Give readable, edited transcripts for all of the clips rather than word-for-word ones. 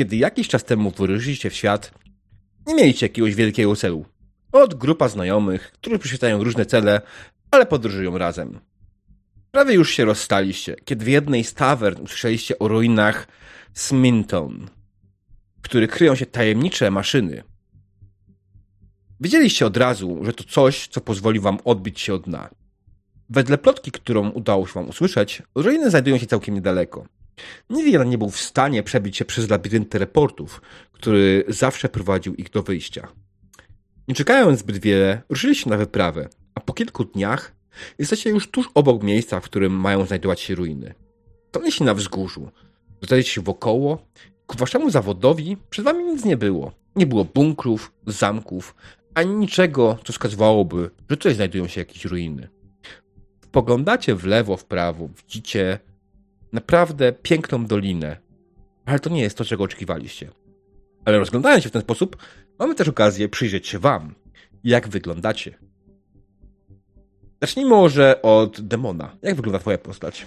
kiedy jakiś czas temu wyruszyliście w świat, nie mieliście jakiegoś wielkiego celu. Od grupa znajomych, którzy posiadają różne cele, ale podróżują razem. Prawie już się rozstaliście, kiedy w jednej z tawern usłyszeliście o ruinach Sminton, w których kryją się tajemnicze maszyny. Wiedzieliście od razu, że to coś, co pozwoli wam odbić się od dna. Wedle plotki, którą udało się wam usłyszeć, ruiny znajdują się całkiem niedaleko. Nikt jeden nie był w stanie przebić się przez labirynt teleportów, który zawsze prowadził ich do wyjścia. Nie czekając zbyt wiele, ruszyliście na wyprawę, a po kilku dniach jesteście już tuż obok miejsca, w którym mają znajdować się ruiny. Stanęliście na wzgórzu, rozejrzycie się wokoło. Ku waszemu zawodowi przed wami nic nie było. Nie było bunkrów, zamków, ani niczego, co wskazywałoby, że tutaj znajdują się jakieś ruiny. Spoglądacie w lewo, w prawo, widzicie naprawdę piękną dolinę, ale to nie jest to, czego oczekiwaliście. Ale rozglądając się w ten sposób, mamy też okazję przyjrzeć się wam, jak wyglądacie. Zacznijmy może od demona. Jak wygląda twoja postać?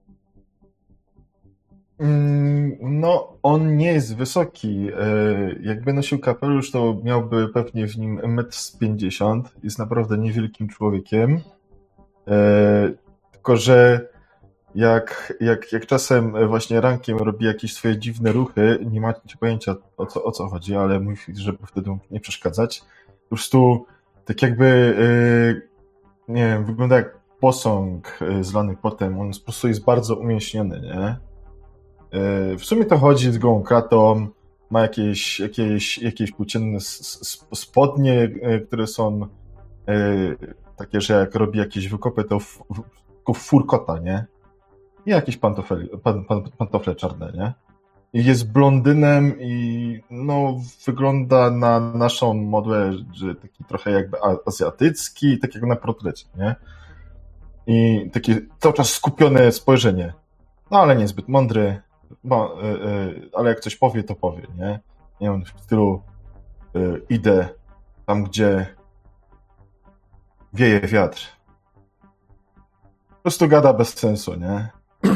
No, on nie jest wysoki. Jakby nosił kapelusz, to miałby pewnie w nim 1,50 m. Jest naprawdę niewielkim człowiekiem. Tylko że jak czasem właśnie rankiem robi jakieś swoje dziwne ruchy, nie macie pojęcia o co chodzi, ale mówi, żeby wtedy mógł nie przeszkadzać. Po prostu tak jakby, nie wiem, wygląda jak posąg zlany potem. On po prostu jest bardzo umięśniony, nie? W sumie to chodzi z gołą kratą, ma jakieś płócienne spodnie, które są takie, że jak robi jakieś wykopy, to furkota, nie? I jakieś pantofle czarne, nie? I jest blondynem i no wygląda na naszą modłę, że taki trochę jakby azjatycki, tak jak na portrecie, nie? I takie cały czas skupione spojrzenie. No ale niezbyt mądry, ale jak coś powie, to powie, nie? Nie wiem, w stylu idę tam, gdzie wieje wiatr. Po prostu gada bez sensu, nie?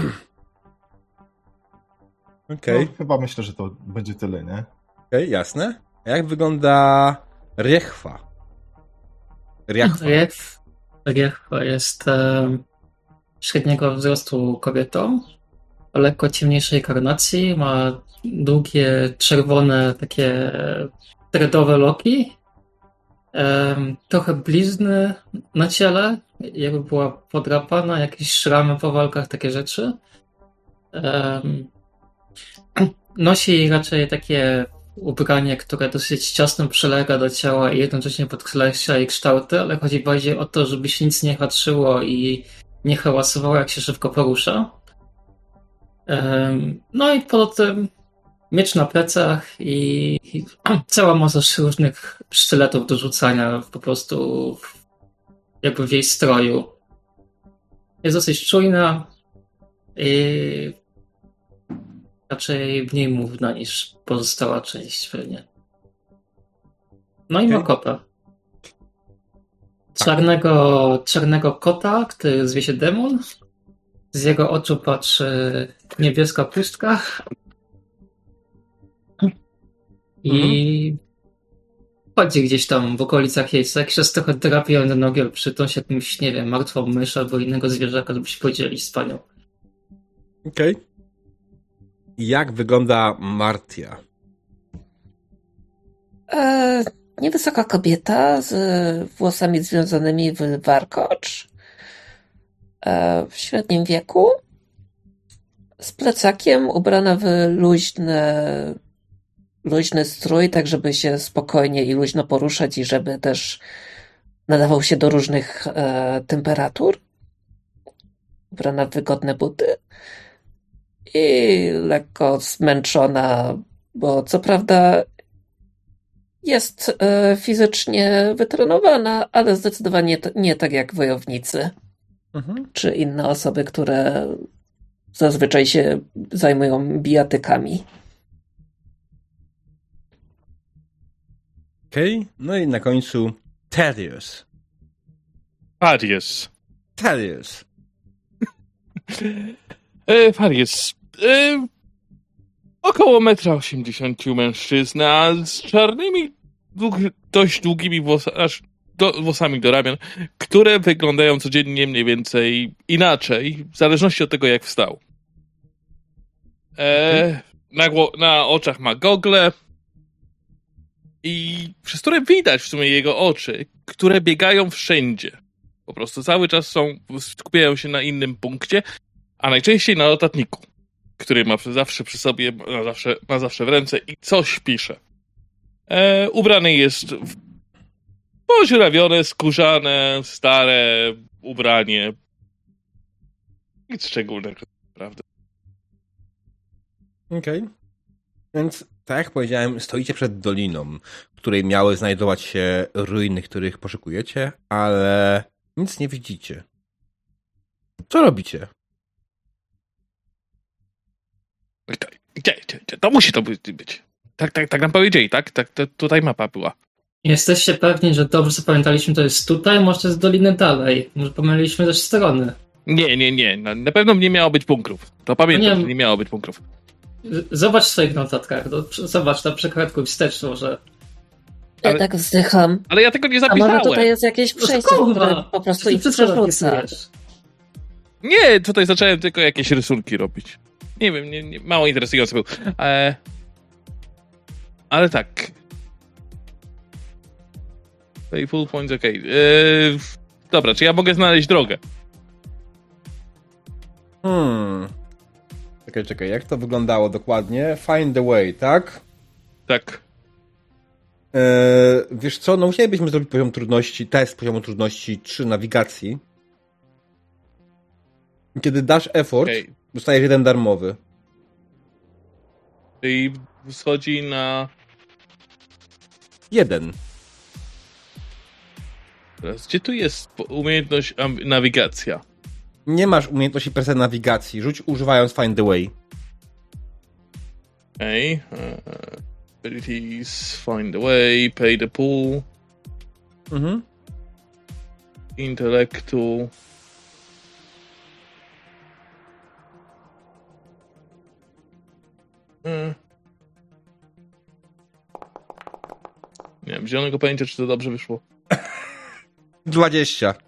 Okej. No, chyba myślę, że to będzie tyle, nie? Okej, jasne. A jak wygląda Riechwa? Riechwa jest średniego wzrostu kobietą, o lekko ciemniejszej karnacji, ma długie, czerwone, takie dreadowe loki, trochę blizny na ciele, jakby była podrapana, jakieś szramy po walkach, takie rzeczy. Nosi raczej takie ubranie, które dosyć ciasno przylega do ciała i jednocześnie podkreśla jej kształty, ale chodzi bardziej o to, żeby się nic nie haczyło i nie hałasowało, jak się szybko porusza. No i poza tym miecz na plecach i cała masa różnych sztyletów do rzucania po prostu jakby w jej stroju. Jest dosyć czujna i raczej mniej mówna niż pozostała część pewnie. No i ma kota. Czarnego kota, który zwie się Demon. Z jego oczu patrzy niebieska pustka. I chodzi gdzieś tam w okolicach jej, co jakiś czas trochę drapie na nogi, przytąsi jakimś, nie wiem, martwą mysz albo innego zwierzaka, żeby się podzielić z panią. Okej. Jak wygląda Martia? Niewysoka kobieta z włosami związanymi w warkocz. W średnim wieku. Z plecakiem, ubrana w luźny strój, tak żeby się spokojnie i luźno poruszać i żeby też nadawał się do różnych temperatur. Ubrana w wygodne buty. I lekko zmęczona, bo co prawda jest fizycznie wytrenowana, ale zdecydowanie nie tak jak wojownicy. Czy inne osoby, które zazwyczaj się zajmują bijatykami. Okej. No i na końcu Thaddeus. Thaddeus. Thaddeus. Około 1,80 m mężczyzna z czarnymi, dość długimi włosami do ramion, które wyglądają codziennie mniej więcej inaczej, w zależności od tego, jak wstał. Na oczach ma gogle i przez które widać w sumie jego oczy, które biegają wszędzie. Po prostu cały czas skupiają się na innym punkcie, a najczęściej na notatniku, który ma zawsze przy sobie, ma zawsze w ręce i coś pisze. Ubrany jest w podziurawione, skórzane, stare ubranie. Nic szczególnego, prawda? Okej. Więc, tak jak powiedziałem, stoicie przed doliną, w której miały znajdować się ruiny, których poszukujecie, ale nic nie widzicie. Co robicie? To musi to być. Tak nam powiedzieli, tak? Tutaj mapa była. Jesteście pewni, że dobrze zapamiętaliśmy, to jest tutaj, może to jest doliny dalej. Może pomyliliśmy też strony. Nie. Na pewno nie miało być bunkrów. To pamiętam, że nie miało być bunkrów. Zobacz w swoich notatkach. Zobacz, tam przekratkuj wstecz może. Ja tak wzdycham. Ale ja tego nie A zapisałem. może tutaj jest jakieś przejście, które po prostu ich przerzuca. Nie, tutaj zacząłem tylko jakieś rysunki robić. Nie wiem, mało interesujący był. Ale tak. Pay full points, okej. Dobra, czy ja mogę znaleźć drogę? Czekaj, jak to wyglądało dokładnie? Find the way, tak? Tak. Wiesz co, no musielibyśmy zrobić test poziomu trudności 3 nawigacji. Kiedy dasz effort, dostajesz 1 darmowy. Czyli schodzi na... 1. Teraz, gdzie tu jest umiejętność nawigacja? Nie masz umiejętności per se nawigacji. Rzuć używając Find the Way. Okay. Abilities, Find the Way, Pay the Pool. Intellectu. Nie wiem, zielonego pojęcia, czy to dobrze wyszło. 20.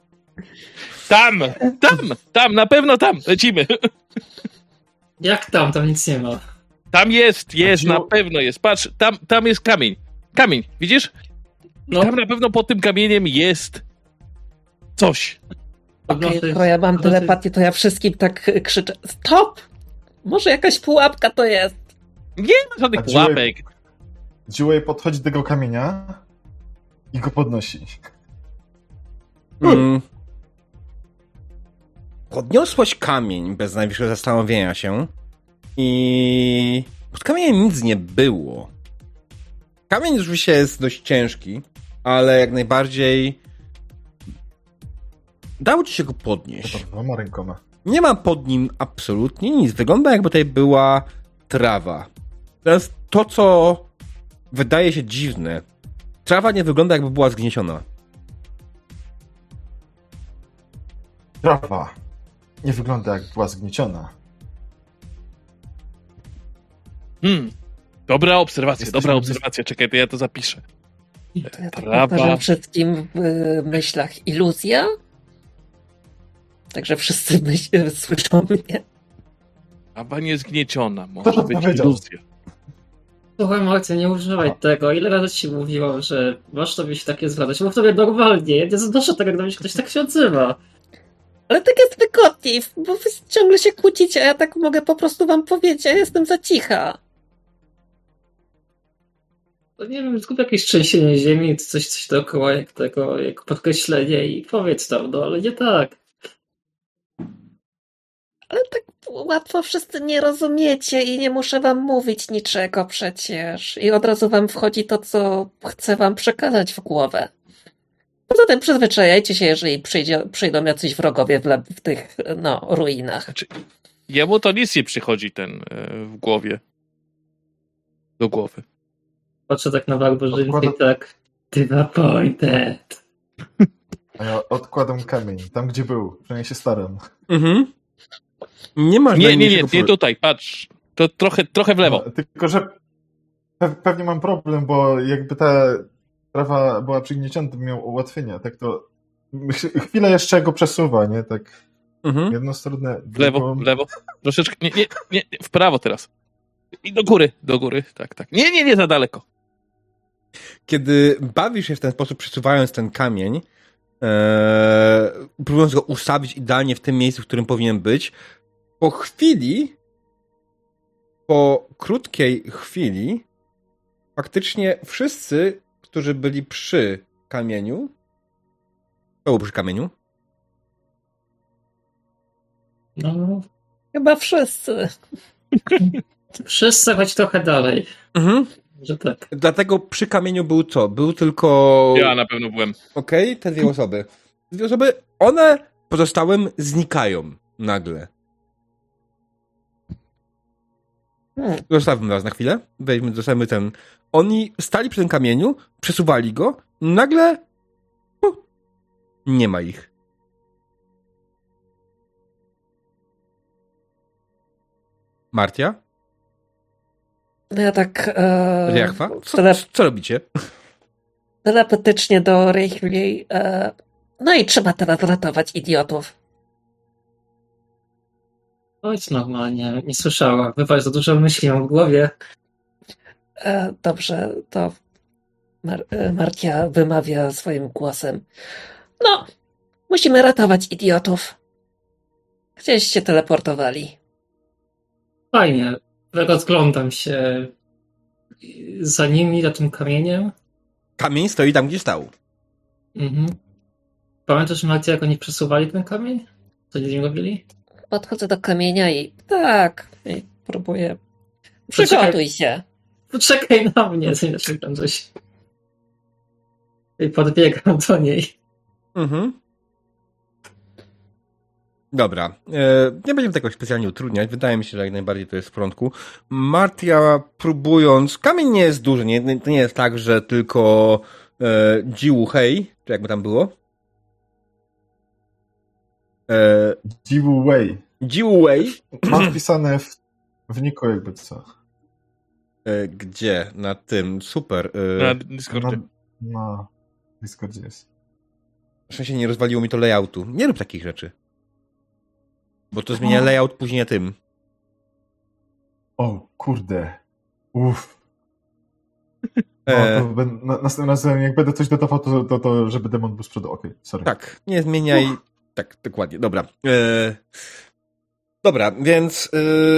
Tam, na pewno tam, lecimy. Jak tam? Tam nic nie ma. Tam jest, na pewno jest. Patrz, tam jest kamień. Kamień, widzisz? No. Tam na pewno pod tym kamieniem jest coś. Skoro ja mam telepatię, to ja wszystkim tak krzyczę: stop! Może jakaś pułapka to jest. Nie ma żadnych pułapek. Dewey podchodzi do tego kamienia i go podnosi. Podniosłeś kamień bez najwyższego zastanowienia się i pod kamieniem nic nie było. Kamień oczywiście jest dość ciężki, ale jak najbardziej dało ci się go podnieść. Dwoma rękoma. Nie ma pod nim absolutnie nic. Wygląda, jakby tutaj była trawa. Teraz to, co wydaje się dziwne, trawa nie wygląda, jakby była zgnieciona. Trawa nie wygląda, jak była zgnieciona. Dobra obserwacja. Czekaj, to ja to zapiszę. To ja tak powtarzam wszystkim w myślach: iluzja? Także wszyscy słyszą mnie. Trawa niezgnieciona, może być iluzja. Słuchaj, Marcia, nie używaj tego. Ile razy ci mówiłam, że masz tobie się takie zwracać? Mów tobie normalnie. Ja nie znoszę tego, gdy ktoś tak się odzywa. Ale tak jest wygodniej, bo wy ciągle się kłócicie, a ja tak mogę po prostu wam powiedzieć, ja jestem za cicha. To nie wiem, zgub jakieś trzęsienie ziemi, coś dookoła jak tego, jak podkreślenie i powiedz tam, no ale nie tak. Ale tak łatwo wszyscy nie rozumiecie i nie muszę wam mówić niczego przecież. I od razu wam wchodzi to, co chcę wam przekazać w głowę. Poza tym przyzwyczajajcie się, jeżeli przyjdą jacyś wrogowie w tych, ruinach. Znaczy, jemu to nic nie przychodzi w głowie. Do głowy. Patrzę tak na barbarzyńcę i tak... Disappointed. A ja odkładam kamień, tam gdzie był, przynajmniej się staram. Nie masz Nie tutaj, patrz. To trochę w lewo. No, tylko, że pewnie mam problem, bo jakby ta trawa była przygnieciona, to bym miał ułatwienia. Tak to chwilę jeszcze go przesuwa, nie? Tak jedną stronę. W lewo. Troszeczkę, nie, w prawo teraz. I do góry, tak. Nie, za daleko. Kiedy bawisz się w ten sposób, przesuwając ten kamień, próbując go ustawić idealnie w tym miejscu, w którym powinien być, po krótkiej chwili, faktycznie wszyscy, którzy byli przy kamieniu, kto był przy kamieniu? No, Chyba wszyscy. wszyscy, choć trochę dalej. Że tak. Dlatego przy kamieniu był co? Był tylko... Ja na pewno byłem. Okej, te dwie osoby. Dwie osoby, one pozostałym znikają nagle. Zostawmy was na chwilę. Zostawmy ten... Oni stali przy tym kamieniu, przesuwali go, nagle nie ma ich. Martia? Ja tak... Riachwa? Co robicie? Telepatycznie do Rejchli. No i trzeba teraz ratować idiotów. Ojc normalnie, nie słyszała. Wybacz, za dużo myśli mam w głowie. Dobrze, to Martia wymawia swoim głosem. No, musimy ratować idiotów. Gdzieś się teleportowali. Fajnie. Rozglądam się za nimi, za tym kamieniem. Kamień stoi tam, gdzie stał. Mhm. Pamiętasz, Marcia, jak oni przesuwali ten kamień? Co z nim robili? Podchodzę do kamienia i i próbuję. Przygotuj się. Poczekaj na mnie, zanim tam coś. I podbiegam do niej. Dobra. Nie będziemy tego specjalnie utrudniać. Wydaje mi się, że jak najbardziej to jest w porządku. Martia próbując... Kamień nie jest duży. To nie jest tak, że tylko Jiwu Hei, czy jakby tam było? Jiwu Wei. Jiwu Wei. Mam wpisane w Niku jakby co. Gdzie? Na tym. Super. Na Discordzie. Na Discordzie jest. W sensie nie rozwaliło mi to layoutu. Nie rób takich rzeczy. Bo to zmienia layout później tym. O, kurde. Uff. Następnym razem, jak będę coś dodawał, to żeby demon był z przodu. Okej, sorry. Tak, nie zmieniaj. Tak, dokładnie. Dobra. Dobra, więc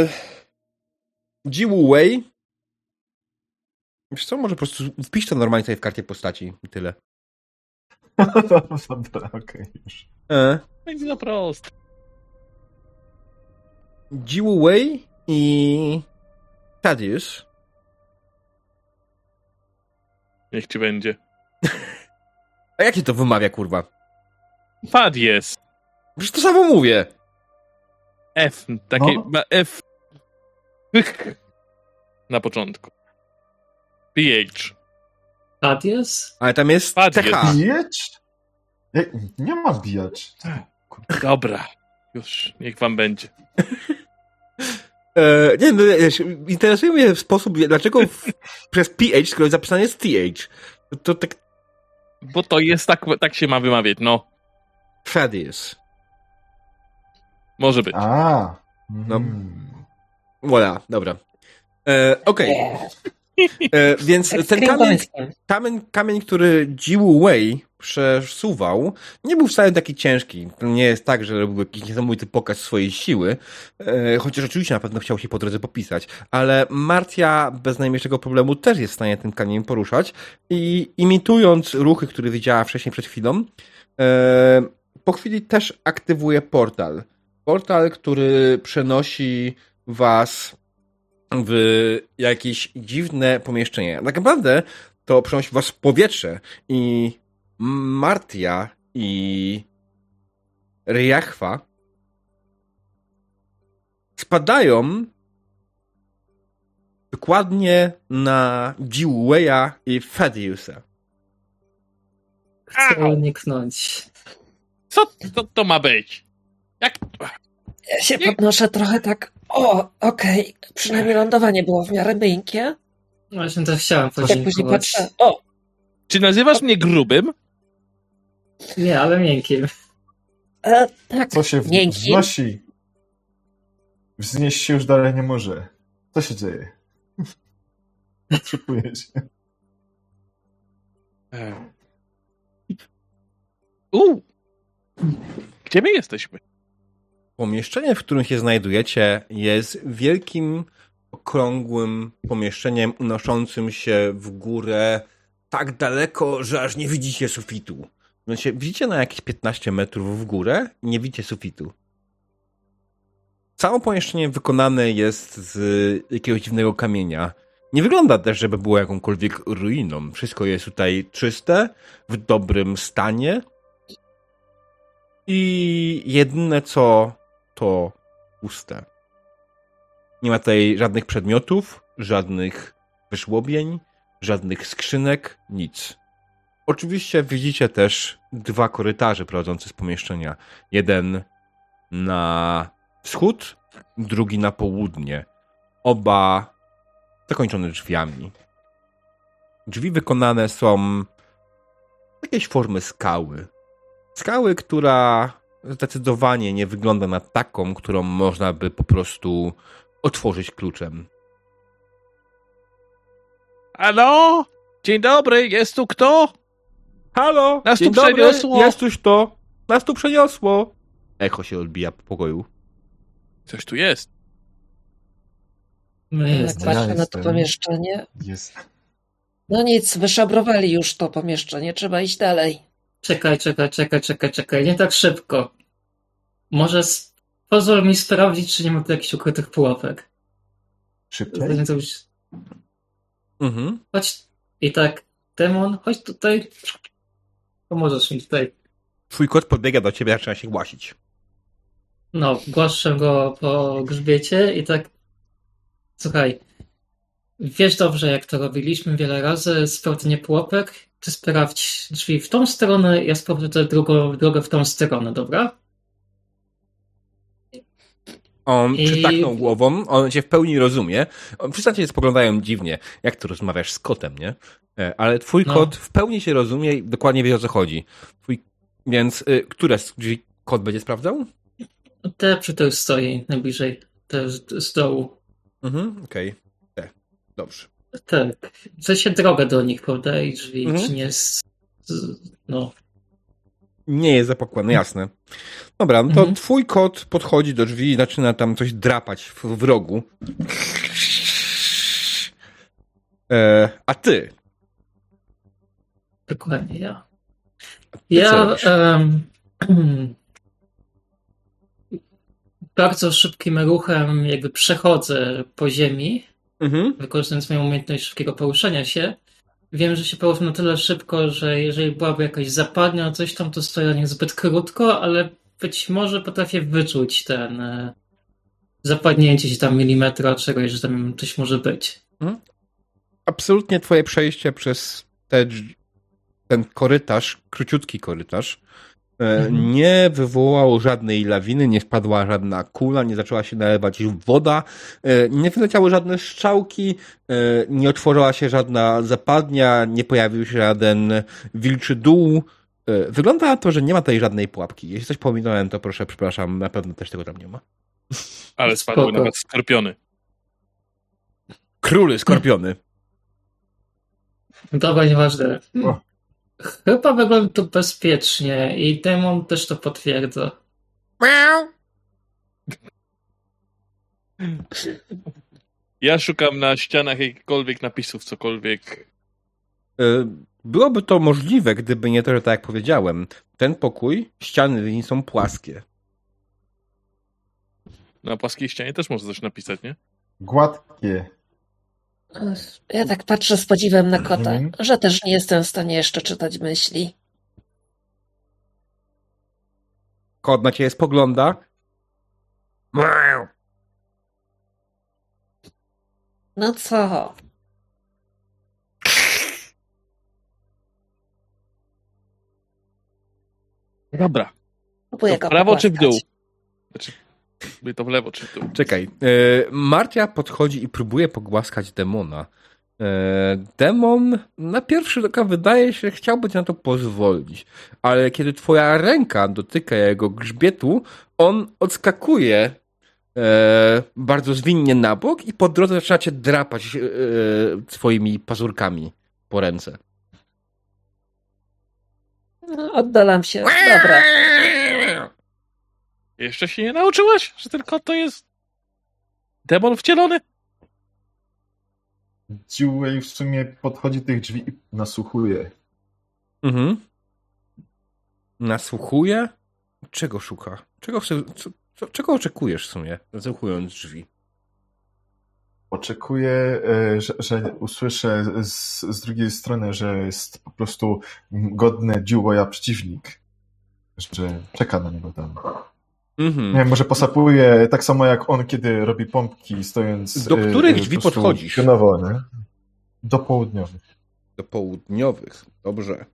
Jiwu Wei. Wiesz co, może po prostu wpisz to normalnie sobie w karcie postaci i tyle. Dobra, okej, już. Będzie za prosto. Jiwu Wei i Thaddeus. Niech ci będzie. A jak się to wymawia, kurwa? Pad jest. Przecież to samo mówię. F. Takie ma F. Na początku. PH. Thaddeus? Ale tam jest Thaddeus. TH. Bijacz? Nie ma bijacz. Dobra. Już, niech wam będzie. Nie wiem, interesuje mnie sposób, dlaczego przez PH, skoro zapisane jest TH. To tak... Bo to jest tak się ma wymawiać, no. Thaddeus. Może być. No. Voilà, dobra. Okej. Więc ten kamień, który Jiwu Wei przesuwał, nie był wcale taki ciężki. To nie jest tak, że robił jakiś niesamowity pokaz swojej siły, chociaż oczywiście na pewno chciał się po drodze popisać, ale Martia bez najmniejszego problemu też jest w stanie tym kamieniem poruszać i imitując ruchy, które widziała wcześniej przed chwilą, po chwili też aktywuje portal. Portal, który przenosi was w jakieś dziwne pomieszczenie. Tak naprawdę to przenosi was w powietrze i Martia i Riachwa spadają dokładnie na Jiwu Wei'a i Thadeusa. Chcę uniknąć. Co to ma być? Jak? Ja się podnoszę trochę tak O, okej. Przynajmniej lądowanie było w miarę miękkie. Właśnie to chciałem Jak później podziękować. patrzę. O, Czy nazywasz mnie grubym? Nie, ale miękkim. tak, Co się miękki. wznosi? Wznieść się już dalej nie może. Co się dzieje? Otrzypuję się. Gdzie my jesteśmy? Pomieszczenie, w którym się znajdujecie, jest wielkim, okrągłym pomieszczeniem unoszącym się w górę tak daleko, że aż nie widzicie sufitu. Znaczy, widzicie na jakieś 15 metrów w górę i nie widzicie sufitu. Całe pomieszczenie wykonane jest z jakiegoś dziwnego kamienia. Nie wygląda też, żeby było jakąkolwiek ruiną. Wszystko jest tutaj czyste, w dobrym stanie. I jedyne co to puste. Nie ma tutaj żadnych przedmiotów, żadnych wyżłobień, żadnych skrzynek, nic. Oczywiście widzicie też 2 korytarze prowadzące z pomieszczenia. Jeden na wschód, drugi na południe. Oba zakończone drzwiami. Drzwi wykonane są z jakiejś formy skały. Skały, która zdecydowanie nie wygląda na taką, którą można by po prostu otworzyć kluczem. Halo? Dzień dobry, jest tu kto? Halo? Nas Dzień tu dobry, przeniosło. jest tuż to. Nas tu przeniosło. Echo się odbija po pokoju. Coś tu jest. My Jak jest. patrzę na to jestem. pomieszczenie. Jest. No nic, wyszabrowali już to pomieszczenie, trzeba iść dalej. Czekaj. Nie tak szybko. Może pozwól mi sprawdzić, czy nie ma tu jakichś ukrytych pułapek. Szybciej? Mhm. Chodź. I tak, demon, chodź tutaj. Pomożesz mi tutaj. Twój kot podbiega do ciebie, zaczyna się głasić. No, głaszczę go po grzbiecie i tak. Słuchaj, wiesz dobrze, jak to robiliśmy wiele razy, sprawdzenie pułapek. Ty sprawdź drzwi w tą stronę, ja sprawdzę tę drogę w tą stronę, dobra? On I- przytaknął głową, on cię w pełni rozumie. Wszyscy na ciebie spoglądają dziwnie, jak tu rozmawiasz z kotem, nie? Ale twój No. kot w pełni się rozumie i dokładnie wie, o co chodzi. Więc które z drzwi kot będzie sprawdzał? Te przy tej stoi najbliżej, te z dołu. Mhm, okej. Dobrze. Tak. W sensie drogę do nich, prawda? I drzwi, Mhm. czy nie no. Nie jest zapakowany, jasne. Dobra, no to Mhm. twój kot podchodzi do drzwi i zaczyna tam coś drapać w rogu. A ty? Dokładnie ja. Co Ja robisz? bardzo szybkim ruchem jakby przechodzę po ziemi, Mhm. wykorzystując moją umiejętność szybkiego poruszania się. Wiem, że się poruszam na tyle szybko, że jeżeli byłaby jakaś zapadnia, coś tam, to stoję na nich zbyt krótko, ale być może potrafię wyczuć ten zapadnięcie się tam milimetra czegoś, że tam coś może być. Absolutnie twoje przejście przez ten korytarz, króciutki korytarz, nie wywołało żadnej lawiny, nie spadła żadna kula, nie zaczęła się nalewać woda, nie wyleciały żadne strzałki, nie otworzyła się żadna zapadnia, nie pojawił się żaden wilczy dół. Wygląda na to, że nie ma tutaj żadnej pułapki. Jeśli coś pominąłem, to proszę, przepraszam, na pewno też tego tam nie ma. Ale spadły Spoko. nawet skorpiony. Króly, skorpiony. Dobra, nieważne. O. Chyba wygląda to bezpiecznie i demon też to potwierdza. Ja szukam na ścianach jakichkolwiek napisów, cokolwiek. Byłoby to możliwe, gdyby nie to, że tak jak powiedziałem, ten pokój, ściany w nim są płaskie. Na płaskiej ścianie też można coś napisać, nie? Gładkie. Ja tak patrzę z podziwem na kota, Mhm. że też nie jestem w stanie jeszcze czytać myśli. Kot na ciebie spogląda. No co? Dobra. Próbuję To go w prawo czy w pogłaskać. dół? By to w lewo czy tu. Czekaj. Martia podchodzi i próbuje pogłaskać demona. Demon na pierwszy oka wydaje się, że chciałby ci na to pozwolić, ale kiedy twoja ręka dotyka jego grzbietu, on odskakuje bardzo zwinnie na bok i po drodze zaczyna cię drapać swoimi pazurkami po ręce. Oddalam się. Dobra. Jeszcze się nie nauczyłaś, że ten kot to jest demon wcielony? Dewey w sumie podchodzi do tych drzwi i nasłuchuje. Mhm. Nasłuchuje? Czego szuka? Czego oczekujesz w sumie, nasłuchując drzwi? Oczekuję, że usłyszę z drugiej strony, że jest po prostu godny Deweya przeciwnik. Że czeka na niego tam. Mhm. Nie wiem, może posapuje tak samo jak on, kiedy robi pompki, stojąc... Do których drzwi podchodzisz? Pionowo, nie? Do południowych. Do południowych. Dobrze.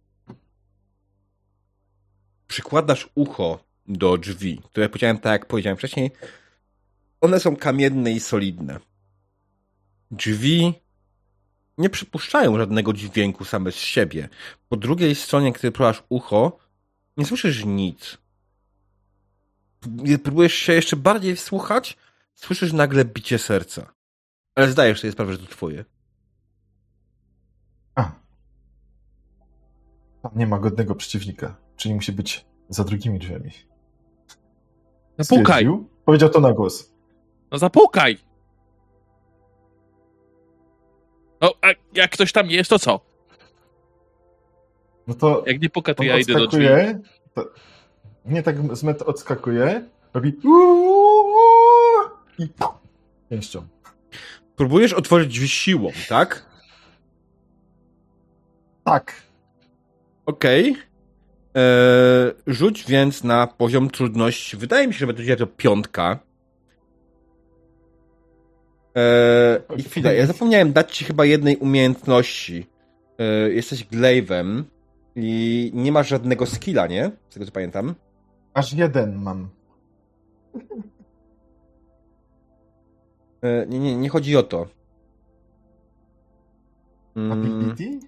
Przykładasz ucho do drzwi, które powiedziałem tak, jak powiedziałem wcześniej. One są kamienne i solidne. Drzwi nie przypuszczają żadnego dźwięku same z siebie. Po drugiej stronie, kiedy próbasz ucho, nie słyszysz nic. Próbujesz się jeszcze bardziej wsłuchać, słyszysz nagle bicie serca. Ale zdajesz sobie sprawę, że to twoje. Tam nie ma godnego przeciwnika, czyli musi być za drugimi drzwiami. Zapukaj! Stwierdził. Powiedział to na głos. No zapukaj! No, a jak ktoś tam jest, to co? No to Jak nie puka, to on ja idę do drzwi. odskakuje, nie tak z metr odskakuje, robi i pięścią. Próbujesz otworzyć drzwi siłą, tak? Tak. Okej. Rzuć więc na poziom trudności. Wydaje mi się, że będzie to 5. I chwila, ja zapomniałem dać ci chyba jednej umiejętności. Jesteś glaive'em i nie masz żadnego skilla, nie? Z tego co pamiętam. Aż jeden mam. Nie chodzi o to. Ability?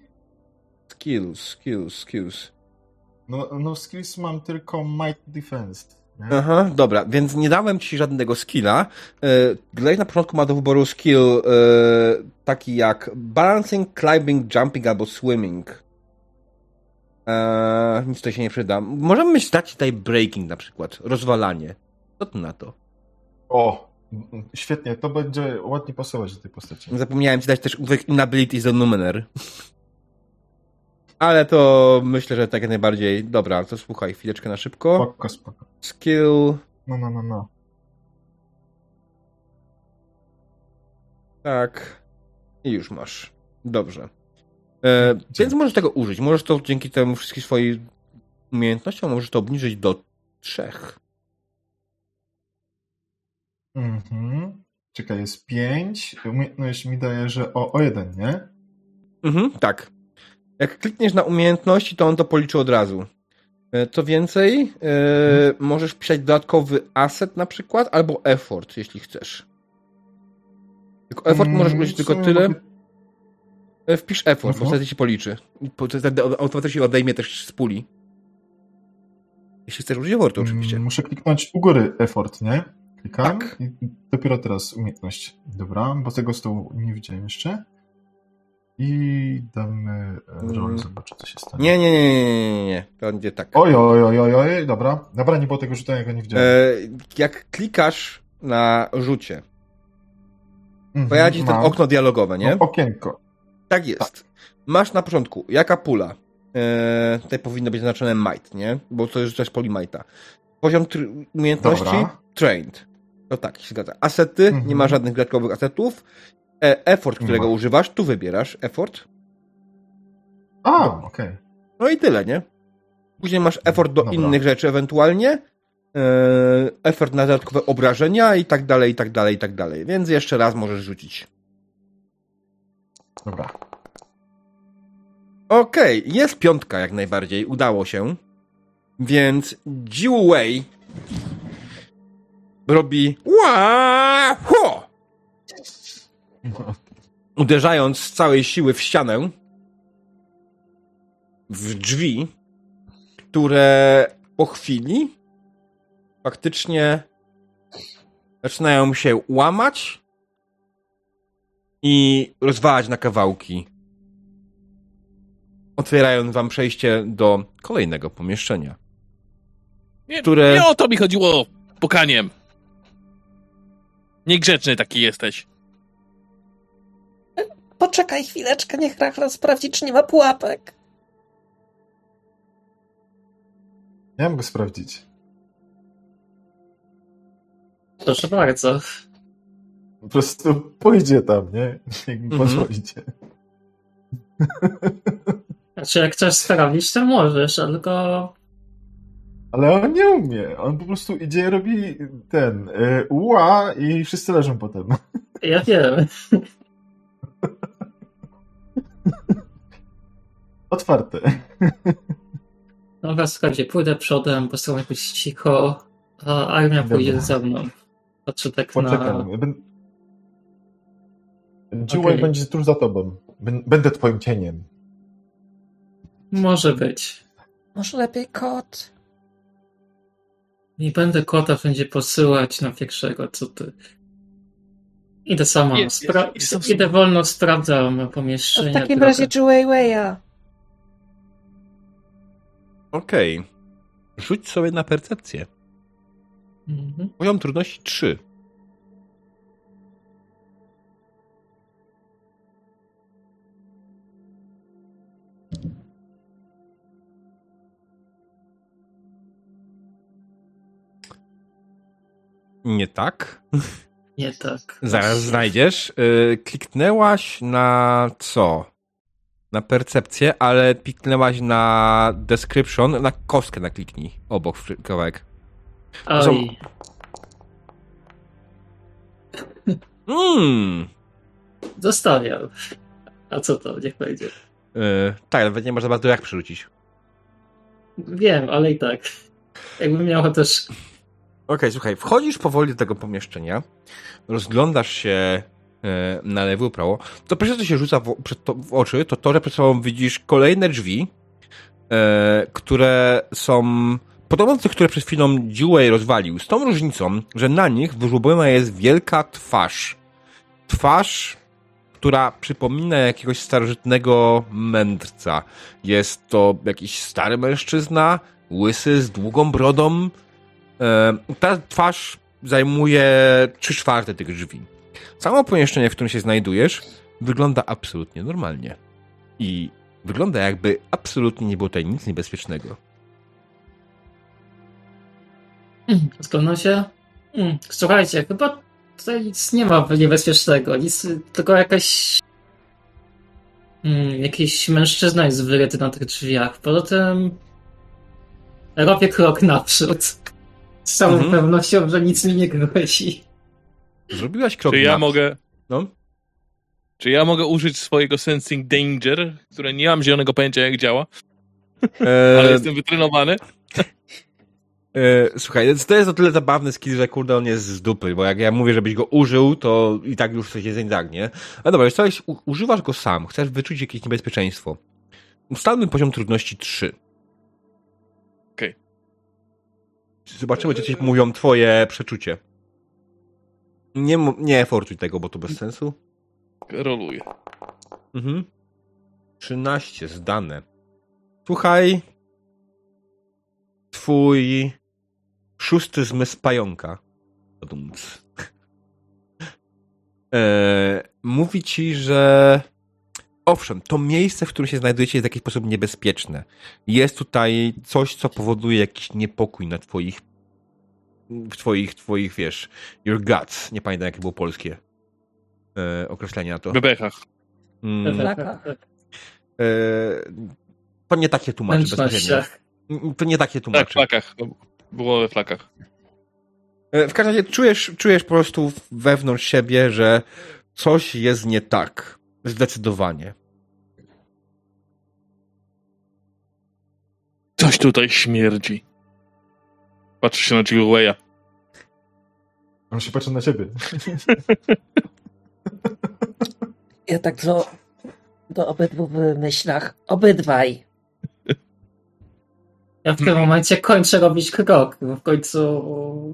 Skills. No skills mam tylko might defense. Nie? Aha, dobra, więc nie dałem ci żadnego skilla. Glaive na początku ma do wyboru skill taki jak balancing, climbing, jumping albo swimming. Nic tutaj się nie przyda. Możemy dać tutaj breaking na przykład, rozwalanie. Co ty na to? O, świetnie, to będzie ładnie pasować do tej postaci. Zapomniałem ci dać też inabilities do numener. Ale to myślę, że tak jak najbardziej. Dobra, to słuchaj, chwileczkę na szybko. Spoko. Skill. No. Tak. I już masz. Dobrze. Więc możesz tego użyć. Możesz to dzięki temu wszystkim swoim umiejętnościom możesz to obniżyć do 3. Czekaj, jest 5. Umiejętność mi daje, że o 1, nie? Tak. Jak klikniesz na umiejętności, to on to policzy od razu. Co więcej, możesz wpisać dodatkowy asset na przykład, albo effort, jeśli chcesz. Tylko effort możesz użyć tylko tyle. Wpisz effort, bo wtedy ci policzy. Wtedy automatycznie odejmie też z puli. Jeśli chcesz użyć effortu, oczywiście. Muszę kliknąć u góry effort, nie? Klikam Tak. i dopiero teraz umiejętność. Dobra, bo tego stołu nie widziałem jeszcze. I damy rolę, zobaczę co się stanie. Nie. To będzie tak. Oj, dobra. Dobra, nie było tego rzutu, ja go nie widziałem. Jak klikasz na rzucie, pojawia ci to okno dialogowe, nie? No, okienko. Tak jest. Tak. Masz na początku, jaka pula? Tutaj powinno być zaznaczone might, nie? Bo to jest polimajta. Poziom umiejętności? Dobra. Trained. No tak, się zgadza. Asety, nie ma żadnych dodatkowych asetów. Effort, którego używasz, tu wybierasz effort. Okej. No i tyle, nie? Później masz effort do innych rzeczy ewentualnie. Effort na dodatkowe obrażenia i tak dalej. Więc jeszcze raz możesz rzucić. Dobra. Okej, jest 5 jak najbardziej. Udało się. Więc Dewey robi ła, ho! Uderzając z całej siły w ścianę, w drzwi, które po chwili faktycznie zaczynają się łamać i rozwalać na kawałki, otwierając wam przejście do kolejnego pomieszczenia. Nie o to mi chodziło, pukaniem. Niegrzeczny taki jesteś. Poczekaj chwileczkę, niech Rachlan sprawdzi, czy nie ma pułapek. Ja mogę sprawdzić. Proszę bardzo. Po prostu pójdzie tam, nie? Jak mi pozwolicie. Znaczy, jak chcesz sprawdzić, to możesz, tylko... Ale on nie umie. On po prostu idzie, robi ła i wszyscy leżą potem. Ja wiem. Otwarte. Dobra, słuchajcie, pójdę przodem, bo są jakoś cicho, a armia pójdzie Dobra. za mną. Patrzę tak Poczekam. na... Jewel Okej. będzie tuż za tobą. Będę twoim cieniem. Może być. Może lepiej kot. Nie będę kota wszędzie posyłać na pierwszego, co ty. Idę sama. Idę wolno, sprawdzam A pomieszczenie. w takim trochę. razie Juweiweya. Okej. Rzuć sobie na percepcję. Mhm. Poziom trudności 3. Nie tak. Nie tak. Zaraz znajdziesz. Kliknęłaś na co? Na percepcję, ale kliknęłaś na description, na kostkę nakliknij obok kawałek. Oj. Zostawiam. A co to? Niech będzie. Tak, nawet nie można bardzo jak przerzucić. Wiem, ale i tak. Jakbym miał też... Okej, słuchaj, wchodzisz powoli do tego pomieszczenia, rozglądasz się na lewo i prawo, to pierwsze, co się rzuca w oczy, to, że przed sobą widzisz kolejne drzwi, które są podobne do tych, które przed chwilą Dewey rozwalił, z tą różnicą, że na nich wyżłobiona jest wielka twarz. Twarz, która przypomina jakiegoś starożytnego mędrca. Jest to jakiś stary mężczyzna, łysy, z długą brodą. Ta twarz zajmuje 3/4 tych drzwi. Samo pomieszczenie, w którym się znajdujesz, wygląda absolutnie normalnie. I wygląda, jakby absolutnie nie było tutaj nic niebezpiecznego. Rozglądam się. Słuchajcie, chyba tutaj nic nie ma niebezpiecznego. Nic, tylko jakiś mężczyzna jest wyryty na tych drzwiach. Poza tym robię krok naprzód. Z całą pewnością, że nic mi nie grozi. Zrobiłaś krok Czy ja naprzód. mogę... No? Czy ja mogę użyć swojego Sensing Danger, które nie mam zielonego pojęcia jak działa, ale jestem wytrenowany? Słuchaj, to jest o tyle zabawny skill, że kurde on jest z dupy, bo jak ja mówię, żebyś go użył, to i tak już coś jest nie tak, nie? Ale dobra, jeśli używasz go sam, chcesz wyczuć jakieś niebezpieczeństwo. Ustalmy poziom trudności 3. Okej. Zobaczymy, czy coś mówią twoje przeczucie. Nie fortuj tego, bo to bez sensu. Roluję. 13 zdane. Słuchaj, twój 6. zmysł pająka mówi ci, że owszem, to miejsce, w którym się znajdujecie, jest w jakiś sposób niebezpieczne. Jest tutaj coś, co powoduje jakiś niepokój na twoich, wiesz, your guts. Nie pamiętam, jakie było polskie określenie na to. W bebechach. To nie takie tłumaczy bezpośrednio. To nie takie tłumaczy. Tak, w flakach. Było we flakach. W każdym razie czujesz po prostu wewnątrz siebie, że coś jest nie tak. Zdecydowanie. Coś tutaj śmierdzi. Patrzę się na Jill On się patrzy na ciebie. Ja tak do obydwu w myślach. Obydwaj. Ja w tym momencie kończę robić krok, bo w końcu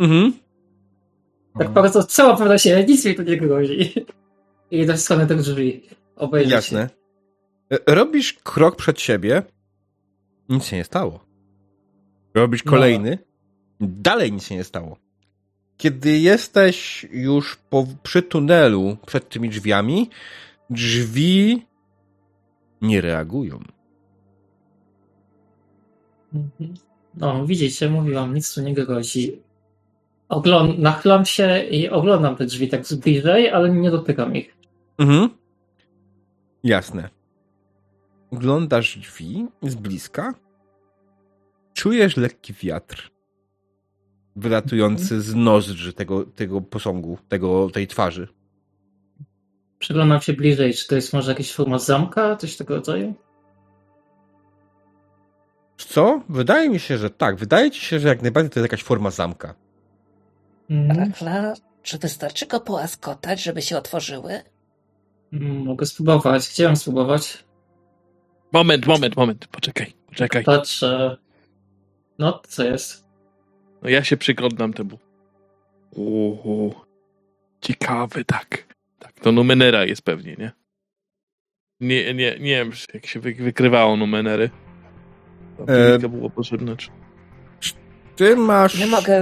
tak bardzo cała pewna się, nic mi tu nie grozi. I idę w stronę tych drzwi. Obejrzeć. Jasne. Robisz krok przed siebie, nic się nie stało. Robisz kolejny, dalej nic się nie stało. Kiedy jesteś już przy tunelu, przed tymi drzwiami, drzwi nie reagują. No, widzicie, mówiłam, nic tu nie grozi. Nachylam się i oglądam te drzwi tak z bliżej, ale nie dotykam ich. Jasne. Oglądasz drzwi z bliska, czujesz lekki wiatr wylatujący z nozdrzy tego posągu, tej twarzy. Przyglądam się bliżej, czy to jest może jakaś forma zamka, coś tego rodzaju? Co? Wydaje mi się, że tak. Wydaje ci się, że jak najbardziej to jest jakaś forma zamka. Rachla, czy wystarczy go połaskotać, żeby się otworzyły? Mogę spróbować. Gdzie mam spróbować? Moment. Poczekaj. Patrzę. No, co jest? No ja się przyglądam temu. Ciekawy, tak. Tak, to Numenera jest pewnie, nie? Nie wiem, jak się wykrywało Numenery. To było potrzebne. Ty masz... Nie mogę...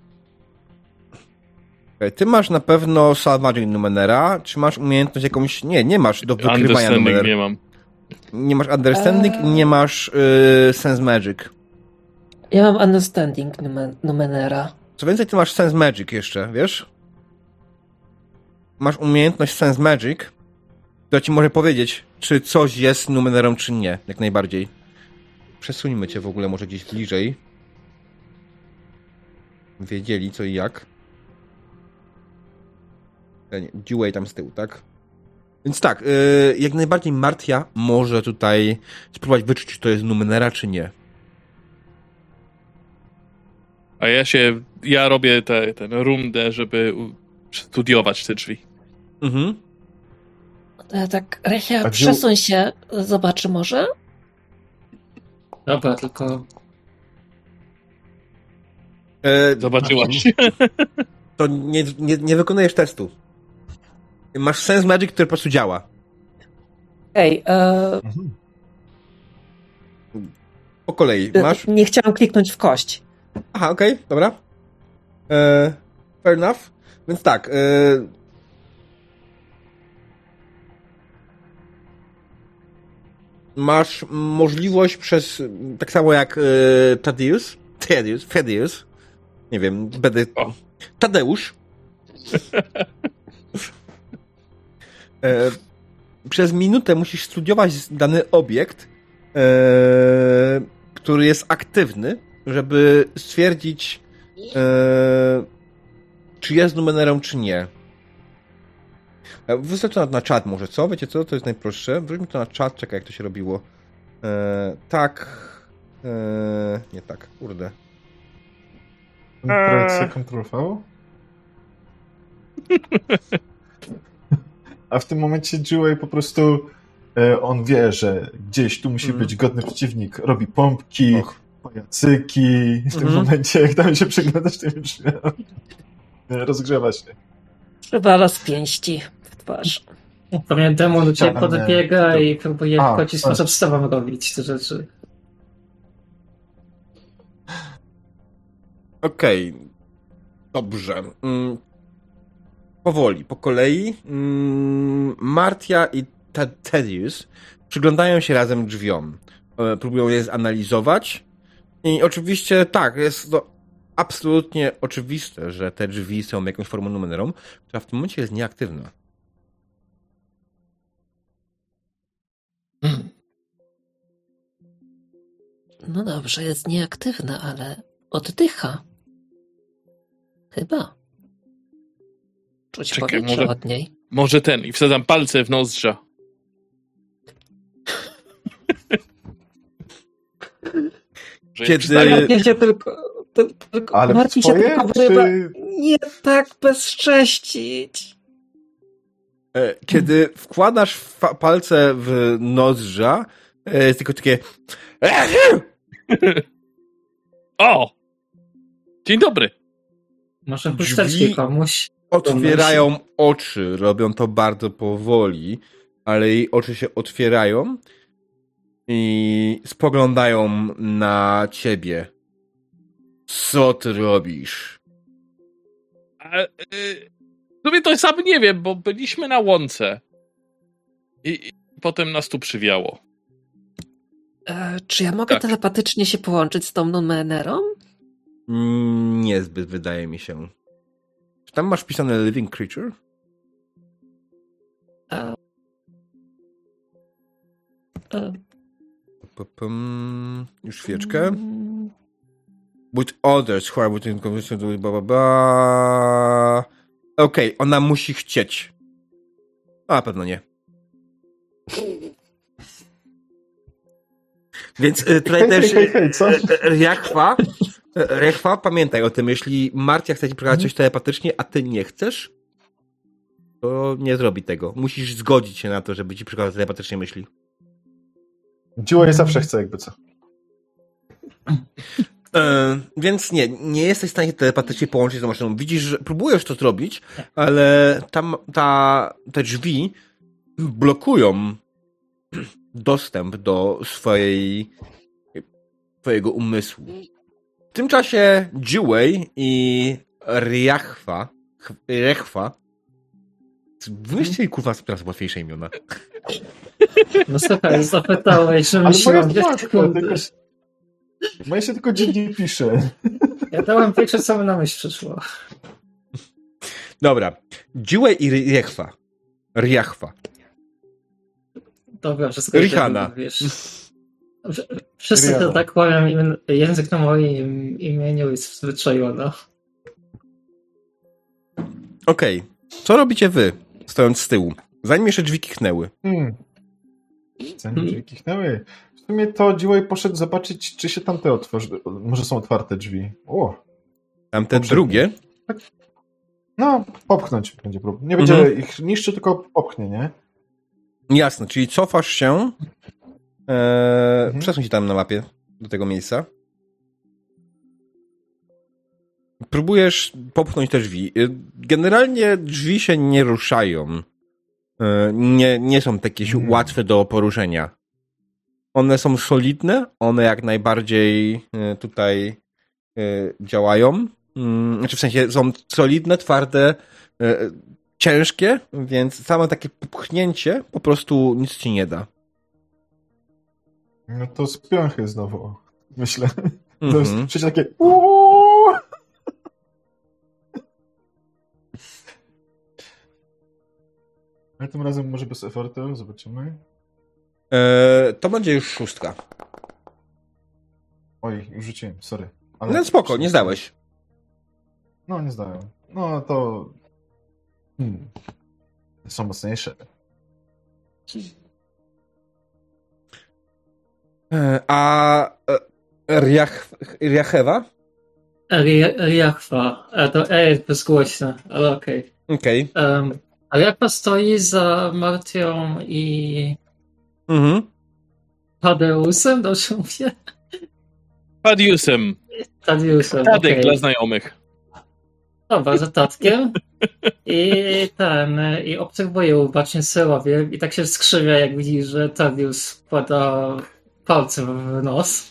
Ty masz na pewno Salvaging Numenera, czy masz umiejętność jakąś... Nie masz do wykrywania Numenera. Nie mam. Nie masz Understanding i nie masz Sense Magic. Ja mam Understanding Numenera. Co więcej, ty masz Sense Magic jeszcze, wiesz? Masz umiejętność Sense Magic, która ci może powiedzieć, czy coś jest Numenerą, czy nie. Jak najbardziej. Przesuńmy cię w ogóle może gdzieś bliżej. Wiedzieli co i jak. Dewey tam z tyłu, tak? Więc tak, jak najbardziej Martia może tutaj spróbować wyczuć, czy to jest Numenera, czy nie. A ja robię tę rundę, żeby studiować te drzwi. To ja tak, Rechia, przesuń się, zobaczy może? Dobra, tylko... Zobaczyłaś. To nie wykonujesz testu. Masz Sense Magic, który po prostu działa. Po kolei. Masz... Nie chciałam kliknąć w kość. Aha, okej, dobra. Fair enough. Więc tak. Masz możliwość tak samo jak Thaddeus. Nie wiem, Tadeusz. Przez minutę musisz studiować dany obiekt, który jest aktywny, żeby stwierdzić, czy jest Numenerą, czy nie. Wystarczy to na czat może, co? Wiecie co? To jest najprostsze. Wróćmy to na czat, czekaj jak to się robiło. Tak. Nie tak, kurde. Ctrl V? A w tym momencie Dewey po prostu on wie, że gdzieś tu musi być godny przeciwnik. Robi pompki, pajacyki. W tym momencie, jak tam się przyglądasz tym drzwiom, rozgrzewa się. Przywala z pięści w twarz. Pewnie demon do ciebie podbiega i próbuje w końcu sposób z tobą robić te rzeczy. Okej. Dobrze. Powoli, po kolei. Martia i Thaddeus przyglądają się razem drzwiom. Próbują je zanalizować. I oczywiście tak, jest to absolutnie oczywiste, że te drzwi są jakąś formą Numenerą, która w tym momencie jest nieaktywna. No dobrze, jest nieaktywna, ale oddycha. Chyba. Czuć powietrze od niej. Może i wsadzam palce w nozdrza. Kiedy... Martwi się tylko ale Martwi się tylko czy Nie tak bezcześcić. Kiedy wkładasz palce w nozdrza, jest tylko takie... O! Dzień dobry. Może chusteczki komuś. Otwierają oczy, robią to bardzo powoli, ale jej oczy się otwierają i spoglądają na ciebie. Co ty robisz? Sobie to sam nie wiem, bo byliśmy na łące. I potem nas tu przywiało. Czy ja mogę Tak. telepatycznie się połączyć z tą Numenerą? Niezbyt, wydaje mi się. Czy tam masz wpisane living creature? Już chwileczkę. With others who are within conversation with blah, blah, blah. Okej, ona musi chcieć. A, na pewno nie. Więc tutaj też Hej, co? Rechwa, pamiętaj o tym, jeśli Marcia chce ci przekazać coś telepatycznie, a ty nie chcesz, to nie zrobi tego. Musisz zgodzić się na to, żeby ci przekazać telepatycznie myśli. Dziło zawsze chce, jakby co. Więc nie jesteś w stanie telepatycznie połączyć z tą maszyną. Widzisz, że próbujesz to zrobić, ale tam te drzwi blokują dostęp do twojego umysłu. W tym czasie Dewey i Rechwa wymyślili kurwa teraz łatwiejsze imiona. No słuchaj, zapytałeś, że Ale myślałam, moja jest łatwa, moja się tylko dziwnie pisze. Ja dałem pierwsze, co mi na myśl przyszło. Dobra. Dewey i Riachwa. Dobra, wszystko Rihanna. wiesz. Wszyscy Rihanna. to tak łapią język na moim imieniu jest zwyczajona. Okej. Co robicie wy, stojąc z tyłu? Zanim jeszcze drzwi kichnęły. Zanim drzwi kichnęły. W sumie to Dziłaj poszedł zobaczyć, czy się tamte otworzy. Może są otwarte drzwi. O! Tamte Poprzednie. drugie. No, popchnąć będzie problem. Nie będzie ich niszczy, tylko popchnie, nie? Jasne, czyli cofasz się. Przesuń się tam na mapie do tego miejsca. Próbujesz popchnąć te drzwi. Generalnie drzwi się nie ruszają. Nie są jakieś łatwe do poruszenia. One są solidne, one jak najbardziej tutaj działają. Znaczy w sensie są solidne, twarde, ciężkie, więc same takie popchnięcie po prostu nic ci nie da. No to z piąchy znowu, myślę. To Mhm. jest przecież takie uuuu! Ale tym razem może bez efortu, zobaczymy. To będzie już 6. Oj, już rzuciłem, sorry. Ale No spoko, nie zdałeś. No, nie zdałem. No to... Są mocniejsze. A Riachewa? Riachwa. To jest bezgłośne, ale okej. Okej. Riachwa stoi za Martią i Tadeusem, dobrze mówię? Tadiusem. Tadiusem, Tadek okej. dla znajomych. Dobra, za tatkiem. I obserwuję ubacznie Serowie i tak się skrzywia, jak widzi, że Tadius wkłada palce w nos.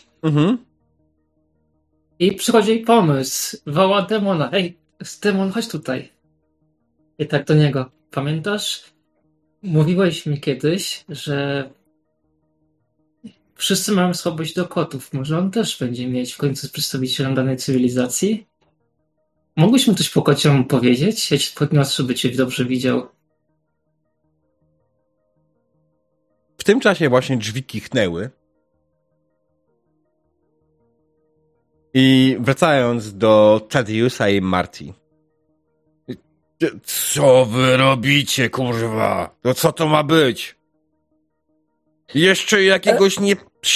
I przychodzi jej pomysł. Woła demona. Ej, demon, chodź tutaj. I tak do niego. Pamiętasz? Mówiłeś mi kiedyś, że wszyscy mają słabość do kotów. Może on też będzie mieć w końcu przedstawicielem danej cywilizacji? Mógłbyś mu coś po kociom powiedzieć? Ja ci podniosę, by cię dobrze widział. W tym czasie właśnie drzwi kichnęły. I wracając do Tadiusa i Marty. Co wy robicie, kurwa? To co to ma być? Jeszcze jakiegoś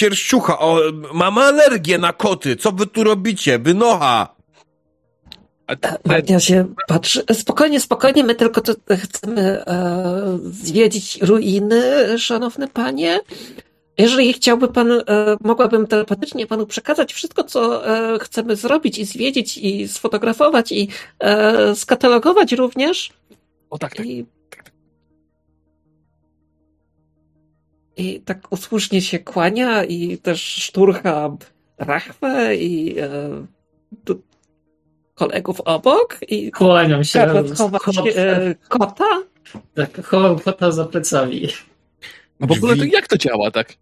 sierściucha. O, mam alergię na koty. Co wy tu robicie? Wynocha! Martia się patrzy. Spokojnie, my tylko chcemy zwiedzić ruiny, szanowny panie. Jeżeli chciałby pan, mogłabym telepatycznie panu przekazać wszystko, co chcemy zrobić i zwiedzić i sfotografować i skatalogować również. O tak. I tak usłużnie się kłania i też szturcha rachwę i kolegów obok i Kłaniam się. chować kota. Tak, chowam kota za plecami. A w ogóle to jak to działa tak?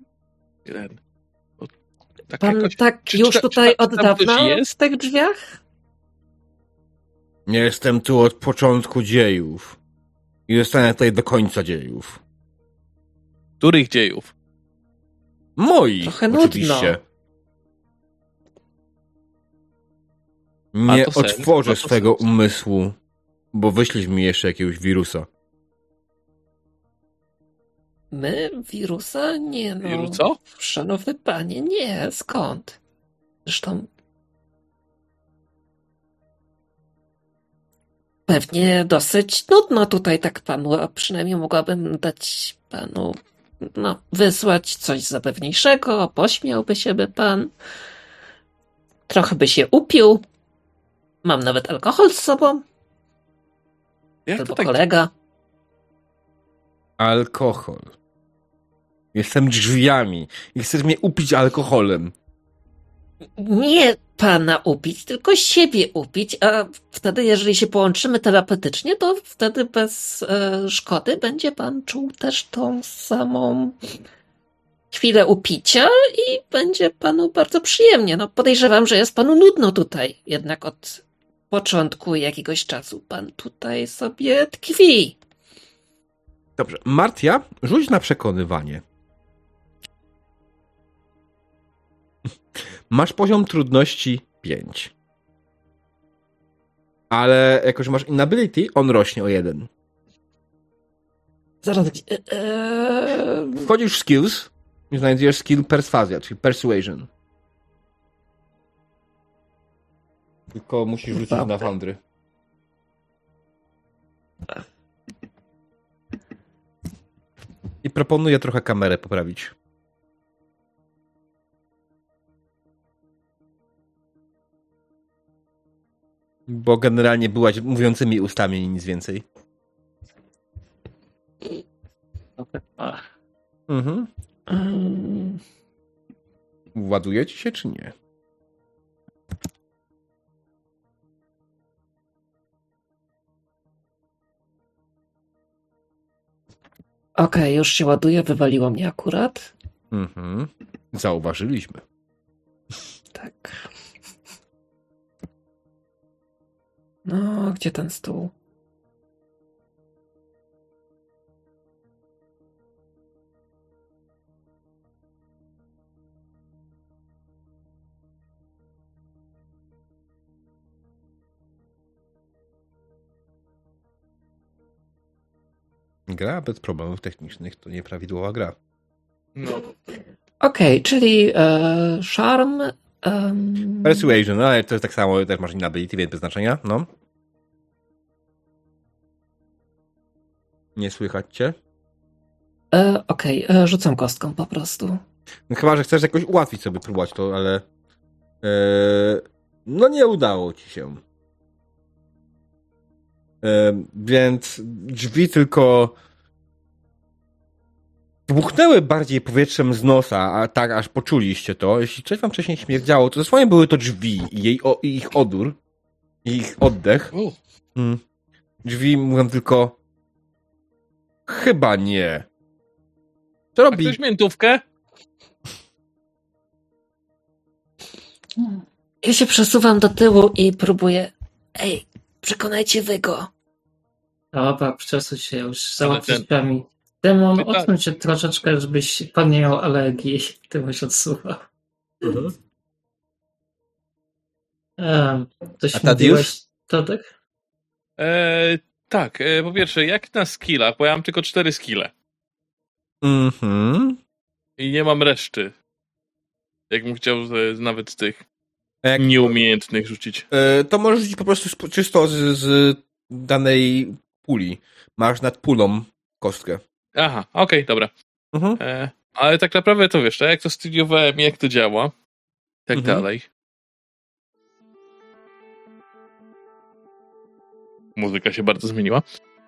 Tak Pan jakoś, tak już tutaj od tam ktoś dawna jest? w tych drzwiach? Nie jestem tu od początku dziejów. I zostanę tutaj do końca dziejów. Których dziejów? Moich, Trochę oczywiście. A Nie to sens, otworzę a to swego sens. umysłu, bo wyślij mi jeszcze jakiegoś wirusa. My? Wirusa? Nie no. Wiru co? Szanowny panie, nie. Skąd? Zresztą pewnie dosyć nudno tutaj tak panu, a przynajmniej mogłabym dać panu, wysłać coś zabawniejszego, pośmiałby się by pan, trochę by się upił. Mam nawet alkohol z sobą, Jak to albo tak? kolega. Alkohol. Jestem drzwiami i chcesz mnie upić alkoholem. Nie pana upić, tylko siebie upić, a wtedy, jeżeli się połączymy telepatycznie, to wtedy bez szkody będzie pan czuł też tą samą chwilę upicia i będzie panu bardzo przyjemnie. No, podejrzewam, że jest panu nudno tutaj, jednak od początku jakiegoś czasu pan tutaj sobie tkwi. Dobrze. Martia, rzuć na przekonywanie. Masz poziom trudności 5. Ale jako, że masz inability, on rośnie o 1. Zaraz. Wchodzisz w skills i znajdujesz skill perswazja, czyli persuasion. Tylko musisz rzucić na foundry. I proponuję trochę kamerę poprawić. Bo generalnie byłaś mówiącymi ustami i nic więcej. Mhm. Ładuje ci się, czy nie? Okej, już się ładuje, wywaliło mnie akurat. Mhm. Zauważyliśmy. Tak. No, gdzie ten stół? Gra bez problemów technicznych to nieprawidłowa gra. No. Okej, czyli charm. Persuasion, no ale to jest tak samo, też masz inability, więc bez znaczenia, no. Nie słychać cię? Okej, rzucam kostką po prostu. No chyba, że chcesz jakoś ułatwić sobie próbować to, ale no nie udało ci się. Więc drzwi tylko wybuchnęły bardziej powietrzem z nosa, a tak aż poczuliście to. Jeśli coś wam wcześniej śmierdziało, to dosłownie były to drzwi i ich odór, i ich oddech. Drzwi mówią tylko chyba nie. Co A robi? ktoś miętówkę? Ja się przesuwam do tyłu i próbuję. Ej, przekonajcie wy go. Dobra, przesuń się już za Ale ten- łatwiejszami. Demon, Ty tak. odsuń się troszeczkę, żebyś pan nie miał alergii. Ty byś odsuwał. Coś A Tadeusz? mówiłeś, Tadek? Tak, po pierwsze, jak na skillach, bo ja mam tylko 4 skille Mhm. i nie mam reszty. Jakbym chciał nawet z tych. nieumiejętnych rzucić. To możesz rzucić po prostu czysto z danej puli. Masz nad pulą kostkę. Aha, okej, dobra. Mhm. Ale tak naprawdę to wiesz, jak to studiowałem, jak to działa, tak dalej. Muzyka się bardzo zmieniła.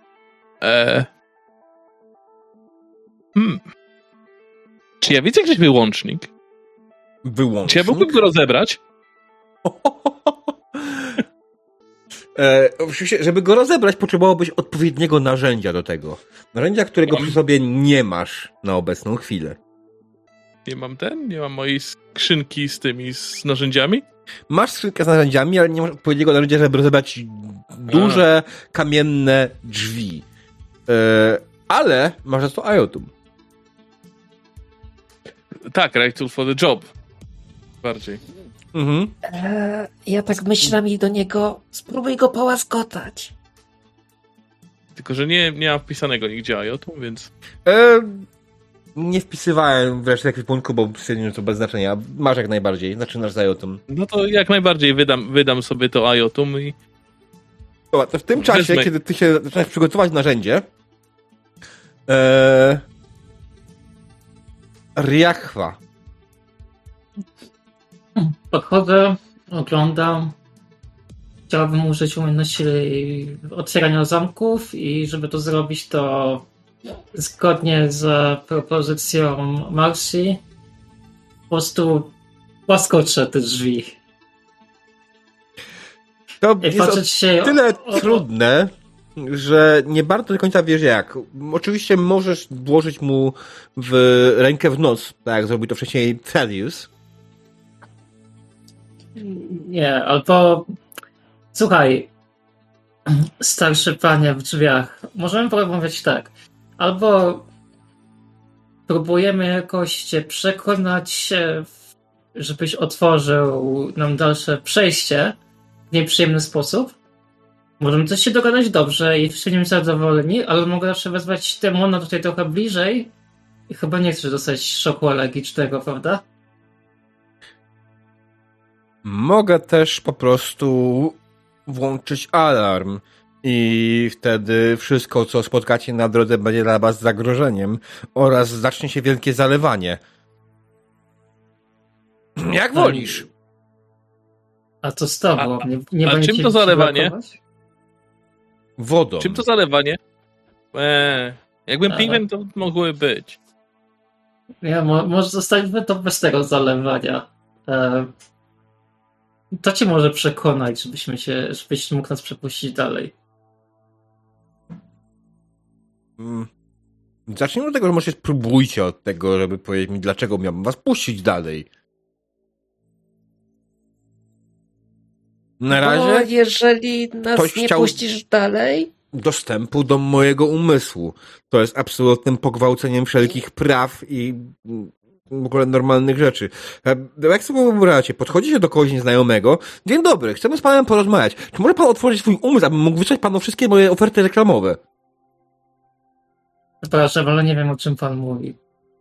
Czy ja widzę gdzieś wyłącznik? Wyłącznik? Czy ja mógłbym go rozebrać? Oczywiście, żeby go rozebrać, potrzebowałbyś odpowiedniego narzędzia do tego. Narzędzia, którego przy sobie nie masz na obecną chwilę. Nie mam mojej skrzynki z narzędziami? Masz skrzynkę z narzędziami, ale nie masz odpowiedniego narzędzia, żeby rozebrać duże, kamienne drzwi. Ale masz za to Iotum. Tak, right tool for the job. Bardziej. Mhm. Ja tak myślę i do niego, spróbuj go połaskotać. Tylko, że nie mam wpisanego nigdzie IOT-u, więc... Nie wpisywałem w resztę ekwipunku, bo stwierdziłem, że to bez znaczenia. Masz jak najbardziej, zaczynasz z IOT-em. No to jak najbardziej wydam sobie to IOT-um i... Dobra, to w tym czasie, kiedy ty się zaczynasz przygotować narzędzie, Riachwa. Podchodzę, oglądam. Chciałbym użyć umiejętności otwierania zamków i żeby to zrobić, to zgodnie z propozycją Marcy po prostu łaskoczę te drzwi. To I jest patrzeć się tyle trudne, że nie bardzo do końca wiesz jak. Oczywiście możesz włożyć mu w rękę w nos, tak jak zrobił to wcześniej Thaddeus. Nie, albo słuchaj, starszy panie w drzwiach, możemy porozmawiać tak. Albo próbujemy jakoś cię przekonać, żebyś otworzył nam dalsze przejście w nieprzyjemny sposób. Możemy coś się dogadać dobrze i wszyscy nim zadowoleni, ale mogę zawsze wezwać demona tutaj trochę bliżej i chyba nie chcesz dostać szoku alergicznego, prawda? Mogę też po prostu włączyć alarm i wtedy wszystko, co spotkacie na drodze, będzie dla was zagrożeniem oraz zacznie się wielkie zalewanie. Jak wolisz? A to z tobą. Nie a będzie czym cię to zalewanie? blokować? Wodą. Czym to zalewanie? Jakbym pingwin, to mogły być. Nie, może zostawimy to bez tego zalewania. To cię może przekonać, żebyś mógł nas przepuścić dalej. Zacznijmy od tego, że może spróbujcie od tego, żeby powiedzieć mi, dlaczego miałbym was puścić dalej. Na razie... Bo jeżeli nas nie puścisz dalej... Dostępu do mojego umysłu. To jest absolutnym pogwałceniem wszelkich praw i w ogóle normalnych rzeczy. Jak sobie wyobrażacie, podchodzicie do kogoś nieznajomego. Dzień dobry, chcemy z panem porozmawiać. Czy może pan otworzyć swój umysł, abym mógł wysłać panu wszystkie moje oferty reklamowe? Przepraszam, ale nie wiem, o czym pan mówi.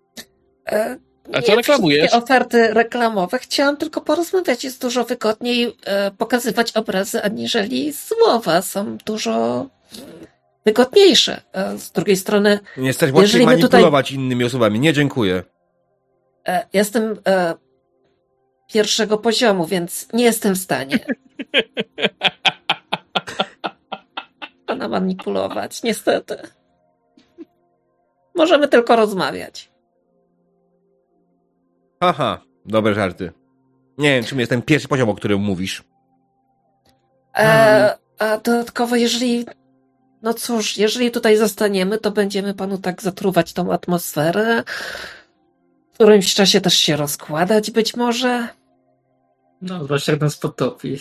A co reklamujesz? Oferty reklamowe. Chciałam tylko porozmawiać. Jest dużo wygodniej pokazywać obrazy, aniżeli słowa. Są dużo wygodniejsze. Z drugiej strony... Nie stać łatwiej manipulować innymi osobami. Nie, dziękuję. Jestem pierwszego poziomu, więc nie jestem w stanie pana manipulować. Niestety. Możemy tylko rozmawiać. Aha, dobre żarty. Nie wiem, czym jest ten pierwszy poziom, o którym mówisz. A dodatkowo, no cóż, jeżeli tutaj zostaniemy, to będziemy panu tak zatruwać tą atmosferę. W którymś czasie też się rozkładać być może. No, właśnie jak nas potopi.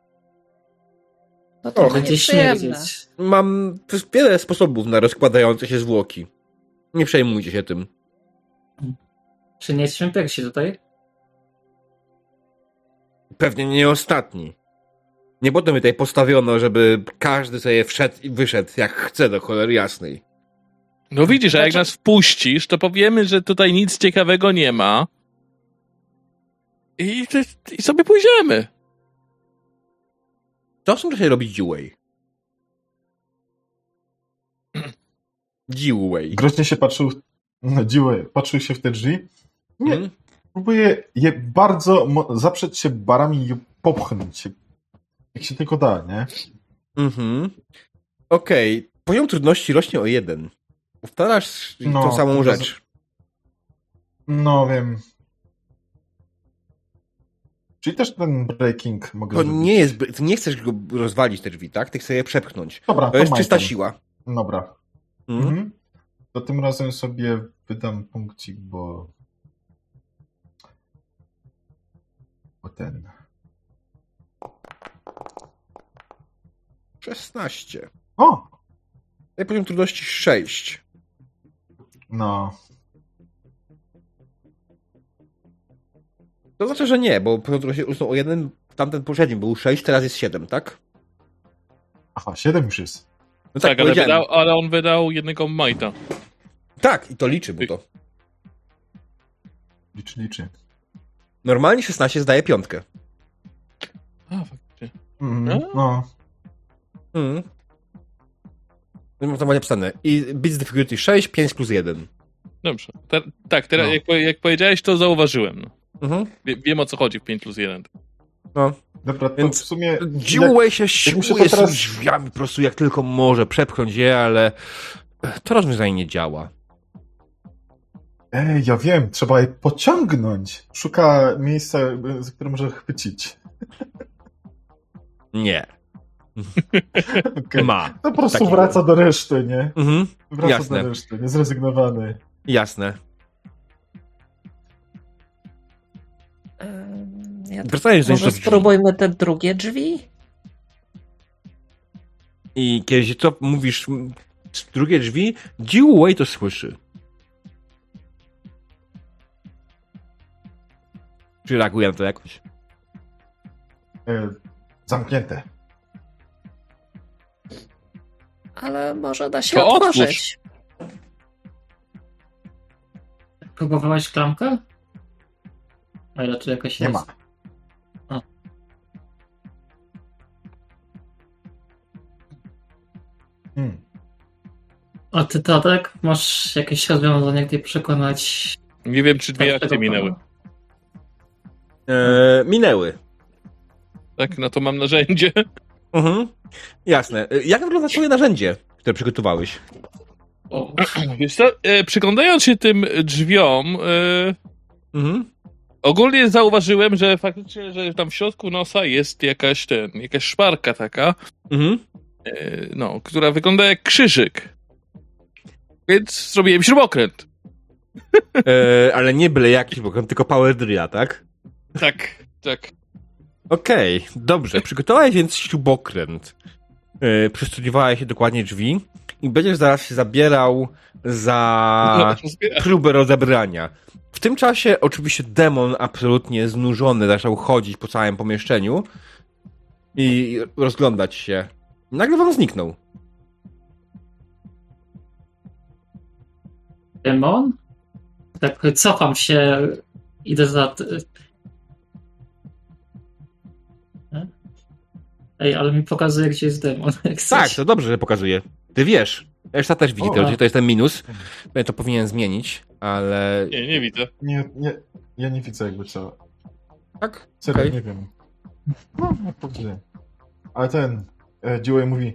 No to będzie śmierdzieć. Mam wiele sposobów na rozkładające się zwłoki. Nie przejmujcie się tym. Czy nie jesteśmy pierwsi tutaj? Pewnie nie ostatni. Nie potem tutaj postawiono, żeby każdy sobie wszedł i wyszedł jak chce do cholery jasnej. No widzisz, a jak nas wpuścisz, to powiemy, że tutaj nic ciekawego nie ma i sobie pójdziemy. Co w tym czasie robi Dewey? Dewey. Groźnie się patrzył na dziłę, patrzył się w te drzwi. Nie, próbuje je bardzo zaprzeć się barami i popchnąć. Jak się tylko da, nie? Okej. Poziom trudności rośnie o 1. Powtarzasz tą samą rzecz. No, wiem. Czyli też ten breaking mogę To zrobić. nie jest... Ty nie chcesz go rozwalić, te drzwi, tak? Ty chcesz je przepchnąć. Dobra, To jest czysta majtem. siła. Dobra. To tym razem sobie wydam punkcik, bo ten... 16. O! Tutaj poziom trudności 6. No. To znaczy, że nie, bo poziom trudności usnął o 1, tamten poprzednim był 6, teraz jest 7, tak? Aha, 7 już jest. No Tak, powiedziałem. ale on wydał jednego majta. Tak, i to liczy mu to. Liczy. Normalnie 16 zdaje 5. A, faktycznie. No. Mam to napisane. I Beats Difficulty 6, 5 plus 1. Dobrze. Tak, teraz jak powiedziałeś, to zauważyłem. No. Wiem, o co chodzi w 5 plus 1. No. Dobra, to Więc w sumie... Dewey się siłuje z teraz... drzwiami po prostu jak tylko może przepchnąć je, ale to rozwiązanie nie działa. Ej, ja wiem, trzeba je pociągnąć. Szuka miejsca, za które może chwycić. Nie. Okay. Ma. To po prostu Takiego. wraca do reszty, nie? Wraca Jasne. do reszty, niezrezygnowany. Jasne. Wracając może spróbujmy te drugie drzwi? I kiedy to mówisz drugie drzwi, Dewey to słyszy. Czy reaguje na to jakoś? Zamknięte. Ale może da się To otworzyć. Próbowałeś klamkę? A ile tu jakaś Nie jest? ma. A. A ty, Tadek, masz jakieś rozwiązanie, jak je przekonać? Nie wiem, czy 2 akcje tego minęły. pana? Minęły. Tak, no to mam narzędzie. Jasne. Jak wygląda twoje narzędzie, które przygotowałeś? O, Wiesz co, przyglądając się tym drzwiom, ogólnie zauważyłem, że faktycznie, że tam w środku nosa jest jakaś szparka taka, która wygląda jak krzyżyk. Więc zrobiłem śrubokręt. Ale nie byle jakiś, bo tylko Power Drilla, tak? Tak. Okej, dobrze. Przygotowałeś więc śrubokręt. Przystudiowałeś się dokładnie drzwi i będziesz zaraz się zabierał za próbę rozebrania. W tym czasie oczywiście demon absolutnie znużony zaczął chodzić po całym pomieszczeniu i rozglądać się. Nagle wam zniknął. demon? Tak, cofam się, idę za... Ej, ale mi pokazuje, gdzie jest demon. Tak, to dobrze, że pokazuje. Ty wiesz. Reszta też widzi, to jest ten minus. To powinien zmienić, ale... Nie widzę. Ja nie widzę jakby co. Tak? Serio, Okay. nie wiem. No, powiedzmy. Ale ten Dewey mówi,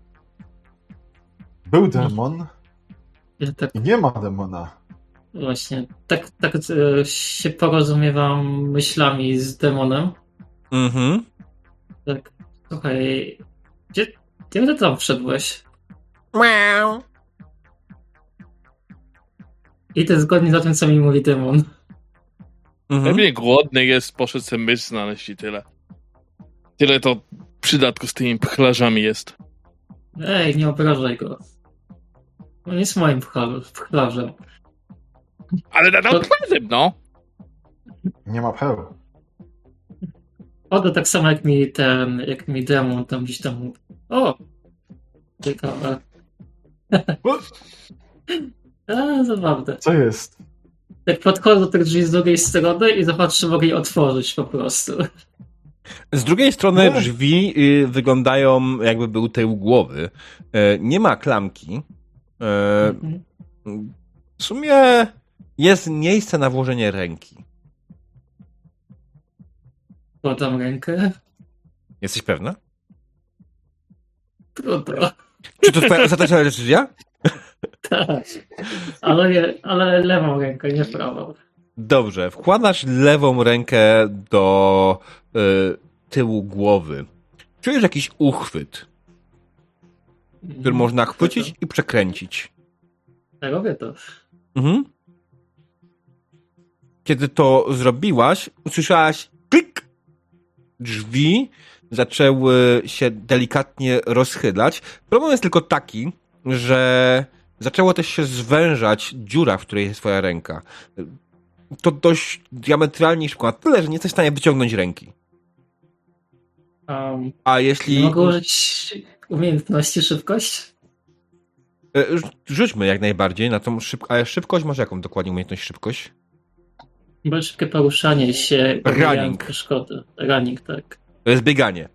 był demon Ja tak i nie ma demona. właśnie, tak się porozumiewam myślami z demonem. Tak, słuchaj, gdzie ty tam wszedłeś? Miau. Idę zgodnie za tym, co mi mówi demon. Pewnie głodny jest, poszedł sobie mysz znaleźć i tyle. Tyle to przydatku z tymi pchlarzami jest. Ej, nie obrażaj go. On jest moim pchlarzem. Ale nadal pchlarzem, no! Nie ma peł. Oda tak samo jak mi demon tam gdzieś tam mówi. O! Ciekawe. Zabawne. Co jest? Jak podchodzę do tych drzwi z drugiej strony i zobaczę, czy mogę je otworzyć po prostu. Z drugiej strony drzwi wyglądają jakby był tył głowy. Nie ma klamki. W sumie jest miejsce na włożenie ręki. Podam rękę. Jesteś pewna? Trudno. Czy to twoja ostateczna decyzja? Tak. Ale lewą rękę, nie prawą. Dobrze. Wkładasz lewą rękę do tyłu głowy. Czujesz jakiś uchwyt, który można chwycić i przekręcić. Ja robię to. Mhm. Kiedy to zrobiłaś, usłyszałaś klik. Drzwi zaczęły się delikatnie rozchylać. Problem jest tylko taki, że zaczęło też się zwężać dziura, w której jest twoja ręka. To dość diametralnie szybko, na tyle, że nie jesteś w stanie wyciągnąć ręki. A jeśli... Mogę użyć umiejętności szybkość? Rzućmy jak najbardziej na tą ale szybkość masz jaką dokładnie umiejętność szybkość? Bo szybkie poruszanie się. Running. Przeszkody. Running, tak. To jest bieganie.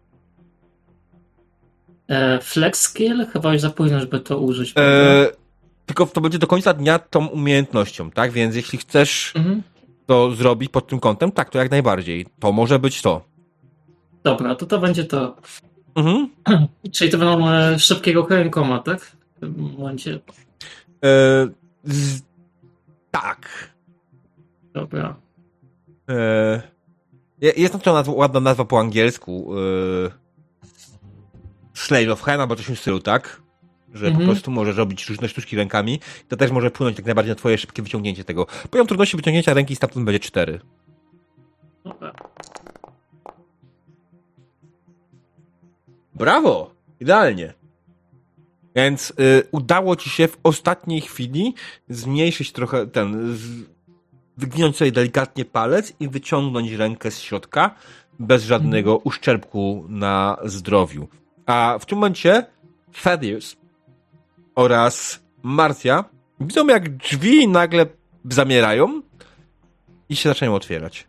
Flex skill? Chyba już za późno, żeby to użyć. Tylko to będzie do końca dnia tą umiejętnością, tak? Więc jeśli chcesz to zrobić pod tym kątem, tak, to jak najbardziej. To może być to. Dobra, to będzie to. Czyli to będą szybkie ruchy rękoma, tak? W tym momencie. Tak. Dobra. Jest na to ładna nazwa po angielsku. Slave of Hand albo coś w tym stylu, tak? Że po prostu możesz robić różne sztuczki rękami. To też może wpłynąć tak najbardziej na twoje szybkie wyciągnięcie tego. Poziom trudności wyciągnięcia ręki stamtąd będzie 4. Dobra. Brawo! Idealnie. Więc udało ci się w ostatniej chwili zmniejszyć trochę wyginąć sobie delikatnie palec i wyciągnąć rękę z środka bez żadnego uszczerbku na zdrowiu. A w tym momencie Thaddeus oraz Marcia widzą, jak drzwi nagle zamierają i się zaczynają otwierać.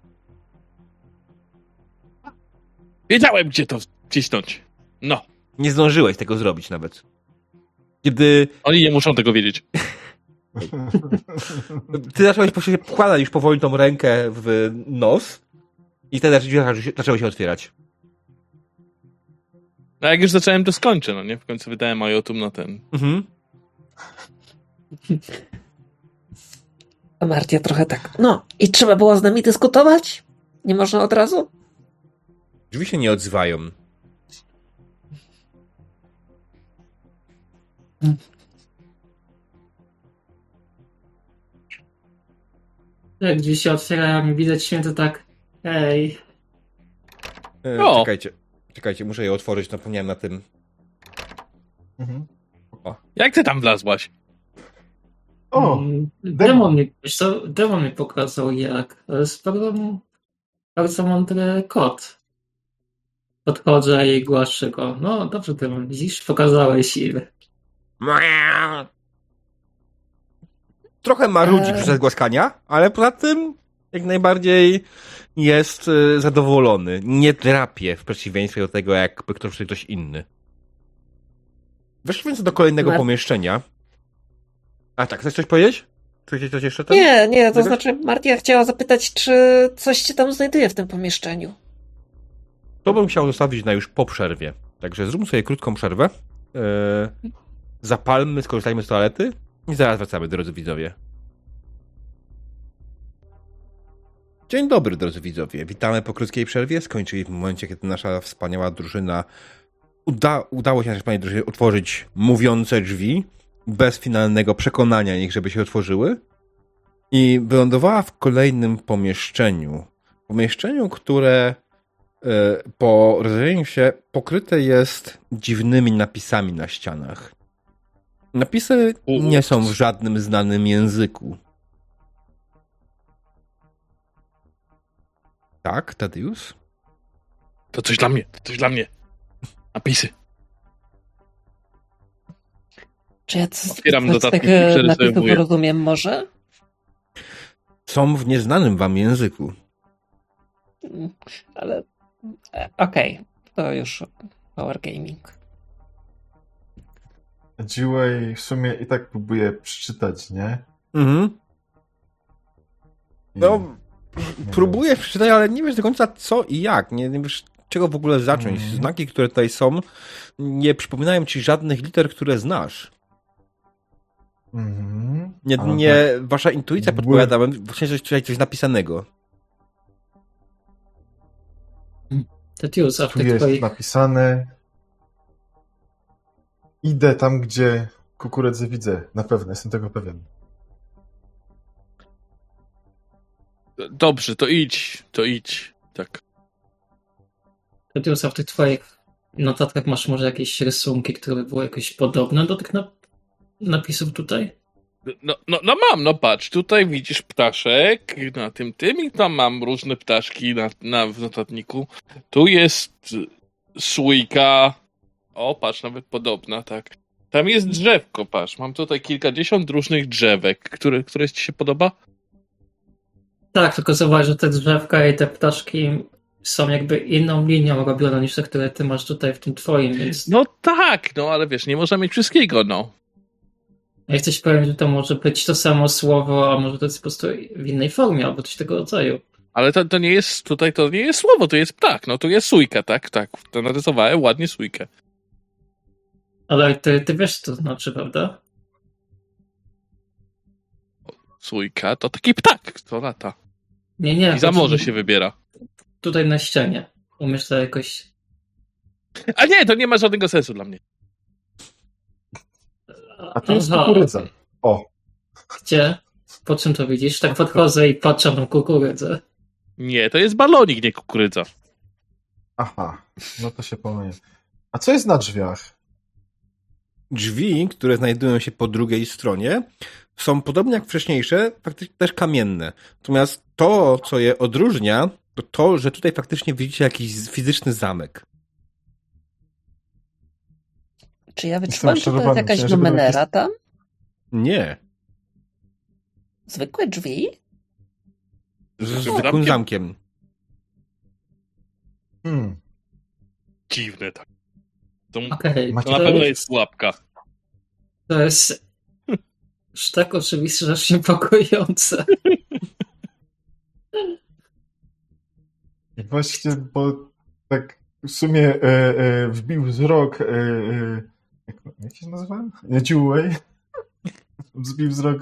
Wiedziałem, gdzie to wcisnąć. No. Nie zdążyłeś tego zrobić nawet. Kiedy... Oni nie muszą tego wiedzieć. Ty zacząłeś wkładać już powoli tą rękę w nos i wtedy drzwi zaczęły się otwierać. No jak już zacząłem, to skończę, no nie? W końcu wydałem Ajotum na ten. A Martia trochę tak. No, i trzeba było z nami dyskutować? Nie można od razu? Drzwi się nie odzywają. Jak drzwi się otwierają i widać święto tak. Hej. Czekajcie, muszę je otworzyć, napomniałem na tym. Jak ty tam wlazłaś? O! Demon mi pokazał jak. To jest bardzo mądry kot. Podchodzę i głaszczę go. No dobrze, demon, widzisz? Pokazałeś ile. Trochę marudzi przez głaskania, ale poza tym jak najbardziej jest zadowolony. Nie drapie w przeciwieństwie do tego, jakby ktoś inny. Weszli więc do kolejnego pomieszczenia. A tak, chcesz coś powiedzieć? Chcesz coś jeszcze tam? Nie, to znaczy Martia chciała zapytać, czy coś się tam znajduje w tym pomieszczeniu. To bym chciał zostawić na już po przerwie. Także zróbmy sobie krótką przerwę. Zapalmy, skorzystajmy z toalety i zaraz wracamy, drodzy widzowie. Dzień dobry, drodzy widzowie. Witamy po krótkiej przerwie. Skończyli w momencie, kiedy nasza wspaniała drużyna udało się naszej wspaniałej drużynie otworzyć mówiące drzwi bez finalnego przekonania ich, żeby się otworzyły. I wylądowała w kolejnym pomieszczeniu. Pomieszczeniu, które po rozejrzeniu się pokryte jest dziwnymi napisami na ścianach. Napisy nie są w żadnym znanym języku. Tak, Thaddeus? To coś dla mnie. Napisy. Czy ja Otwieram coś z dodatki tych i napisów rozumiem może? Są w nieznanym wam języku. Ale Okej, to już Power Gaming. Dziłej w sumie i tak próbuje przeczytać, nie? Mhm. I No, nie próbuję przeczytać, ale nie wiesz do końca co i jak. Nie wiesz czego w ogóle zacząć. Znaki, które tutaj są, nie przypominają ci żadnych liter, które znasz. Mhm. Wasza intuicja podpowiada wam właśnie coś napisanego. Tetius, a w Tu tych jest twoich... napisane. Idę tam, gdzie kukurydzę widzę. Na pewno, jestem tego pewien. Dobrze, to idź. Tak. Tetius, a w tych twoich notatkach masz może jakieś rysunki, które by były jakoś podobne do tych napisów tutaj? No mam, no patrz, tutaj widzisz ptaszek na tym i tam mam różne ptaszki w notatniku. Tu jest słoika. O, patrz, nawet podobna, tak. Tam jest drzewko, patrz, mam tutaj kilkadziesiąt różnych drzewek. Które ci się podoba? Tak, tylko zauważ, że te drzewka i te ptaszki są jakby inną linią robione niż te, które ty masz tutaj w tym twoim, więc... No tak, no ale wiesz, nie można mieć wszystkiego, no. Ja chcę ci powiedzieć, że to może być to samo słowo, a może to jest po prostu w innej formie, albo coś tego rodzaju. Ale to nie jest, tutaj to nie jest słowo, to jest ptak, no tu jest sójka, tak, to narysowałem ładnie sójkę. Ale ty wiesz, co to znaczy, prawda? Sójka to taki ptak, co lata. Nie. I za morze się wybiera. Tutaj na ścianie. Umiesz to jakoś... A nie, to nie ma żadnego sensu dla mnie. A tu jest Aha, kukurydza. O, gdzie? Po czym to widzisz? Tak podchodzę i patrzę na kukurydzę. Nie, to jest balonik, nie kukurydza. aha. No to się pomyliłem. A co jest na drzwiach? Drzwi, które znajdują się po drugiej stronie, są podobnie jak wcześniejsze, faktycznie też kamienne. Natomiast to, co je odróżnia, to, że tutaj faktycznie widzicie jakiś fizyczny zamek. Czy ja wyczułam, że to jest jakaś Myślałem, że będą numenera tam? Nie. Zwykłe drzwi? Z Zwykłym zwykłym zamkiem? zamkiem. Dziwne tak. Okej, Macie To na pewno jest pułapka. to jest już tak oczywiście, że aż niepokojące. I właśnie, bo tak w sumie wbił wzrok jak się nazywałem? Nie, Dziłej. Wzbił wzrok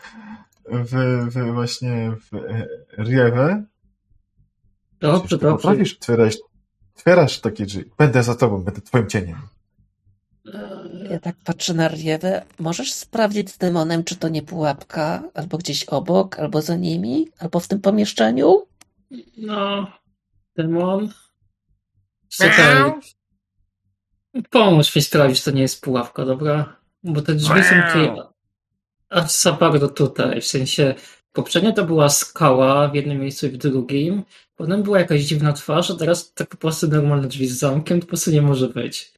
właśnie w Riewę. Dobrze. Potrafisz otwierasz takie drzwi. Będę za tobą, będę twoim cieniem. Ja tak patrzę na Riewę. Możesz sprawdzić z demonem, czy to nie pułapka? Albo gdzieś obok, albo za nimi, albo w tym pomieszczeniu? No, demon. Słuchaj, pomóż mi sprawdzić, czy to nie jest pułapka, dobra? Bo te drzwi są tutaj aż za bardzo tutaj, w sensie poprzednio to była skała w jednym miejscu i w drugim, potem była jakaś dziwna twarz, a teraz tak po prostu normalne drzwi z zamkiem, to po prostu nie może być.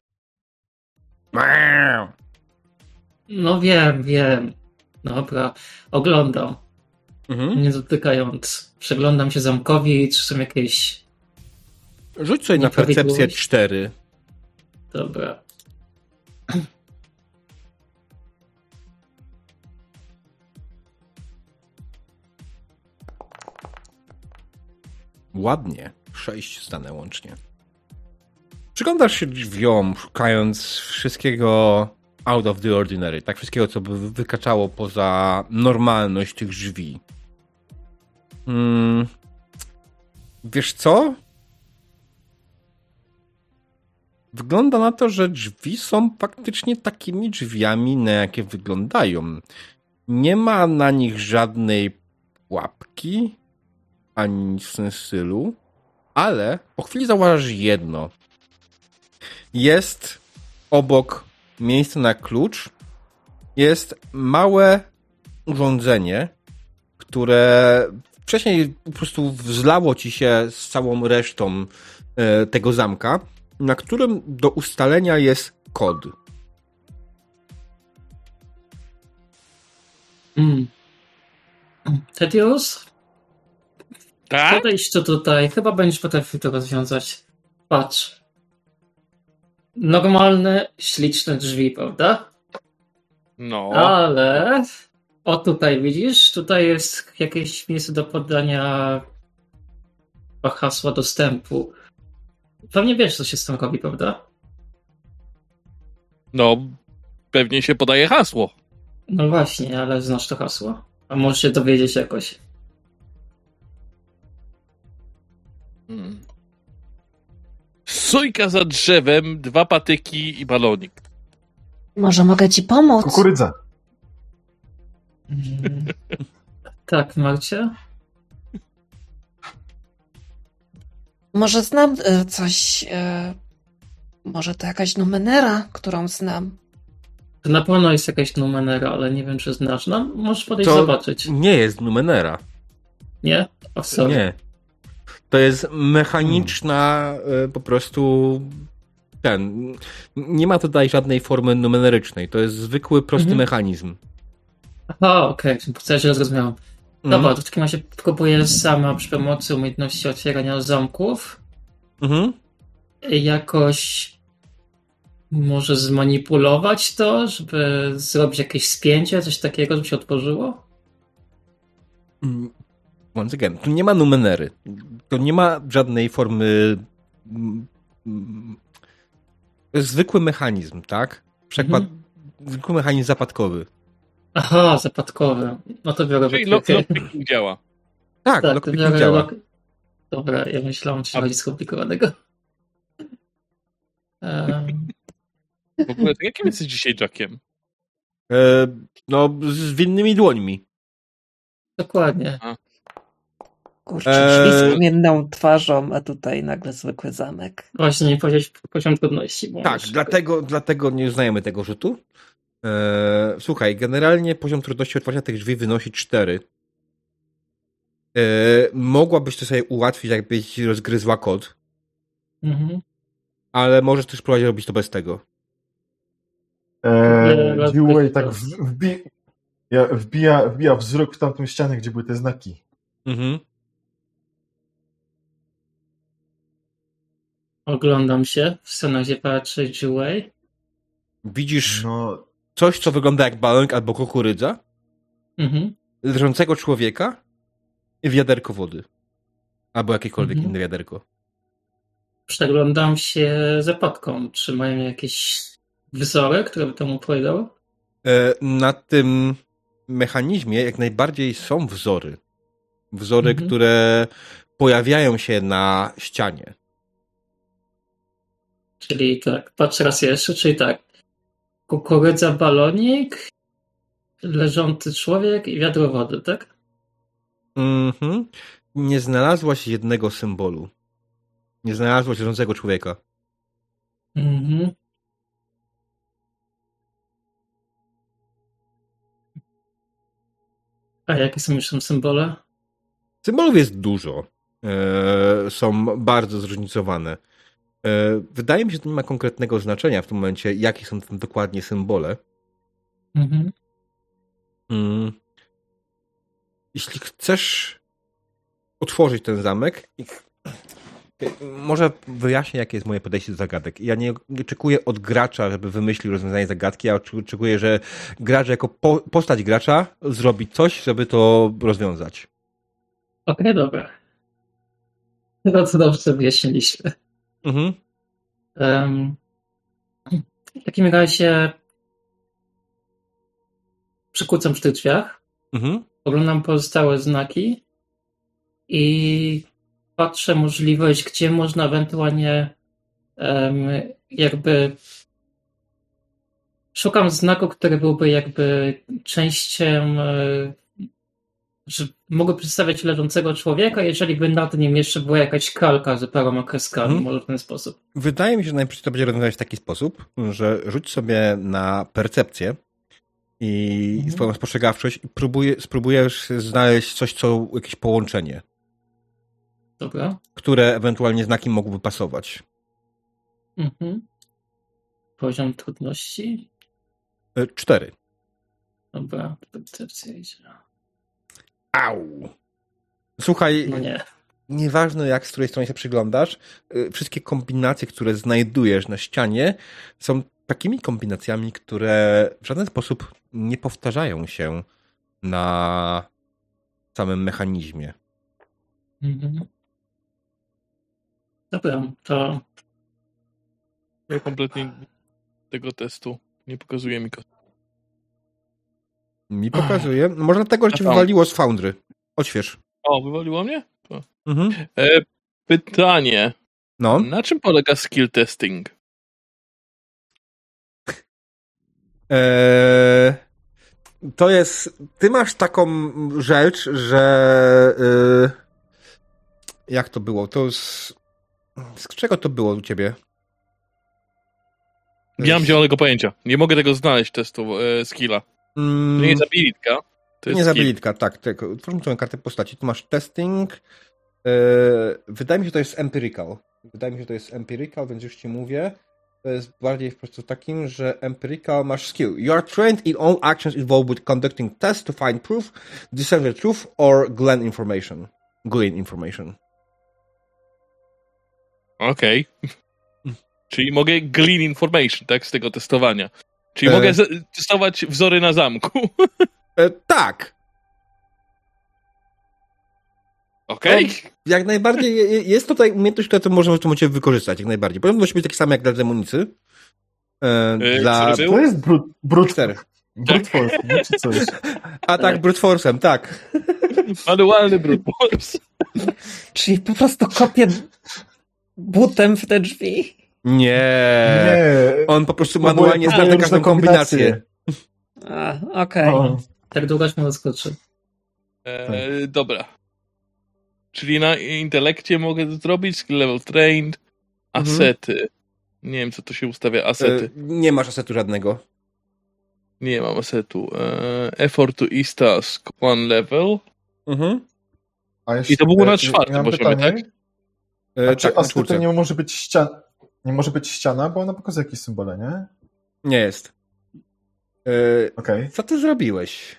No wiem. Dobra, oglądam, nie dotykając. Przeglądam się zamkowi, czy są jakieś... Rzuć sobie na percepcję 4. Dobra. Ładnie. 6 stanę łącznie. Przyglądasz się drzwiom, szukając wszystkiego out of the ordinary. Tak, wszystkiego, co by wykaczało poza normalność tych drzwi. Wiesz co? Wygląda na to, że drzwi są faktycznie takimi drzwiami, na jakie wyglądają. Nie ma na nich żadnej pułapki, ani nic w tym stylu, ale po chwili zauważysz jedno. Jest obok miejsca na klucz, jest małe urządzenie, które wcześniej po prostu zlało ci się z całą resztą tego zamka, na którym do ustalenia jest kod. Tedius? Tak? Podejdź to tutaj, chyba będziesz potrafił to rozwiązać. Patrz. Normalne, śliczne drzwi, prawda? No. Ale... O, tutaj widzisz? Tutaj jest jakieś miejsce do podania hasła dostępu. Pewnie wiesz, co się z tym robi, prawda? No, pewnie się podaje hasło. No właśnie, ale znasz to hasło? A możesz się dowiedzieć jakoś. Sójka za drzewem, 2 patyki i balonik. Może mogę ci pomóc? Kukurydza. Tak, Marcie? Może znam coś... może to jakaś numenera, którą znam. To na pewno jest jakaś numenera, ale nie wiem, czy znasz. No, możesz podejść To zobaczyć. nie jest numenera. Nie? O, sorry. Nie. To jest mechaniczna po prostu nie ma tutaj żadnej formy numerycznej. To jest zwykły, prosty mechanizm. Aha, okej. Okay. Źle zrozumiałem. Dobra, to w takim razie próbuję sama przy pomocy umiejętności otwierania zamków jakoś może zmanipulować to, żeby zrobić jakieś spięcie, coś takiego, żeby się otworzyło? Once again, tu nie ma numenery. To nie ma żadnej formy. To jest zwykły mechanizm, tak? Przykład. Zwykły mechanizm zapadkowy. Aha, zapadkowy. No to biorę Czyli lockpicking działa. Tak, to lockpicking biorę działa. Dobra, ja myślałem, że chodzi skomplikowanego. W ogóle, jakim jesteś dzisiaj Jackiem? No, z winnymi dłońmi. Dokładnie. Kurczę, drzwi z kamienną twarzą, a tutaj nagle zwykły zamek. Właśnie nie powiedzieć poziom trudności. Tak, dlatego nie uznajemy tego rzutu. Słuchaj, generalnie poziom trudności otwarcia tych drzwi wynosi 4. Mogłabyś to sobie ułatwić, jakbyś rozgryzła kod. Ale możesz też próbować robić to bez tego. Dewey tak wbija wzrok w tamtą ścianę, gdzie były te znaki. Oglądam się w stronę, gdzie patrzy Dewey. Widzisz coś, co wygląda jak balonik albo kukurydza, leżącego człowieka i wiaderko wody. Albo jakiekolwiek inne wiaderko. Przeglądam się zapadką. Czy mają jakieś wzory, które by temu powiedziały? Na tym mechanizmie jak najbardziej są wzory. Wzory, które pojawiają się na ścianie. Czyli tak, patrzę raz jeszcze, czyli tak. Kukurydza, balonik, leżący człowiek i wiadro wody, tak? Nie znalazłaś jednego symbolu. Nie znalazłaś leżącego człowieka. A jakie są jeszcze symbole? Symbolów jest dużo. Są bardzo zróżnicowane. Wydaje mi się, że to nie ma konkretnego znaczenia w tym momencie, jakie są tam dokładnie symbole. Jeśli chcesz otworzyć ten zamek, może wyjaśnię, jakie jest moje podejście do zagadek. Ja nie oczekuję od gracza, żeby wymyślił rozwiązanie zagadki, ja oczekuję, że gracz jako postać gracza zrobi coś, żeby to rozwiązać. Okej, dobra. No to dobrze wyjaśniliśmy. W takim razie przykucam przy tych drzwiach, oglądam pozostałe znaki i patrzę możliwość, gdzie można ewentualnie jakby szukam znaku, który byłby jakby częścią, że mogę przedstawiać leżącego człowieka, jeżeli by nad nim jeszcze była jakaś kalka z paroma kreskami, może w ten sposób. Wydaje mi się, że najprościej to będzie rozwiązać w taki sposób, że rzuć sobie na percepcję i swoją spostrzegawczość i spróbujesz znaleźć coś, co jakieś połączenie. Dobra. Które ewentualnie znaki mogłyby pasować. Poziom trudności? 4. Dobra, percepcja idzie. Au! Słuchaj, No nie. nieważne jak z której strony się przyglądasz, wszystkie kombinacje, które znajdujesz na ścianie, są takimi kombinacjami, które w żaden sposób nie powtarzają się na samym mechanizmie. Dobra, to Ja kompletnie tego testu nie pokazuje mi kostek. Mi pokazuje. Może dlatego, że cię A tam. wywaliło z Foundry. Odśwież. O, wywaliło mnie? To. Mhm. Pytanie. No. Na czym polega skill testing? To jest... Ty masz taką rzecz, że... jak to było? To z czego to było u ciebie? Nie mam zielonego pojęcia. Nie mogę tego znaleźć testu skilla. To nie jest abilitka. To jest nie skill. zabilitka, tak. Tworzymy twoją kartę postaci. Tu masz testing. Wydaje mi się, że to jest empirical. Więc już ci mówię. To jest bardziej po prostu takim, że empirical masz skill. You are trained in all actions involved with conducting tests to find proof, discern the truth, or glean information. Okej. Czyli mogę glean information, tak, z tego testowania. Czyli mogę testować wzory na zamku. Tak. Okej. Jak najbardziej jest tutaj umiejętność, która to możemy w tym momencie wykorzystać, jak najbardziej. Powiem, musi być taki sam jak dla demonicy. Dla... który To jest brute 4. force, nie? Czy coś? A tak, brute force'em, tak. Manualny brute force. Czyli po prostu kopię butem w te drzwi. Nie. Nie. On po prostu To były manualnie sprawdza różne każdą kombinację. Okej. O, tak długo aż mu odskoczy. Dobra. Czyli na intelekcie mogę to zrobić, skill level trained, asety. Nie wiem, co to się ustawia, asety. Nie masz asetu żadnego. Nie mam asetu. Effort to east task, one level. A jeszcze, I to było na ja czwartym mam poziomie, pytanie. tak? A czy Tak, na asetem czwórce. nie może być ściana? Nie może być ściana, bo ona pokazuje jakieś symbole, nie? Nie jest. Okej. Co ty zrobiłeś?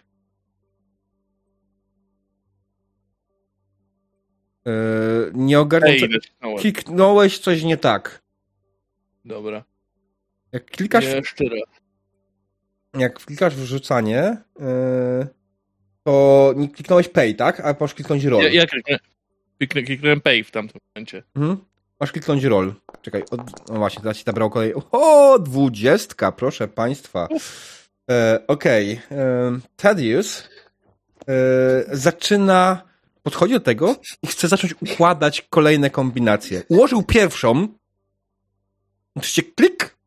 Nie ogarniam. Ej, nacisnąłem. Kliknąłeś coś nie tak. Dobra. Jak klikasz, Jeszcze raz. jak klikasz w rzucanie, to nie kliknąłeś pay, tak? A masz kliknąć roll. Ja kliknąłem pay w tamtym momencie. Masz kliknąć roll. Czekaj, no właśnie, teraz ci nabrał kolej. O, 20, proszę państwa. Okej. Thaddeus podchodzi do tego i chce zacząć układać kolejne kombinacje. Ułożył pierwszą. Oczywiście klik.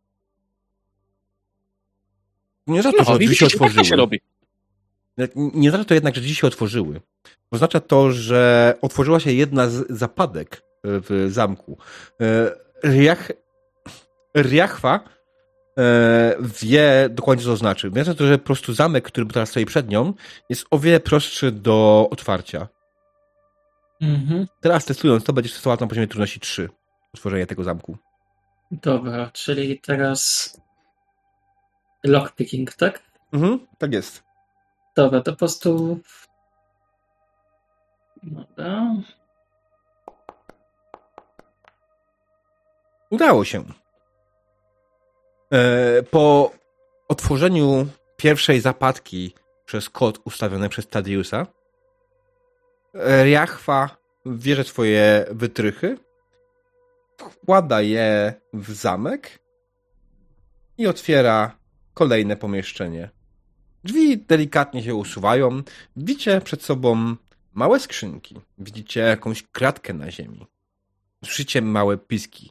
Nie za to, że drzwi się otworzyły. Tak się robi. Nie oznacza to jednak, że drzwi się otworzyły. Oznacza to, że otworzyła się jedna z zapadek w zamku. Riachwa wie dokładnie, co to znaczy. Oznacza to, że po prostu zamek, który teraz stoi przed nią, jest o wiele prostszy do otwarcia. Teraz testując to, będziesz testował na poziomie trudności 3 otworzenie tego zamku. Dobra, czyli teraz lockpicking, tak? Tak jest. Dobra, to po prostu... Dobra. Udało się. Po otworzeniu pierwszej zapadki przez kod ustawiony przez Thaddeus'a, Riachwa bierze swoje wytrychy, wkłada je w zamek i otwiera kolejne pomieszczenie. Drzwi delikatnie się usuwają. Widzicie przed sobą małe skrzynki. Widzicie jakąś kratkę na ziemi. Słyszycie małe piski.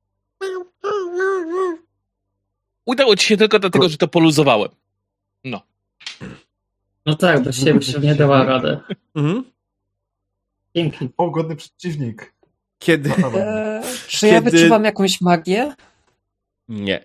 Udało ci się tylko dlatego, że to poluzowałem. No. No tak, bez siebie się nie dała radę. Dzięki. O, godny przeciwnik. Kiedy... Czy ja wyczuwam jakąś magię? Nie.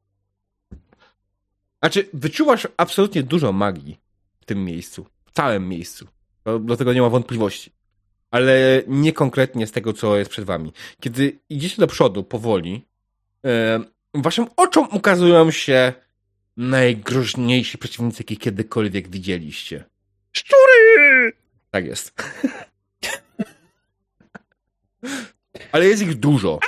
Znaczy, wyczuwasz absolutnie dużo magii w tym miejscu. W całym miejscu. Do tego nie ma wątpliwości. Ale nie konkretnie z tego, co jest przed wami. Kiedy idziecie do przodu powoli, waszym oczom ukazują się najgroźniejsi przeciwnicy, jakich kiedykolwiek widzieliście. Szczury! Tak jest. Ale jest ich dużo.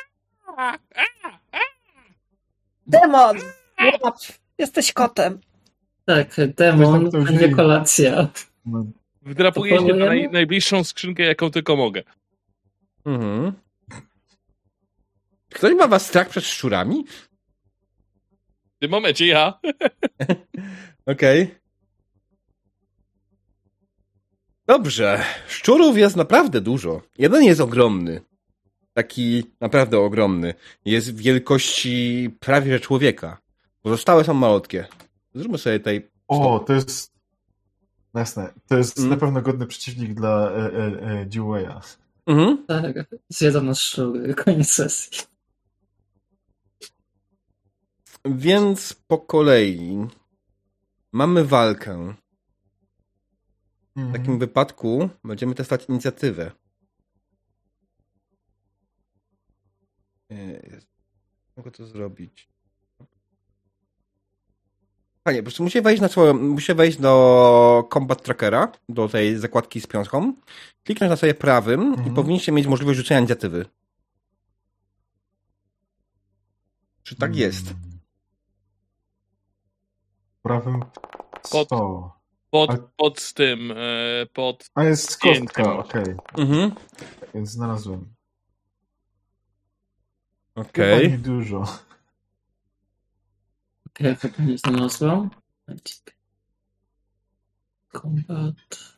Demon! Łap! Jesteś kotem. Tak, demon, Ktoś tam będzie drzwi. kolacja. No, Wdrapuję To się na polujemy? najbliższą skrzynkę, jaką tylko mogę. Mhm. Ktoś ma was strach przed szczurami? W tym momencie ja. Okej. Dobrze. Szczurów jest naprawdę dużo. Jeden jest ogromny. Taki naprawdę ogromny. Jest w wielkości prawie że człowieka. Pozostałe są malutkie. Zróbmy sobie tutaj... O, to jest... Jasne. To jest Mm. na pewno godny przeciwnik dla Dewey'a. Mhm. Tak, zjedzą nas szczury, koniec sesji. Więc po kolei mamy walkę. W takim wypadku będziemy testować inicjatywę. Mogę to zrobić. Panie, po prostu muszę wejść do Combat Trackera, do tej zakładki z piątką, kliknąć na sobie prawym i powinniście mieć możliwość rzucenia inicjatywy. Czy tak jest? Prawym Pod- 100. Pod tym, pod... A jest zdjęciem. kostka, okej. Mhm. Więc znalazłem. Okej. Chyba nie dużo. Okej, chyba nie znalazłam. Combat.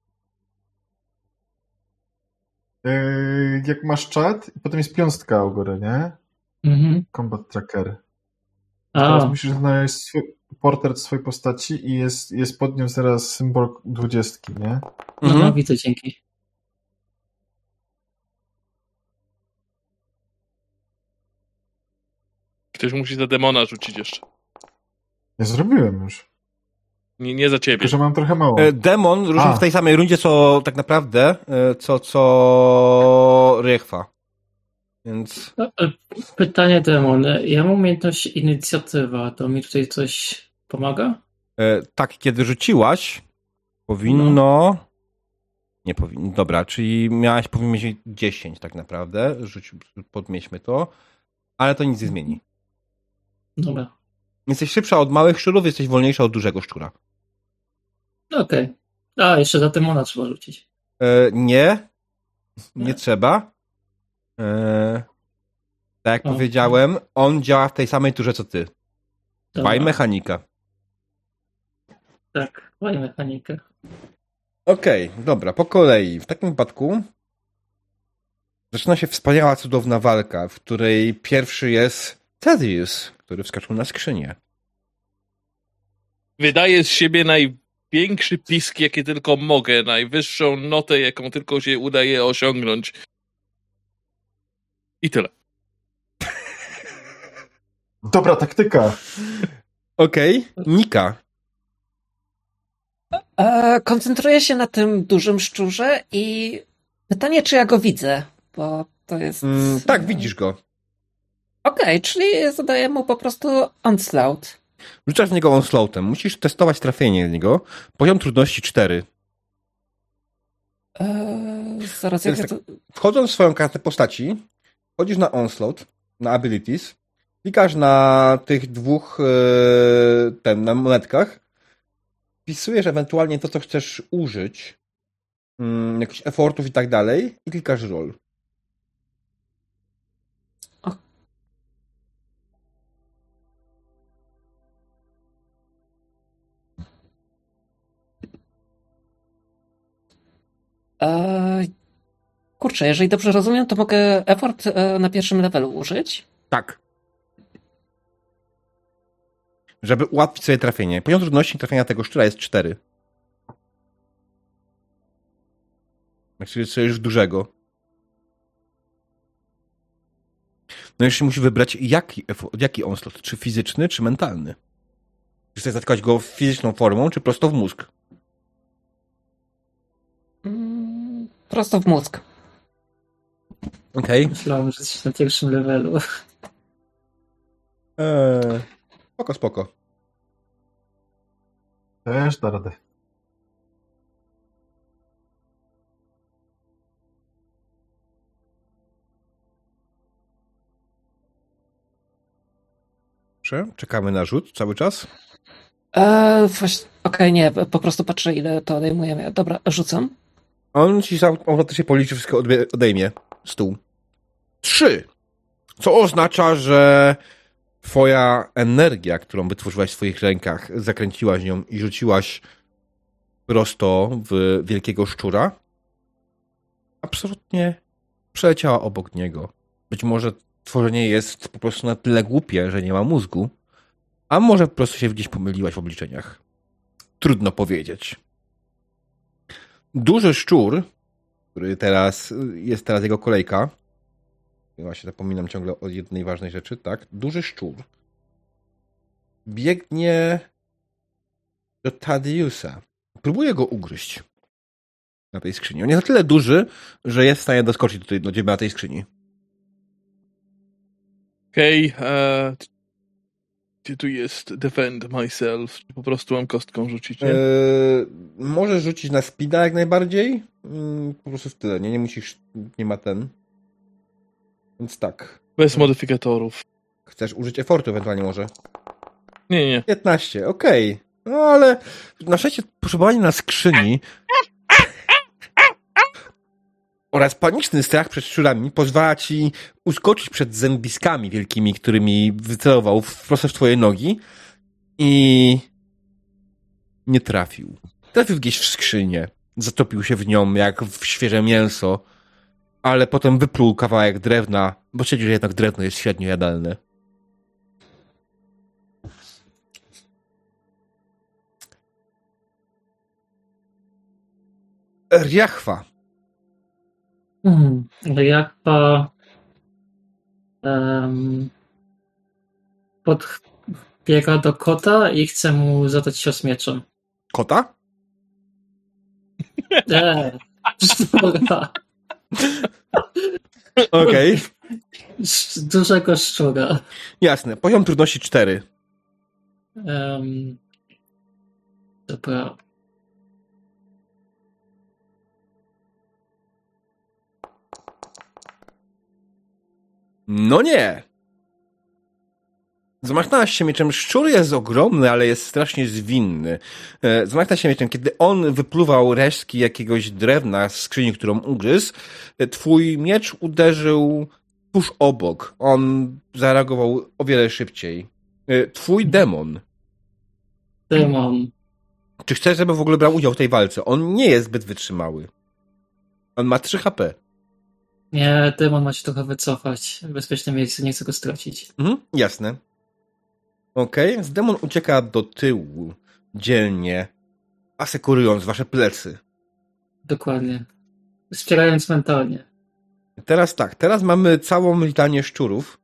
Jak masz czat, i potem jest piąstka u góry, nie? Mhm. Combat Tracker. A, Teraz musisz znaleźć portret swojej postaci i jest pod nią zaraz symbol 20, nie? no, Mhm. widzę, dzięki. Ktoś musi za demona rzucić jeszcze. Ja zrobiłem już. Nie za ciebie. Tylko, że mam trochę mało. Demon ruszył A. w tej samej rundzie, co tak naprawdę, co Rychwa. Więc... Pytanie, demon. Ja mam umiejętność inicjatywa. To mi tutaj coś pomaga? Tak, kiedy rzuciłaś, powinno... Nie powinno. Dobra, czyli powinien mieć 10 tak naprawdę. Podmiećmy to. Ale to nic nie zmieni. Dobra. Jesteś szybsza od małych szczurów, jesteś wolniejsza od dużego szczura. Okej. A, jeszcze za demona trzeba rzucić. Nie Nie? trzeba. Tak jak O. powiedziałem, on działa w tej samej turze co ty. Dobra. Dbaj mechanika. Tak, dbaj mechanikę. Okej, dobra, po kolei. W takim wypadku zaczyna się wspaniała, cudowna walka, w której pierwszy jest Thaddeus, który wskoczył na skrzynię. Wydaję z siebie największy pisk, jaki tylko mogę. Najwyższą notę, jaką tylko się udaje osiągnąć. I tyle. Dobra taktyka. Okej, Nika. Koncentruję się na tym dużym szczurze i pytanie, czy ja go widzę, bo to jest... Tak, widzisz go. Okej, czyli zadaję mu po prostu onslaught. Rzucasz w niego onslaughtem. Musisz testować trafienie w niego. Poziom trudności 4. Zaraz, jak ja to... Wchodząc w swoją kartę postaci, wchodzisz na onslaught, na abilities, klikasz na tych dwóch na monetkach, wpisujesz ewentualnie to, co chcesz użyć, jakichś effortów i tak dalej, i klikasz roll. Kurczę, jeżeli dobrze rozumiem, to mogę effort na pierwszym levelu użyć. Tak. Żeby ułatwić sobie trafienie. Poziom trudności trafienia tego szczura jest 4. Czyli coś już dużego. No jeszcze musi wybrać jaki onslaught. Czy fizyczny, czy mentalny. Czy chcesz zaatakować go fizyczną formą, czy prosto w mózg? Prosto w mózg. Okej. Myślałem, że jesteś na pierwszym levelu. Spoko. Też da radę. Dobrze, czekamy na rzut cały czas. Okej, nie, po prostu patrzę, ile to odejmujemy. Dobra, rzucam. On ci automatycznie policzy, wszystko odejmie. Stół. 3. Co oznacza, że twoja energia, którą wytworzyłaś w swoich rękach, zakręciłaś nią i rzuciłaś prosto w wielkiego szczura, absolutnie przeleciała obok niego. Być może tworzenie jest po prostu na tyle głupie, że nie ma mózgu, a może po prostu się gdzieś pomyliłaś w obliczeniach. Trudno powiedzieć. Duży szczur, który jest teraz jego kolejka. Właśnie zapominam ciągle o jednej ważnej rzeczy, tak? Duży szczur biegnie do Thaddeusza. Próbuje go ugryźć na tej skrzyni. On jest na tyle duży, że jest w stanie doskoczyć do ciebie na tej skrzyni. Okej, gdzie tu jest defend myself? Po prostu mam kostką rzucić, nie? Możesz rzucić na speeda jak najbardziej. Po prostu w tyle. Nie musisz, nie ma ten. Więc tak. Bez modyfikatorów. Chcesz użyć effortu ewentualnie może? Nie. 15, okej. No ale na szczęście poszukiwanie na skrzyni oraz paniczny strach przed szczurami pozwala ci uskoczyć przed zębiskami wielkimi, którymi wycelował prosto w twoje nogi i nie trafił. Trafił gdzieś w skrzynię. Zatopił się w nią jak w świeże mięso, ale potem wypluł kawałek drewna, bo stwierdził, że jednak drewno jest średnio jadalne. Riachwa. Jakpa podbiega do kota i chce mu zadać cios mieczem. Kota? Szczura. Okej. Dużego szczura. Jasne. Poziom trudności 4. Dobra. No nie. Zamachnęłaś się mieczem. Szczur jest ogromny, ale jest strasznie zwinny. Zamachnęłaś się mieczem. Kiedy on wypluwał resztki jakiegoś drewna z skrzyni, którą ugryzł, twój miecz uderzył tuż obok. On zareagował o wiele szybciej. Twój demon. Czy chcesz, żeby w ogóle brał udział w tej walce? On nie jest zbyt wytrzymały. On ma 3 HP. Nie, demon ma się trochę wycofać. Bezpieczne miejsce, nie chcę go stracić. Jasne. Okej, więc demon ucieka do tyłu, dzielnie, asekurując wasze plecy. Dokładnie. Wspierając mentalnie. Teraz tak, teraz mamy całą litanię szczurów,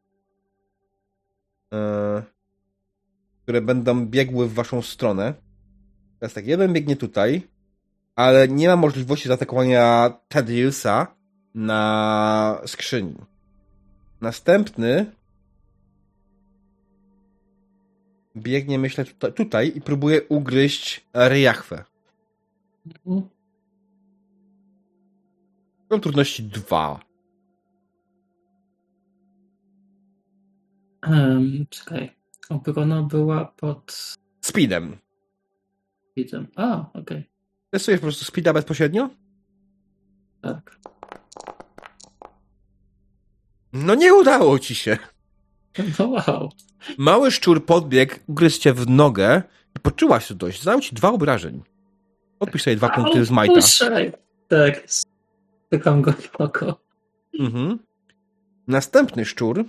które będą biegły w waszą stronę. Teraz tak, jeden biegnie tutaj, ale nie ma możliwości zaatakowania Thaddeusza na skrzyni. Następny biegnie, myślę, tutaj i próbuje ugryźć Riachwę. Mam trudności 2. Czekaj. Obrona była pod Speedem. speedem. Okej. Testujesz po prostu speeda bezpośrednio? Tak. No nie udało ci się. No wow. Mały szczur podbiegł, ugryzł cię w nogę i poczułaś to dość. Zadał ci 2 obrażeń. Odpisz sobie 2 punkty z majta. Puszczaj. Tak. Stykam go w oko. Następny szczur,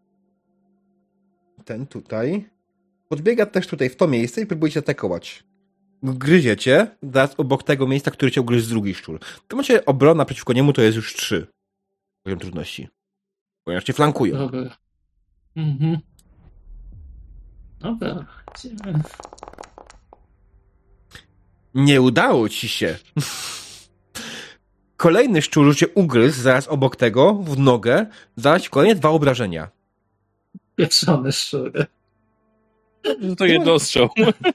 ten tutaj, podbiega też tutaj w to miejsce i próbuje cię atakować. Gryzie cię zaraz obok tego miejsca, który cię ugryzł drugi szczur. W tym momencie obrona przeciwko niemu to jest już 3. Poziom trudności. Ponieważ cię flankują. Dobra. Dobra. Nie udało ci się. Kolejny szczur cię ugryzł zaraz obok tego, w nogę, zadał ci kolejne 2 obrażenia. Pieprzone szczury. To jednostrzał.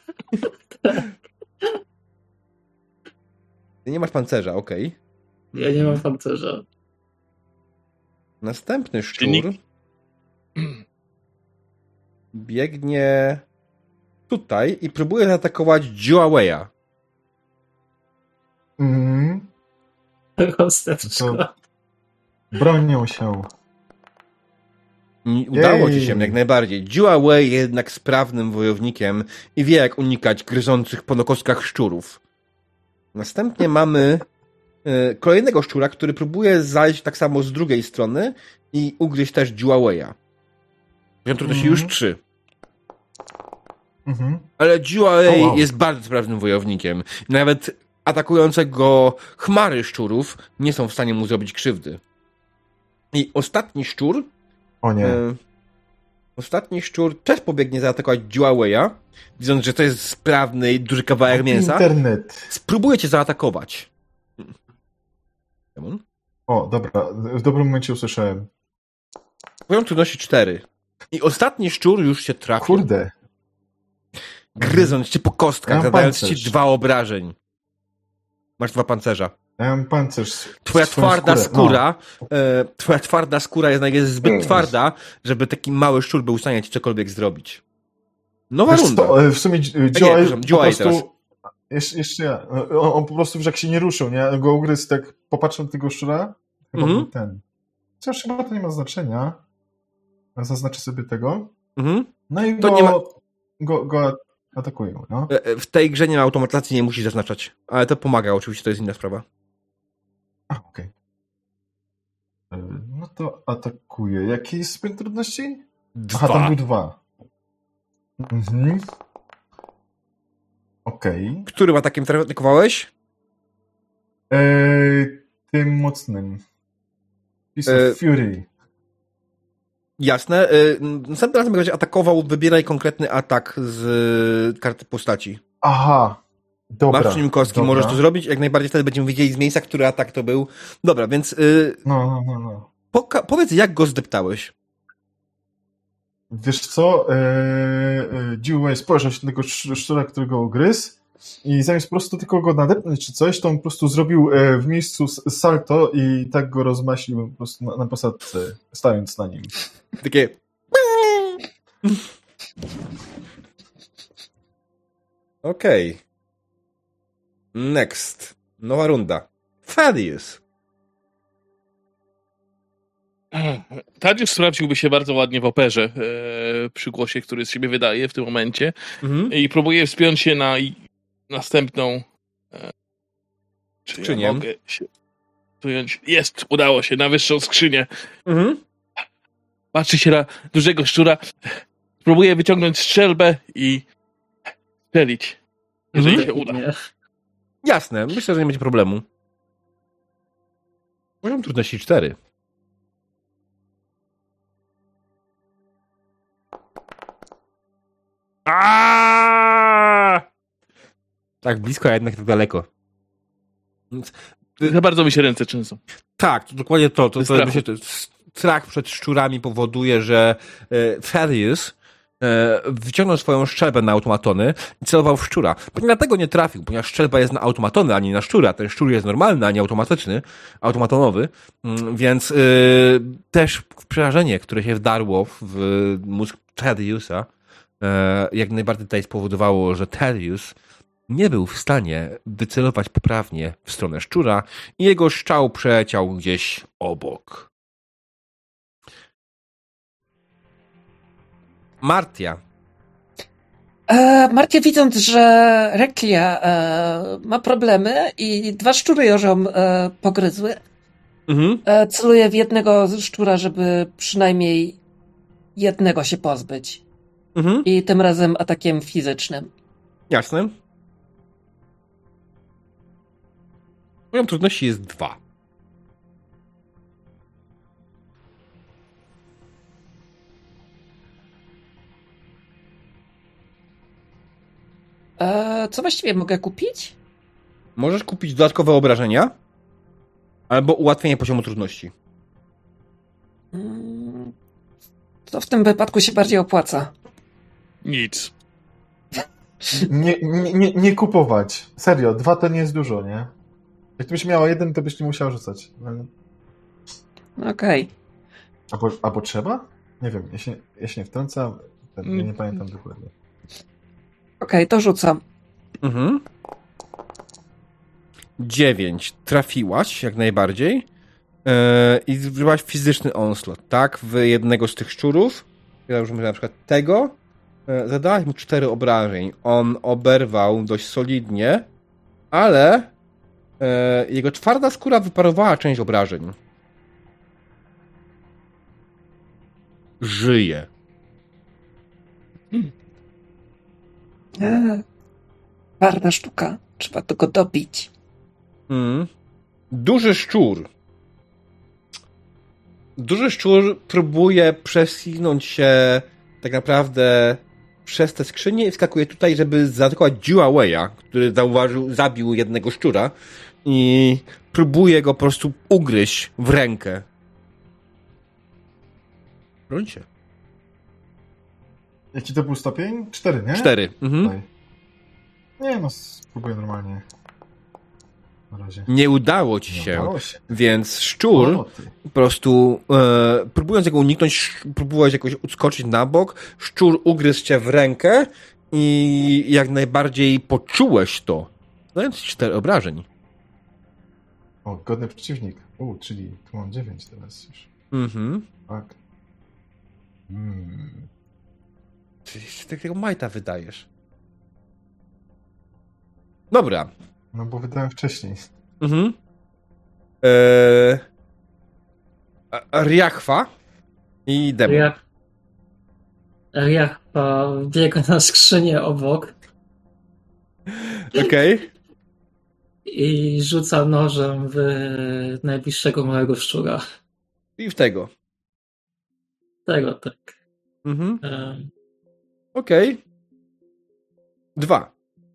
Ty nie masz pancerza, okej. Ja nie mam pancerza. Następny szczur biegnie tutaj i próbuje zaatakować Jiaweya. Rozteczko. Bronią się. Udało ci się jak najbardziej. Jiawei jest jednak sprawnym wojownikiem i wie, jak unikać gryzących po nokostkach szczurów. Następnie mamy kolejnego szczura, który próbuje zajść tak samo z drugiej strony i ugryźć też Jiaweya. Poziom trudności już 3. Ale Jiawei jest bardzo sprawnym wojownikiem. Nawet atakujące go chmary szczurów nie są w stanie mu zrobić krzywdy. I ostatni szczur też pobiegnie zaatakować Jiaweya, widząc, że to jest sprawny i duży kawałek mięsa. Internet. Spróbuje cię zaatakować. O, dobra. W dobrym momencie usłyszałem. Poziom trudności 4. I ostatni szczur już się trafił. Kurde. Gryząc cię po kostkach, zadając pancerz. ci 2 obrażeń. Masz 2 pancerza. Ja mam pancerz. Twoja twarda skóra jest zbyt twarda, żeby taki mały szczur był w stanie ci cokolwiek zrobić. Nowa runda. W sumie Jiawei po teraz. prostu... Jeszcze ja. On po prostu jak się nie ruszył, nie? Go ugryzł, tak popatrzył na tego szczura. Chyba był ten. Chociaż chyba to nie ma znaczenia. Zaznaczę sobie tego. No i go atakują. No. W tej grze nie ma automatyzacji, nie musisz zaznaczać. Ale to pomaga, oczywiście, to jest inna sprawa. Okej. No to atakuje. Jaki jest stopień trudności? 2. Aha, tam był 2. Okej. Którym atakiem atakowałeś? Tym mocnym. Piece of Fury. Jasne. Następnym razem, jak będziesz atakował, wybieraj konkretny atak z karty postaci. Aha. Dobra. Masz przy nim kostki, możesz to zrobić. Jak najbardziej wtedy będziemy wiedzieli z miejsca, który atak to był. Dobra, więc No. powiedz, jak go zdeptałeś. Wiesz co? Jiawei spojrzał się na tego szczura, którego ugryzł i zamiast po prostu tylko go nadepnąć czy coś, to on po prostu zrobił w miejscu salto i tak go rozmaślił po prostu na posadce, stając na nim. Takie... Okej. Next. Nowa runda. Thaddeus. Thaddeus sprawdziłby się bardzo ładnie w operze przy głosie, który z siebie wydaje w tym momencie i próbuje wspiąć się na następną skrzynię. Ja mogę się wspiąć? Jest, udało się, na wyższą skrzynię. Patrzy się na dużego szczura, próbuje wyciągnąć strzelbę i strzelić, jeżeli się uda. Jasne, myślę, że nie będzie problemu. Poziom trudności 4. Tak blisko, a jednak tak daleko. Za bardzo mi się ręce trzęsą. Tak, to dokładnie to. Strach przed szczurami powoduje, że Thaddeus wyciągnął swoją strzelbę na automatony i celował w szczura. Pewnie dlatego nie trafił, ponieważ strzelba jest na automatony, a nie na szczura. Ten szczur jest normalny, a nie automatyczny, automatonowy, więc też przerażenie, które się wdarło w mózg Thadeusa, jak najbardziej tutaj spowodowało, że Thaddeus nie był w stanie wycelować poprawnie w stronę szczura i jego strzał przeleciał gdzieś obok. Martia. Martia, widząc, że Reklia ma problemy i 2 szczury ją pogryzły, celuje w jednego szczura, żeby przynajmniej jednego się pozbyć. I tym razem atakiem fizycznym. Jasne. Poziom trudności jest 2. Co właściwie mogę kupić? Możesz kupić dodatkowe obrażenia albo ułatwienie poziomu trudności. To w tym wypadku się bardziej opłaca. Nic. Nie kupować. Serio, 2 to nie jest dużo, nie? Jak byś miała 1, to byś nie musiała rzucać. Okej. Albo trzeba? Nie wiem, ja się nie wtrącam. Ja nie pamiętam dokładnie. Okej, to rzucam. 9. Trafiłaś jak najbardziej. I zrobiłaś fizyczny onslaught, tak? W jednego z tych szczurów. Ja już mówię na przykład tego. Zadałaś mu 4 obrażeń. On oberwał dość solidnie, ale jego twarda skóra wyparowała część obrażeń. Żyje. Twarda sztuka. Trzeba go dobić. Duży szczur. Duży szczur próbuje przesunąć się tak naprawdę przez te skrzynie i wskakuje tutaj, żeby zaatakować Jiwawaya, który zabił jednego szczura i próbuje go po prostu ugryźć w rękę. Brońcie. Jaki to był stopień? 4, nie? 4. Tutaj. Nie, no spróbuję normalnie. Na razie. Nie udało ci się, Udało się. więc szczur po prostu próbując jego uniknąć, próbowałeś jakoś odskoczyć na bok, szczur ugryzł cię w rękę i jak najbardziej poczułeś to, zadając ci 4 obrażeń. O, godny przeciwnik. Czyli tu mam 9 teraz już. Tak. Ty takiego majta wydajesz. Dobra. No bo wydałem wcześniej. Riachwa i demon. Riachwa biega na skrzynię obok Okej. i rzuca nożem w najbliższego małego szczura. I w tego. Tego tak. Okej. 2.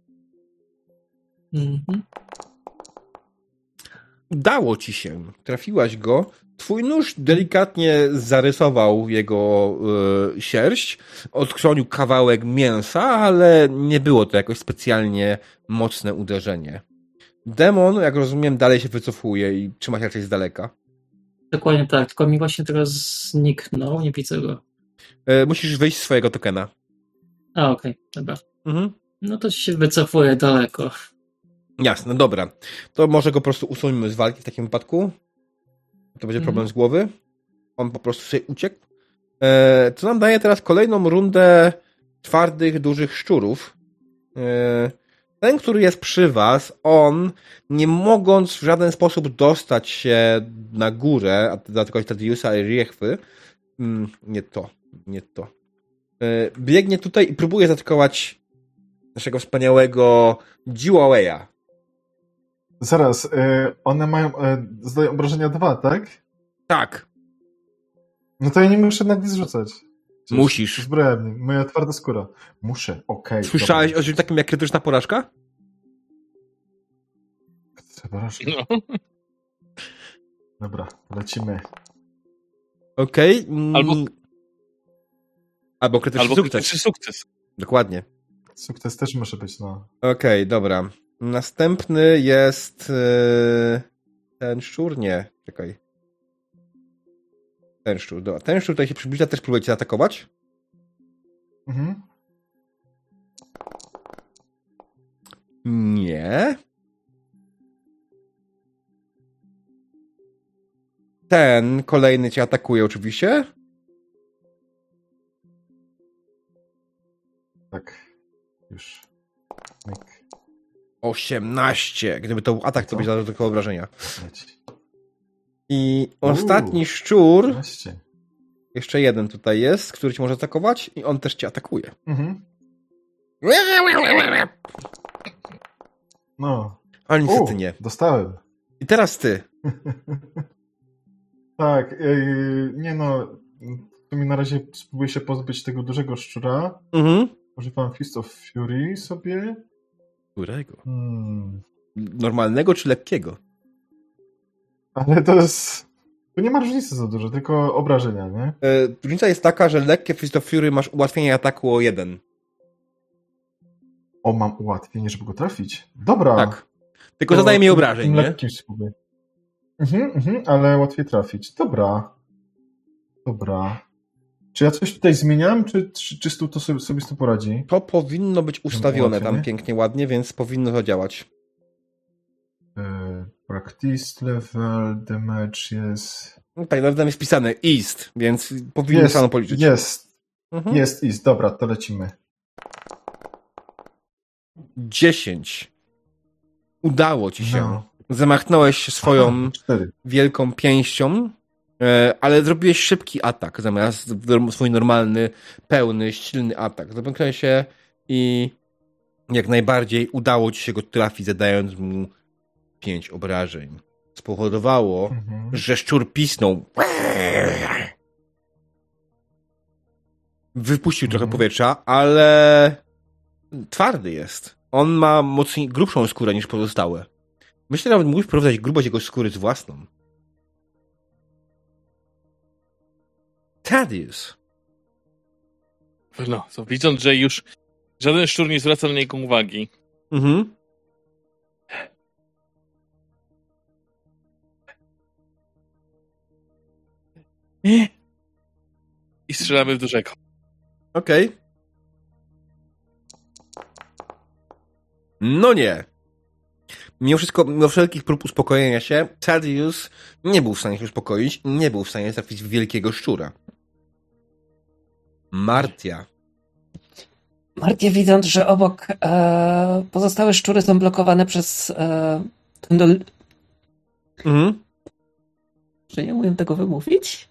Udało ci się. Trafiłaś go. Twój nóż delikatnie zarysował jego sierść. Odkronił kawałek mięsa, ale nie było to jakoś specjalnie mocne uderzenie. Demon, jak rozumiem, dalej się wycofuje i trzyma się raczej z daleka. Dokładnie tak, tylko mi właśnie teraz zniknął, nie widzę go. Musisz wyjść z swojego tokena. Okej, dobra. No to się wycofuje daleko. Jasne, dobra. To może go po prostu usuńmy z walki w takim wypadku. To będzie problem z głowy. On po prostu sobie uciekł. Co nam daje teraz kolejną rundę twardych, dużych szczurów. Ten, który jest przy was, on, nie mogąc w żaden sposób dostać się na górę, a zaatakować Tadiusa i Riechwy, nie to. Biegnie tutaj i próbuje zaatakować naszego wspaniałego Jiwawaya. Zaraz, one mają, zdają obrażenia 2, tak? Tak. No to ja nie muszę na nic zrzucać. Musisz. Zbroja mnie, moja twarda skóra. Muszę, okej. Słyszałeś o czymś takim jak krytyczna porażka? Porażka. No. Dobra, lecimy. Okej. Albo krytyczny sukces. Krytyczny sukces. Dokładnie. Sukces też może być, no. Okej, dobra. Następny jest ten szczur? Nie, czekaj. Ten szczur, dobra. Ten szczur tutaj się przybliża, też próbujecie zaatakować? Nie. Ten kolejny cię atakuje oczywiście. Tak. Już. Myk. 18. Gdyby to był atak, to byś zadał tylko obrażenia. Leci. I ostatni szczur, 15. jeszcze jeden tutaj jest, który cię może atakować i on też cię atakuje. No. Ale niestety nie. Dostałem. I teraz ty. Tak, nie no, w sumie na razie spróbuję się pozbyć tego dużego szczura. Używam Fist of Fury sobie. Którego? Normalnego czy lekkiego? Ale to jest... Tu nie ma różnicy za dużo, tylko obrażenia, nie? Różnica jest taka, że lekkie Fist of Fury masz ułatwienie ataku o 1. O, mam ułatwienie, żeby go trafić. Dobra. Tak. Tylko zadaje mi obrażeń, nie? Lekkim spróbuję. Ale łatwiej trafić. Dobra. Czy ja coś tutaj zmieniam, czy Stu to sobie z tym poradzi? To powinno być ustawione tam ułatwienie? pięknie, ładnie, więc powinno to działać. Practice level, damage jest... No tak, nawet tam jest pisane East, więc powinno samo policzyć. Jest East, dobra, to lecimy. 10. Udało ci się. No. Zamachnąłeś się swoją 4. wielką pięścią, ale zrobiłeś szybki atak zamiast swój normalny, pełny, silny atak. Zamknąłeś się i jak najbardziej udało ci się go trafić, zadając mu 5 obrażeń. Spowodowało, że szczur pisnął. Wypuścił trochę powietrza, ale twardy jest. On ma mocniej grubszą skórę niż pozostałe. Myślę, że nawet mógłbyś porównać grubość jego skóry z własną. Thaddeus. No, to widząc, że już żaden szczur nie zwraca na niego uwagi. Mhm. I strzelamy w dużego. Okej. No nie. Mimo wszystko, mimo wszelkich prób uspokojenia się, Thaddeus nie był w stanie się uspokoić i nie był w stanie trafić w wielkiego szczura. Martia. Martia, widząc, że obok pozostałe szczury są blokowane przez ten Czy nie umiem tego wymówić?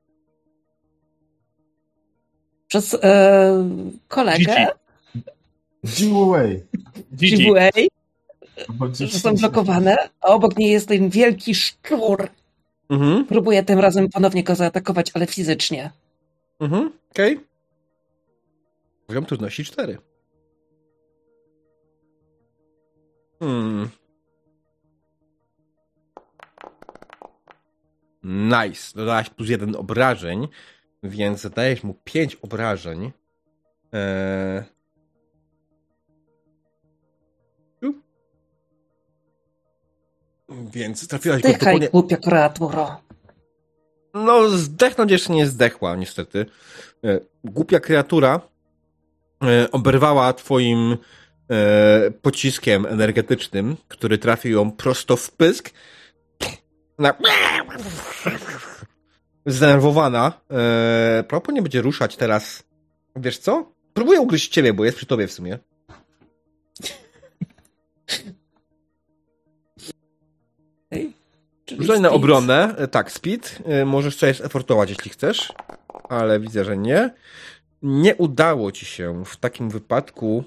Przez kolegę Giveaway. GWA, że są blokowane, a obok niej jest ten wielki szczur. Próbuję tym razem ponownie go zaatakować, ale fizycznie. Okej. Poziom trudności 4. Nice. Dodałaś plus 1 obrażeń, więc zadajesz mu 5 obrażeń. Więc trafiłaś go Dychaj, dokładnie... głupia kreaturo. No, zdechnąć jeszcze nie zdechła, niestety. Głupia kreatura oberwała twoim pociskiem energetycznym, który trafił ją prosto w pysk. Zdenerwowana. Propos nie będzie ruszać teraz. Wiesz co? Próbuję ugryźć ciebie, bo jest przy tobie w sumie. Rzucaj na obronę. Tak, speed. Możesz coś efortować, jeśli chcesz. Ale widzę, że nie. Nie udało ci się w takim wypadku.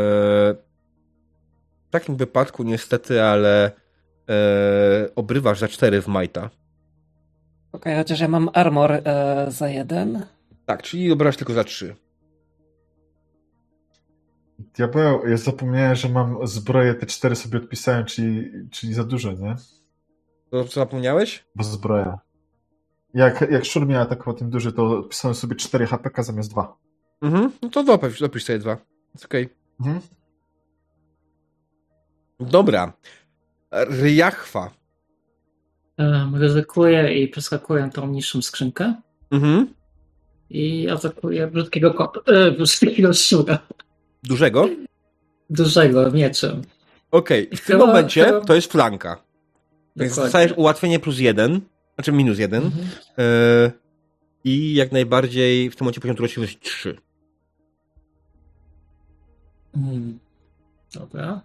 W takim wypadku niestety, ale obrywasz za 4 w Majta. Okej, chociaż ja mam armor za 1. Tak, czyli obrażasz tylko za 3. Diabeł, ja zapomniałem, że mam zbroję, te 4 sobie odpisałem, czyli za dużo, nie? To co zapomniałeś? Bo zbroja. Jak szczur mnie atakował tym duży, to odpisałem sobie 4 HPK zamiast 2. No to dopisz sobie 2. Jest okej. Dobra. Ryjachwa. Ryzykuję i przeskakuję tą niższą skrzynkę. I atakuję brzydkiego szczura. Dużego? Dużego, mieczem. Okej. W tym momencie to jest flanka. Więc dostajesz ułatwienie plus 1. Znaczy minus 1. I jak najbardziej w tym momencie poziom trudności jest 3. Dobra.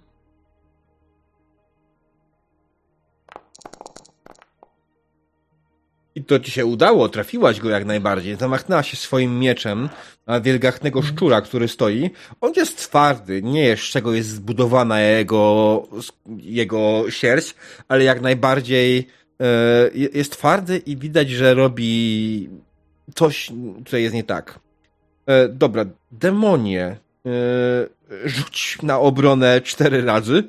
I to ci się udało, trafiłaś go jak najbardziej. Zamachnęłaś się swoim mieczem na wielgachnego szczura, który stoi. On jest twardy, nie jest z czego jest zbudowana jego sierść, ale jak najbardziej jest twardy i widać, że robi coś, co jest nie tak. Dobra, demonie, rzuć na obronę 4 razy.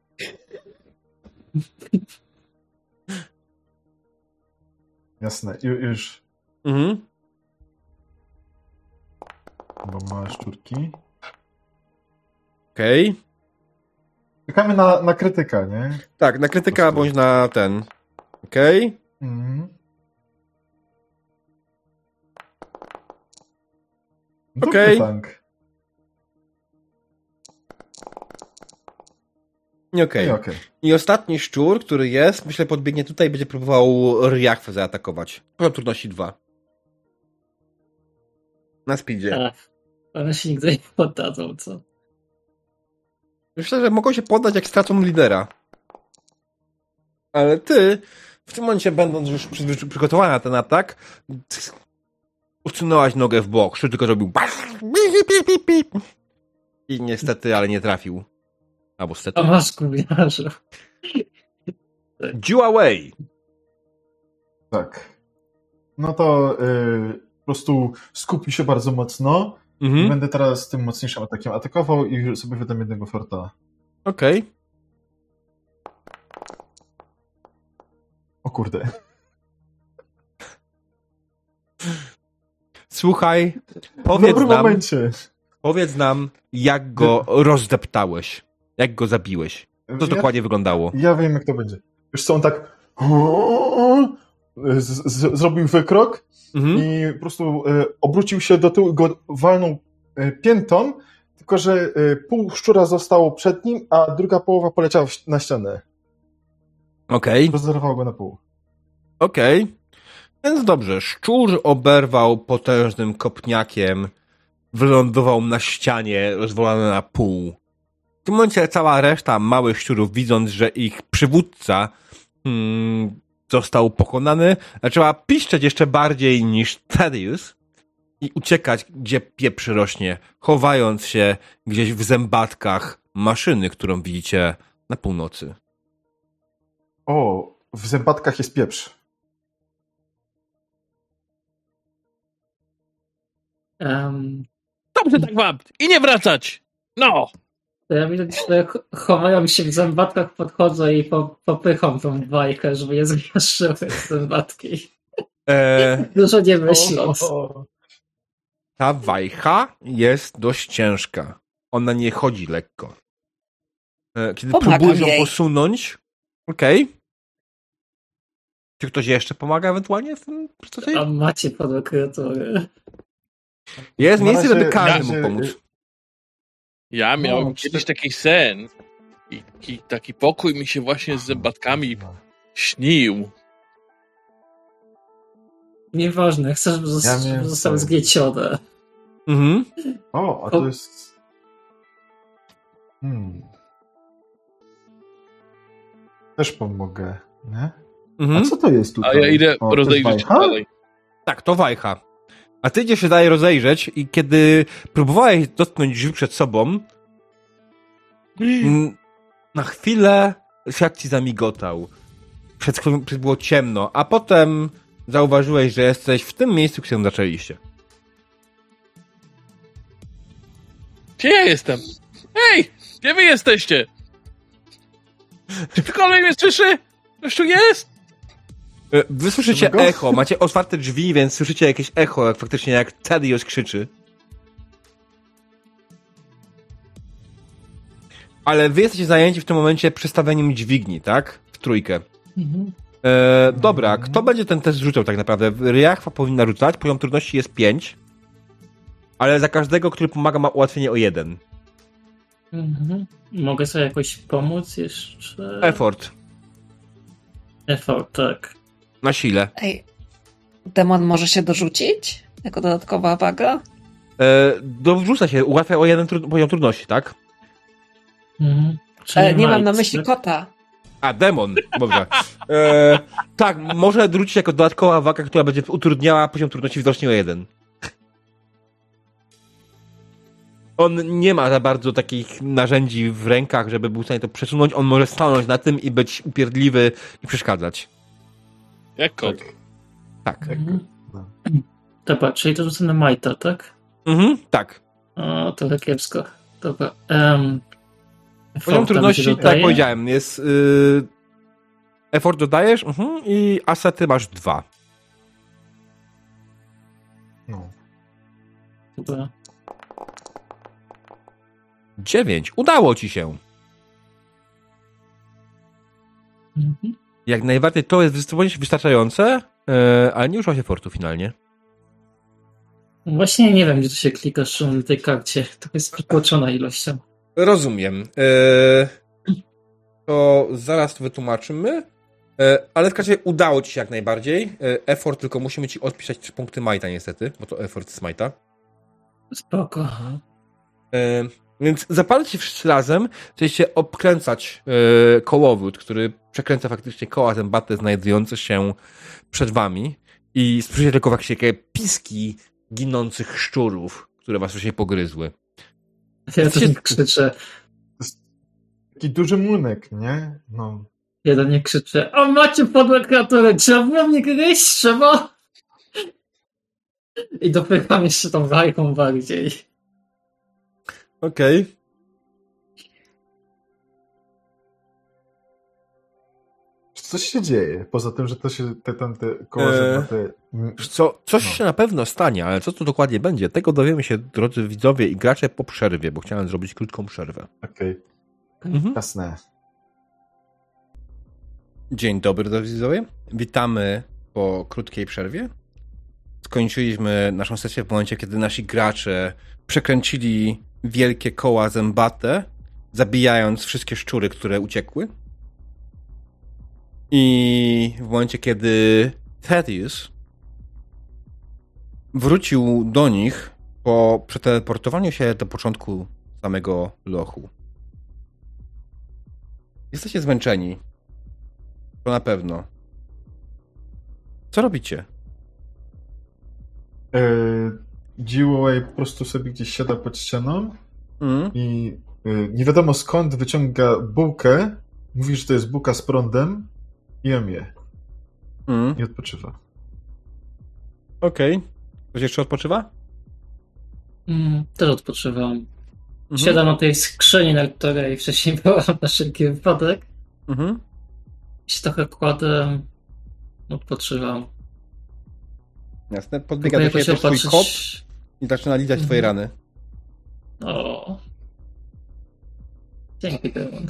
Jasne, już. Bo małe szczurki. Okej. Czekamy na krytyka, nie? Tak, na krytyka bądź na ten. Okej. Okej. Tank. Nie okej. Nie, okej. I ostatni szczur, który jest, myślę, podbiegnie tutaj i będzie próbował Riachwę zaatakować. Poziom trudności 2. Na speedzie. One się nigdy nie poddadzą, co? Myślę, że mogą się poddać, jak stracą lidera. Ale ty, w tym momencie, będąc już przygotowana na ten atak, usunęłaś nogę w bok. Szczur tylko robił i niestety, ale nie trafił. Albo stety. A masz gówniarzu. Due away. Tak. No to po prostu skupił się bardzo mocno. Mhm. Będę teraz tym mocniejszym atakiem atakował i sobie wydam jednego forta. Okej. O kurde. Słuchaj, W powiedz dobrym nam, momencie. jak go rozdeptałeś. Jak go zabiłeś. To dokładnie wyglądało. Ja wiem, jak to będzie. Wiesz co, on tak zrobił wykrok i po prostu obrócił się do tyłu, go walnął piętą, tylko że pół szczura zostało przed nim, a druga połowa poleciała na ścianę. Okej. Rozerwał go na pół. Okej. Więc dobrze. Szczur oberwał potężnym kopniakiem, wylądował na ścianie, rozwalony na pół. W tym momencie cała reszta małych szczurów, widząc, że ich przywódca został pokonany, zaczęła piszczeć jeszcze bardziej niż Thaddeus i uciekać, gdzie pieprz rośnie, chowając się gdzieś w zębatkach maszyny, którą widzicie na północy. O, w zębatkach jest pieprz. Dobrze tak wam! I nie wracać! No! To ja widzę, że chowają się w zębatkach, podchodzę i popycham tą bajkę, żeby je zmiażdżyły z zębatki. Dużo nie myśląc. Ta wajcha jest dość ciężka. Ona nie chodzi lekko. Kiedy Pomagam próbujesz ją jej. posunąć... Okej. Czy ktoś jeszcze pomaga ewentualnie w tym procesie? A macie podokreatury. Jest Na miejsce, razie- żeby każdy na razie- mógł pomóc. Ja miałem No, kiedyś taki sen. I taki pokój mi się właśnie z zębatkami śnił. Nieważne, chcę, żeby miałem zostały sen. zgniecione. Mhm. O, a to jest... Też pomogę, nie? Mhm. A co to jest tutaj? A ja idę O, to jest rozejrzeć się wajcha? dalej. Tak, to wajcha. A ty idziesz się dalej rozejrzeć i kiedy próbowałeś dotknąć drzwi przed sobą, na chwilę świat ci zamigotał. Przed chwilą było ciemno, a potem zauważyłeś, że jesteś w tym miejscu, w którym zaczęliście. Gdzie ja jestem? Hej! Gdzie wy jesteście? Czy ktokolwiek mnie słyszy? Ktoś tu jest? Wy słyszycie Czego? echo, macie otwarte drzwi, więc słyszycie jakieś echo, jak faktycznie jak Thaddeus krzyczy. Ale wy jesteście zajęci w tym momencie przestawianiem dźwigni, tak? W trójkę. Mhm. Dobra, kto będzie ten test rzucał tak naprawdę? Riachwa powinna rzucać, poziom trudności jest 5, ale za każdego, który pomaga, ma ułatwienie o 1. Mhm. Mogę sobie jakoś pomóc jeszcze? Effort. Effort, tak. Na sile. Ej, demon może się dorzucić? Jako dodatkowa waga? Dorzuca się, ułatwia o 1 poziom trudności, tak? Mhm. Czyli Nie mam na might, myśli tak? kota. A, demon, dobrze. Tak, może dorzucić jako dodatkowa waga, która będzie utrudniała poziom trudności widocznie o 1. On nie ma za bardzo takich narzędzi w rękach, żeby był w stanie to przesunąć. On może stanąć na tym i być upierdliwy i przeszkadzać. Jak kot. Tak. Mhm. Dobra, czyli to rzucę na Majta, tak? Tak. O, trochę kiepsko. Dobra. Poziom trudności, tak jak dodaję? powiedziałem, jest effort dodajesz i asety masz 2. No. Dobra. 9. Udało ci się. Mhm. Jak najbardziej to jest wystarczające, ale nie użyła się fortu finalnie. Właśnie nie wiem, gdzie tu się klika na tej karcie. To jest przytłoczona ilością. Rozumiem. To zaraz to wytłumaczymy. Ale w każdym razie udało ci się jak najbardziej. Effort, tylko musimy ci odpisać 3 punkty Majta niestety, bo to effort z Majta. Spoko. Więc zapalcie wszyscy razem, chcieliście obkręcać kołowrót, który przekręca faktycznie koła zębate znajdujące się przed wami i słyszycie tylko jakieś takie piski ginących szczurów, które was wcześniej pogryzły. Ja to nie krzyczę. Taki duży młynek, nie? No. Ja do nie krzyczę. O, macie podłe kreatury, trzeba było mnie gryźć, trzeba! I dopycham jeszcze tą wajką bardziej. Okej. Czy coś się dzieje? Poza tym, że to się te koła zębate... Coś się na pewno stanie, ale co to dokładnie będzie, tego dowiemy się, drodzy widzowie i gracze, po przerwie, bo chciałem zrobić krótką przerwę. Okej. Jasne. Dzień dobry, drodzy widzowie. Witamy po krótkiej przerwie. Skończyliśmy naszą sesję w momencie, kiedy nasi gracze przekręcili wielkie koła zębate, zabijając wszystkie szczury, które uciekły. I w momencie, kiedy Thaddeus wrócił do nich po przeteleportowaniu się do początku samego lochu. Jesteście zmęczeni. To na pewno. Co robicie? G-Way po prostu sobie gdzieś siada pod ścianą i nie wiadomo skąd wyciąga bułkę, mówi, że to jest bułka z prądem i jem je. I odpoczywa. Okej. Ktoś jeszcze odpoczywa? Też odpoczywam. Siadam na tej skrzyni, na której wcześniej byłam na wszelki wypadek. I się trochę kładę, odpoczywam. Jasne. Podbiega do ciebie też twój kot i zaczyna lizać twoje rany. O. Dzięki, Demon.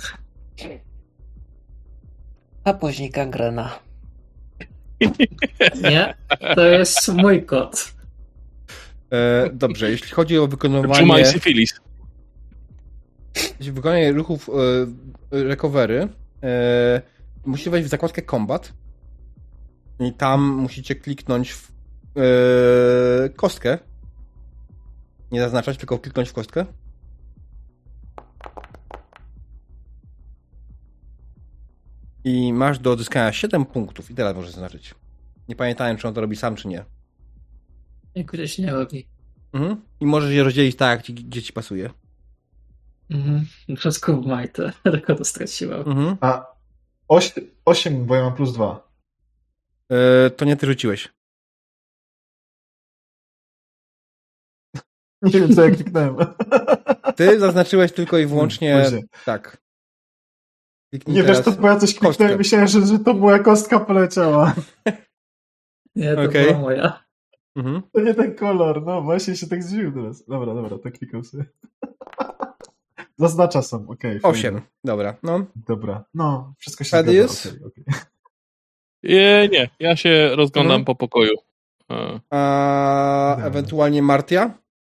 A później gangrena. Nie, to jest mój kot. Dobrze, jeśli chodzi o Trzymaj syfilis. wykonanie ruchów recovery, musicie wejść w zakładkę Combat i tam musicie kliknąć w kostkę. Nie zaznaczać, tylko kliknąć w kostkę. I masz do odzyskania 7 punktów. I teraz możesz zaznaczyć. Nie pamiętałem, czy on to robi sam, czy nie. Jakoś nie robi. I możesz je rozdzielić tak, gdzie ci pasuje. Przez Kubmajtę. Tylko to straciłam. A 8, bo ja mam +2. To nie ty rzuciłeś. Nie wiem, co ja kliknąłem. Ty zaznaczyłeś tylko i wyłącznie... Tak. Kliknij nie wiesz, teraz to bo ja coś kliknąłem kostkę. i myślałem, że to moja kostka poleciała. Nie, to Okej. była moja. To nie ten kolor, no właśnie się tak zdziwił teraz. Dobra, to klikam sobie. Zaznacza są, okej. 8, dobra, no. Dobra, no, wszystko się Thaddeus? zgadza. Okay. Nie, ja się rozglądam po pokoju. A ewentualnie Martia?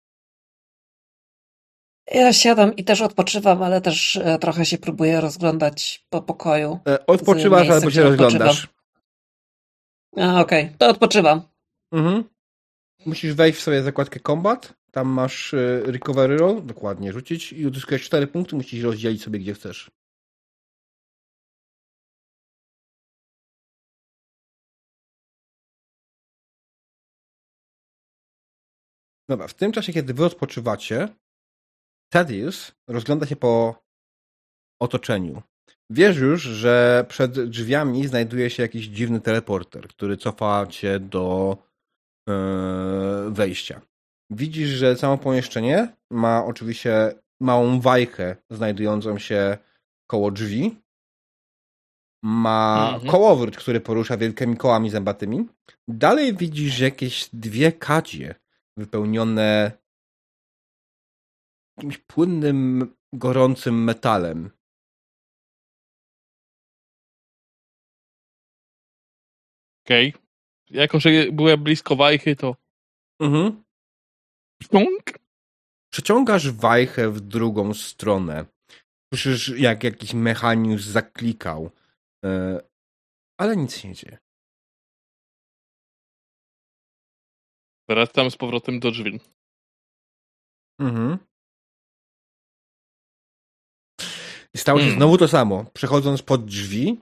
Ja siadam i też odpoczywam, ale też trochę się próbuję rozglądać po pokoju. Odpoczywasz, albo się rozglądasz. Okej, to odpoczywam. Musisz wejść w sobie zakładkę Combat, tam masz Recovery Roll, dokładnie rzucić i uzyskujesz 4 punkty, musisz rozdzielić sobie gdzie chcesz. Dobra, w tym czasie, kiedy wy odpoczywacie, Thaddeus rozgląda się po otoczeniu. Wiesz już, że przed drzwiami znajduje się jakiś dziwny teleporter, który cofa cię do wejścia. Widzisz, że całe pomieszczenie ma oczywiście małą wajchę znajdującą się koło drzwi. Ma kołowrót, który porusza wielkimi kołami zębatymi. Dalej widzisz jakieś 2 kadzie wypełnione jakimś płynnym, gorącym metalem. Okej. Jako, że byłem blisko wajchy, to Przeciągasz wajchę w drugą stronę. Słyszysz, jak jakiś mechanizm zaklikał. Ale nic się nie dzieje. Wracam z powrotem do drzwi. Mhm. I stało się znowu to samo. Przechodząc pod drzwi,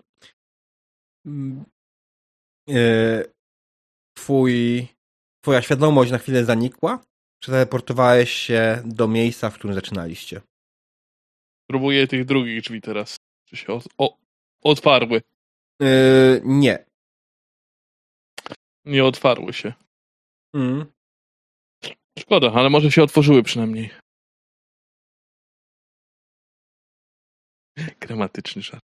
twoja świadomość na chwilę zanikła. Przeteleportowałeś się do miejsca, w którym zaczynaliście. Próbuję tych drugich drzwi teraz. Czy się otwarły? Nie. Nie otwarły się. Mm. Szkoda, ale może się otworzyły przynajmniej. Gramatyczny żart.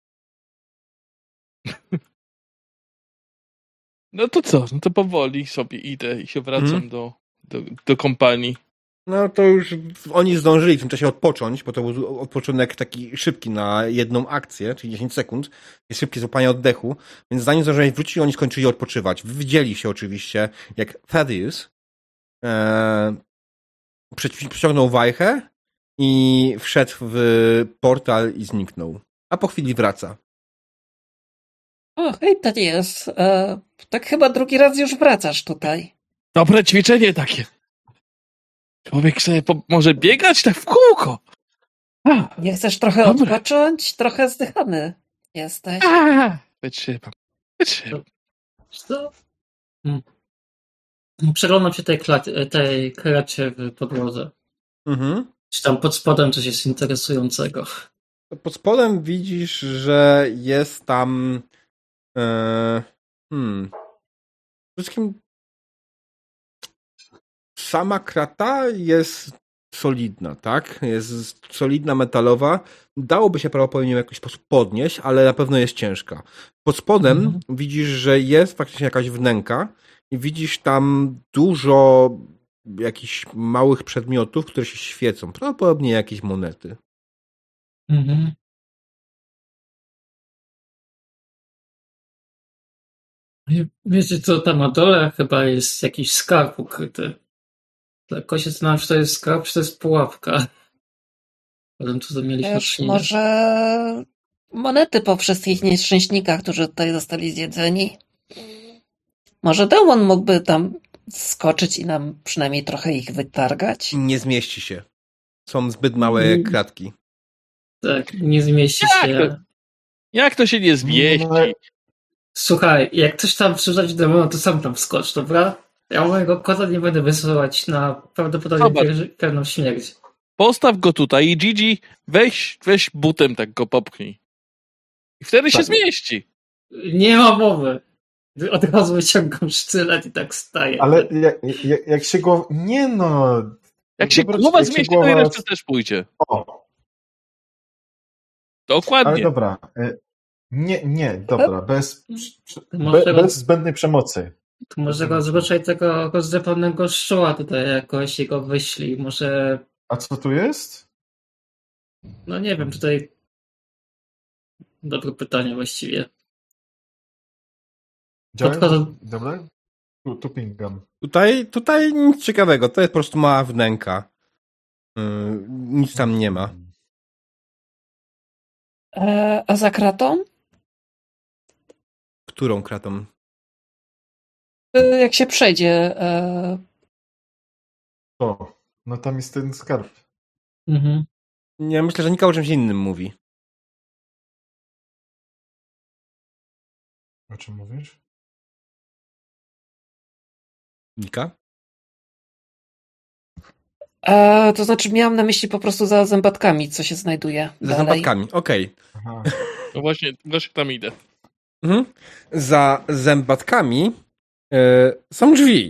No to co? No to powoli sobie idę i się wracam do kompanii. No to już oni zdążyli w tym czasie odpocząć, bo to był odpoczynek taki szybki na jedną akcję, czyli 10 sekund. Jest szybkie złapanie oddechu, więc zanim zdążyli wrócić, oni skończyli odpoczywać. Wy widzieli się oczywiście, jak Thaddeus przyciągnął wajchę i wszedł w portal i zniknął. A po chwili wraca. O, hej, to jest. Tak chyba drugi raz już wracasz tutaj. Dobre ćwiczenie takie. Człowiek sobie może biegać tak w kółko. Nie chcesz trochę odpocząć? Trochę zdychany jesteś. Wytrzymam. Co? Przeglądam się tej kracie w podłodze. Mhm. Czy tam pod spodem coś jest interesującego? Pod spodem widzisz, że jest tam przede wszystkim sama krata jest solidna, tak? Jest solidna, metalowa. Dałoby się prawdopodobnie w jakiś sposób podnieść, ale na pewno jest ciężka. Pod spodem widzisz, że jest faktycznie jakaś wnęka i widzisz tam dużo jakichś małych przedmiotów, które się świecą. Prawdopodobnie jakieś monety. Mhm. Wiecie co, tam na dole chyba jest jakiś skarb ukryty. Tylko się zastanawiam, czy to jest skarb, czy to jest pułapka. Potem tu mieliśmy Wiesz, może monety po wszystkich nieszczęśnikach, którzy tutaj zostali zjedzeni. Może demon mógłby tam skoczyć i nam przynajmniej trochę ich wytargać? Nie zmieści się. Są zbyt małe kratki. Tak, nie zmieści się. Jak to się nie zmieści? Słuchaj, jak coś tam przyjrzeć demona, to sam tam wskocz, dobra? Ja mojego kota nie będę wysyłać na prawdopodobnie pewną śmierć. Postaw go tutaj i Gigi weź butem tak go popchnij. I wtedy się zmieści. Nie ma mowy. Od razu wyciągam sztylet i tak staję. Ale jak się głowa... Nie no... Jak się głowa zmieści, to i reszta też pójdzie. O. Dokładnie. Ale dobra. Dobra. Bez zbędnej przemocy. To może go zruszaj tego rozdrapanego szczoła tutaj jakoś i go wyślij. Może... A co tu jest? No nie wiem, tutaj... Dobre pytanie właściwie. Działają? Dobra? Tu pingam. Tutaj nic ciekawego. To jest po prostu mała wnęka. Nic tam nie ma. A za kratą? Którą kratą? Jak się przejdzie. No tam jest ten skarb. Mhm. Ja myślę, że Nika o czymś innym mówi. O czym mówisz? Nika? To znaczy miałam na myśli po prostu za zębatkami, co się znajduje Za dalej. zębatkami, okej. Aha. No właśnie tam idę. Mhm. Za zębatkami są drzwi.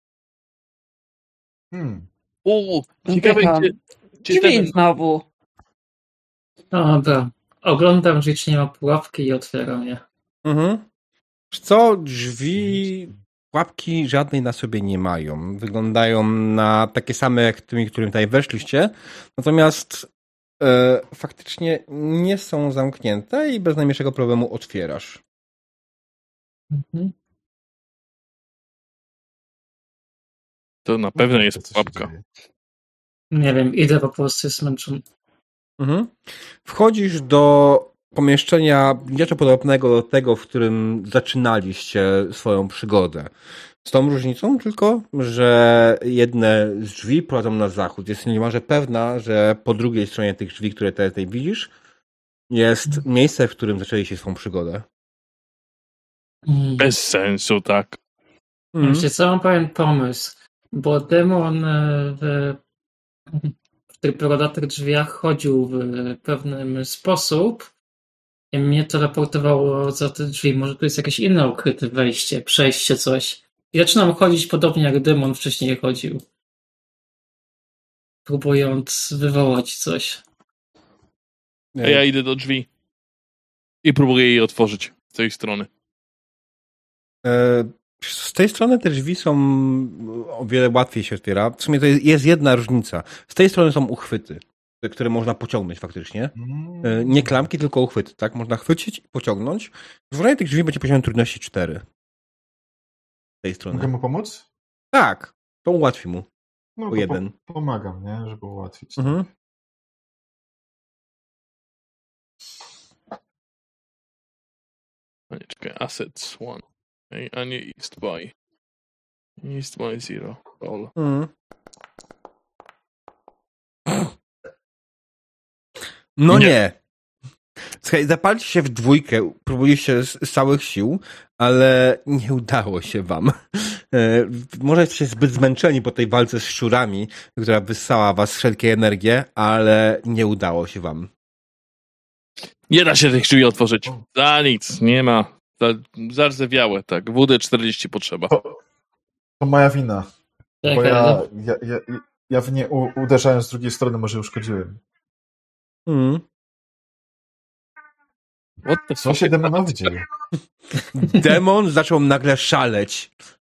Ciekawe, gdzie Drzwi znowu. Dobra. Oglądam, że czy nie ma pułapki i otwieram je. Wiesz co? Drzwi pułapki żadnej na sobie nie mają. Wyglądają na takie same jak tymi, którym tutaj weszliście. Natomiast faktycznie nie są zamknięte i bez najmniejszego problemu otwierasz. Mhm. To na pewno jest Co się pułapka. dzieje? Nie wiem, idę po prostu zmęczony. Mhm. Wchodzisz do pomieszczenia nieco podobnego do tego, w którym zaczynaliście swoją przygodę. Z tą różnicą tylko, że jedne z drzwi prowadzą na zachód. Jestem niemalże pewna, że po drugiej stronie tych drzwi, które tutaj widzisz, jest miejsce, w którym zaczęliście swoją przygodę. Mm. Bez sensu, tak. Wiecie co, mam pewien pomysł, bo demon w tych brodatych drzwiach chodził w pewnym sposób i mnie teleportowało za te drzwi. Może tu jest jakieś inne ukryte wejście, przejście, coś. I zaczynam chodzić podobnie jak demon wcześniej chodził. Próbując wywołać coś. A ja idę do drzwi i próbuję jej otworzyć z tej strony. Z tej strony te drzwi są o wiele łatwiej się otwiera. W sumie to jest jedna różnica. Z tej strony są uchwyty, które można pociągnąć faktycznie. Nie klamki, tylko uchwyty, tak? Można chwycić i pociągnąć. Otworzenie tych drzwi będzie poziomem trudności 4. Z tej strony. Mogę mu pomóc? Tak, to ułatwi mu. No O to jeden. pomagam, nie? Żeby ułatwić. Mhm. A nie, czekaj, assets 1. A nie East by. East by 0. All. Mhm. No nie. Słuchaj, zapalcie się w dwójkę, próbujecie z całych sił, ale nie udało się wam. Może jesteście zbyt zmęczeni po tej walce z szczurami, która wyssała was wszelkie energie, ale nie udało się wam. Nie da się tych drzwi otworzyć. Za nic, nie ma. Zardzewiałe, tak. WD-40 potrzeba. To moja wina. Bo Czekaj, ja w nie uderzałem z drugiej strony, może uszkodziłem. Mhm. What the Co fuck? się demonowi dzieje? Demon zaczął nagle szaleć,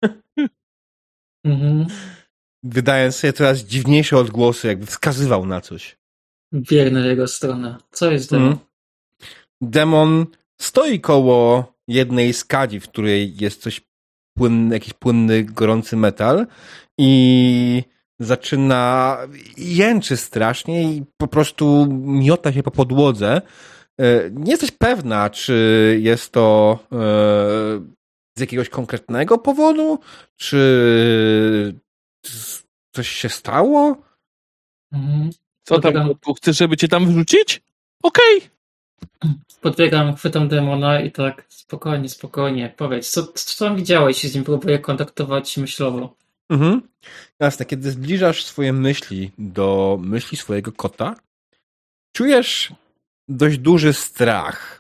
Mhm. wydając sobie coraz dziwniejsze odgłosy, jakby wskazywał na coś. Biegnę w jego stronę. Co jest demon? Mhm. Demon stoi koło jednej z kadzi, w której jest coś jakiś płynny, gorący metal i zaczyna jęczy strasznie i po prostu miota się po podłodze. Nie jesteś pewna, czy jest to z jakiegoś konkretnego powodu, czy coś się stało? Mhm. Co tam, kotku? Chcesz, żeby cię tam wrzucić? Okej. Podbiegam, chwytam demona i tak spokojnie, powiedz, co tam widziałeś i z nim próbuję kontaktować myślowo. Mhm. Jasne, kiedy zbliżasz swoje myśli do myśli swojego kota, czujesz dość duży strach.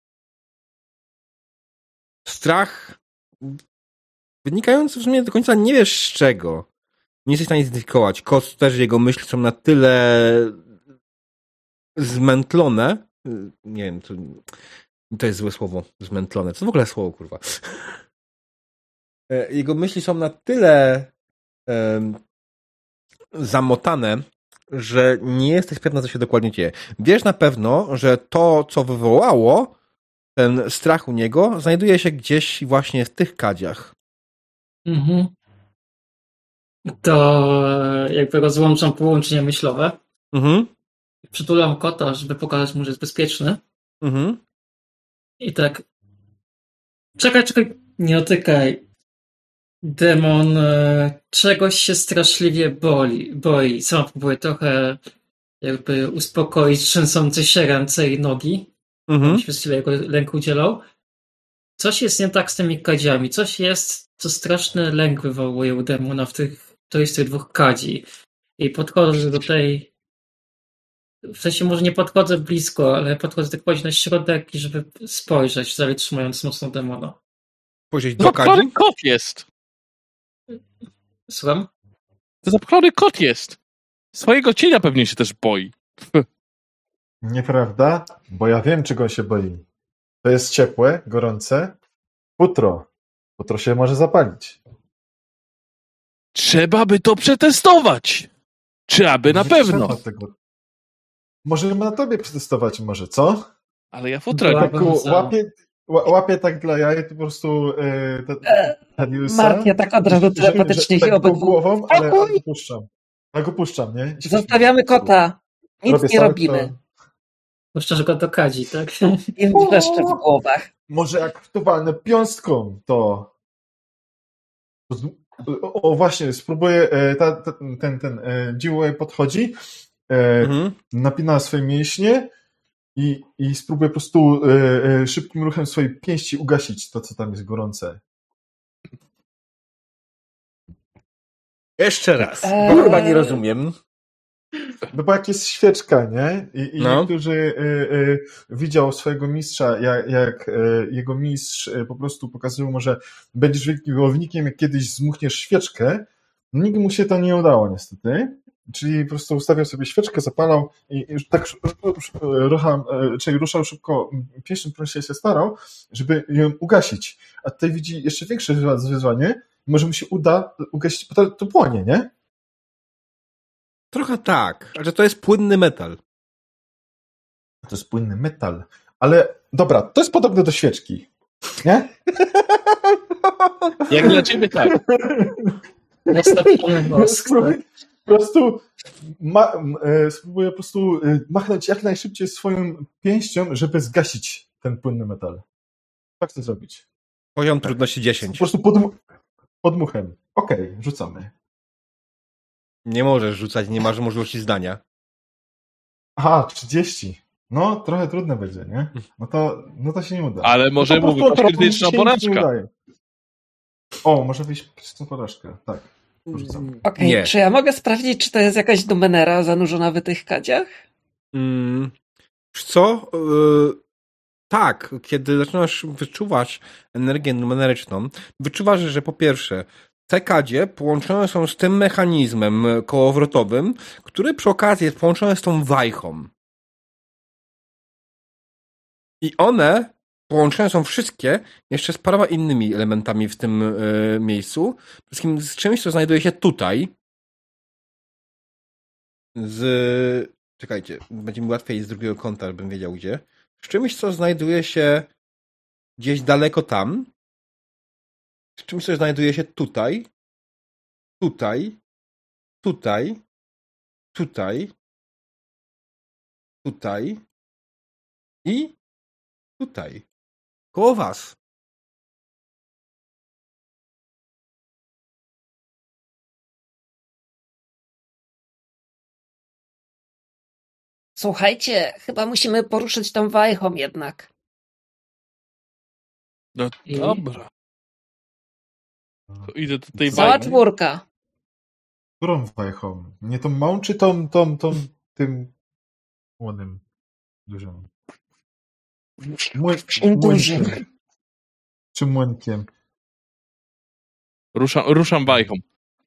Strach wynikający w sumie do końca nie wiesz z czego. Nie jesteś w stanie zidentyfikować. Kot też, jego myśli są na tyle zmętlone. Nie wiem, to jest złe słowo. Zmętlone. Co w ogóle słowo, kurwa? Jego myśli są na tyle zamotane, że nie jesteś pewna, co się dokładnie dzieje. Wiesz na pewno, że to, co wywołało ten strach u niego, znajduje się gdzieś właśnie w tych kadziach. Mhm. To jakby rozłączam połączenie myślowe. Mhm. Przytulam kota, żeby pokazać mu, że jest bezpieczny. Mhm. I tak. Czekaj, nie dotykaj. Demon czegoś się straszliwie boi. Sam próbuję trochę jakby uspokoić trzęsące się ręce i nogi. Mhm. Właściwie jego lęk udzielał. Coś jest nie tak z tymi kadziami. Coś jest, co straszny lęk wywołuje u demona to jest tych dwóch kadzi. I podchodzę do tej. W sensie może nie podchodzę blisko, ale podchodzę tak bardziej na środek, żeby spojrzeć, dalej trzymając mocno demona. Spojrzeć do Zapchlony kadzi? kot jest. Słucham? To zapchlony kot jest. Swojego cienia pewnie się też boi. Nieprawda? Bo ja wiem, czego on się boi. To jest ciepłe, gorące. Futro. Futro się może zapalić. Trzeba by to przetestować. Czy aby na Nie pewno. trzeba tego. Możemy na tobie przetestować może, co? Ale ja futra. Była- Taku, łapie, Łapię tak dla jaj, to po prostu Tadiusa. Martia tak od razu telepatycznie się tak głową, ale Spokój! go puszczam. Ale go puszczam, nie? Zostawiamy kota. Nic Robię nie tak, robimy. to Puszczasz go do kadzi, tak? Im wrzeszczy w głowach. może jak to walnę piąstką, to... O, właśnie, spróbuję... Ten Jiwei podchodzi, napina swoje mięśnie i spróbuję po prostu szybkim ruchem swojej pięści ugasić to, co tam jest gorące. Jeszcze raz, bo chyba nie rozumiem. No bo jak jest świeczka, nie? I niektórzy widział swojego mistrza, jak jego mistrz po prostu pokazywał mu, że będziesz wielkim wojownikiem, jak kiedyś zmuchniesz świeczkę. Nigdy mu się to nie udało niestety. Czyli po prostu ustawiał sobie świeczkę, zapalał i już tak ruszał szybko pięścią, którą się starał, żeby ją ugasić. A tutaj widzi jeszcze większe wyzwanie. Może mu się uda ugasić, bo to płonie, nie? Trochę tak, ale to jest płynny metal. To jest płynny metal. Ale dobra, to jest podobne do świeczki. Nie? Jak dla ciebie tak. Roztopiony wosk, tak? Po prostu spróbuję po prostu machnąć jak najszybciej swoją pięścią, żeby zgasić ten płynny metal. Tak chcę zrobić. Poziom trudności Po 10. prostu podmuchem. Okej, rzucamy. Nie możesz rzucać, nie masz możliwości zdania. Aha, 30. No, trochę trudne będzie, nie? No to się nie uda. Ale może po mówić prostu krytyczna się nic nie porażka. udaje. O, może wyjść krytyczna porażka, tak. Rzucam. Okej, Nie. czy ja mogę sprawdzić, czy to jest jakaś numenera zanurzona w tych kadziach? Wiesz co? Tak, kiedy zaczynasz wyczuwać energię numeryczną, wyczuwasz, że po pierwsze te kadzie połączone są z tym mechanizmem kołowrotowym, który przy okazji jest połączony z tą wajchą. I one połączone są wszystkie jeszcze z paroma innymi elementami w tym miejscu. Przede wszystkim z czymś, co znajduje się tutaj. Czekajcie, będzie mi łatwiej z drugiego kąta, żebym wiedział gdzie. Z czymś, co znajduje się gdzieś daleko tam. Z czymś, co znajduje się tutaj. Tutaj. Tutaj. Tutaj. Tutaj. I tutaj. Koło was. Słuchajcie, chyba musimy poruszyć tą wajchą jednak. No I- dobra. To idę do tej Cała bajki. czwórka. Którą wajchą? Nie tą małą, czy tym młodym, dużym? Młynkiem. Czy młynkiem? Ruszam bajką.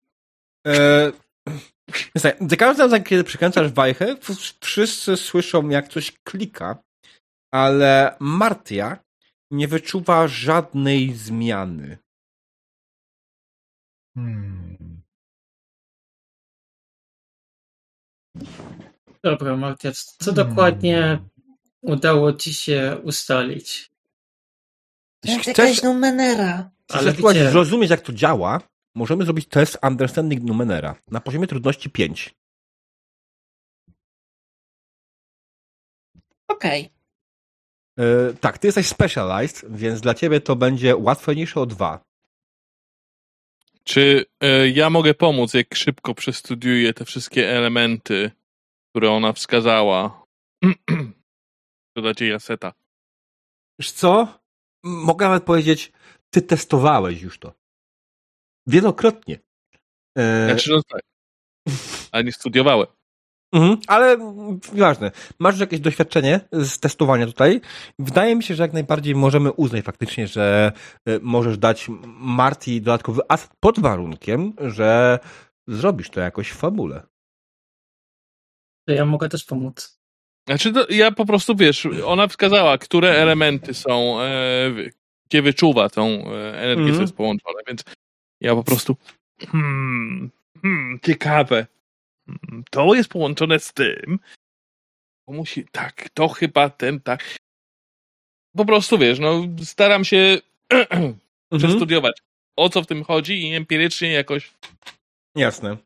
Za każdym razem, kiedy przykręcasz wajchę, wszyscy słyszą, jak coś klika, ale Martia nie wyczuwa żadnej zmiany. Dobra, Martia, co dokładnie udało ci się ustalić? To jest Chcesz- jakaś numenera. Ale Chcesz wiecie, zrozumieć, jak to działa? Możemy zrobić test Understanding Numenera na poziomie trudności 5. Okej. Tak, ty jesteś specialized, więc dla ciebie to będzie łatwiejsze o 2. Czy ja mogę pomóc, jak szybko przestudiuję te wszystkie elementy, które ona wskazała? To dla ciebie Jaseta. Wiesz co? Mogę nawet powiedzieć, ty testowałeś już to. Wielokrotnie. Znaczy, no tak. Ale nie studiowałem. Ale nieważne. Masz już jakieś doświadczenie z testowania tutaj. Wydaje mi się, że jak najbardziej możemy uznać faktycznie, że możesz dać Martii dodatkowy aset pod warunkiem, że zrobisz to jakoś w fabule. to ja mogę też pomóc. Znaczy, ja po prostu, wiesz, ona wskazała, które elementy są, gdzie wyczuwa tą energię, co jest połączone, więc ja po prostu ciekawe. To jest połączone z tym. To musi, tak, to chyba ten, tak. po prostu, wiesz, no staram się przestudiować, o co w tym chodzi i empirycznie jakoś Jasne.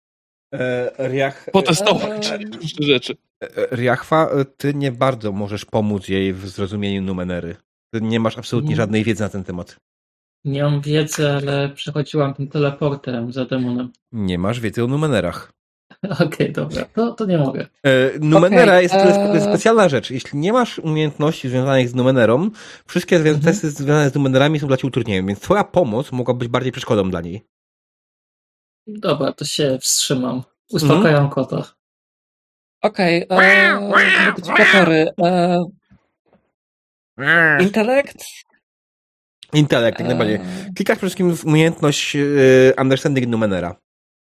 potestować rzeczy. Riachwa, ty nie bardzo możesz pomóc jej w zrozumieniu Numenery. Ty nie masz absolutnie żadnej wiedzy na ten temat. Nie mam wiedzy, ale przechodziłam tym teleportem za demonem. Nie masz wiedzy o Numenerach. Okej, dobra, to nie mogę. Numenera jest specjalna rzecz. Jeśli nie masz umiejętności związanych z Numenerą, wszystkie testy związane z Numenerami są dla ciebie utrudnieniem, więc twoja pomoc mogła być bardziej przeszkodą dla niej. Dobra, to się wstrzymam. Uspokajam kota. Okej, modyfikatory. Intelekt? Intelekt, jak najbardziej. Klikasz przede wszystkim w umiejętność Understanding Numenera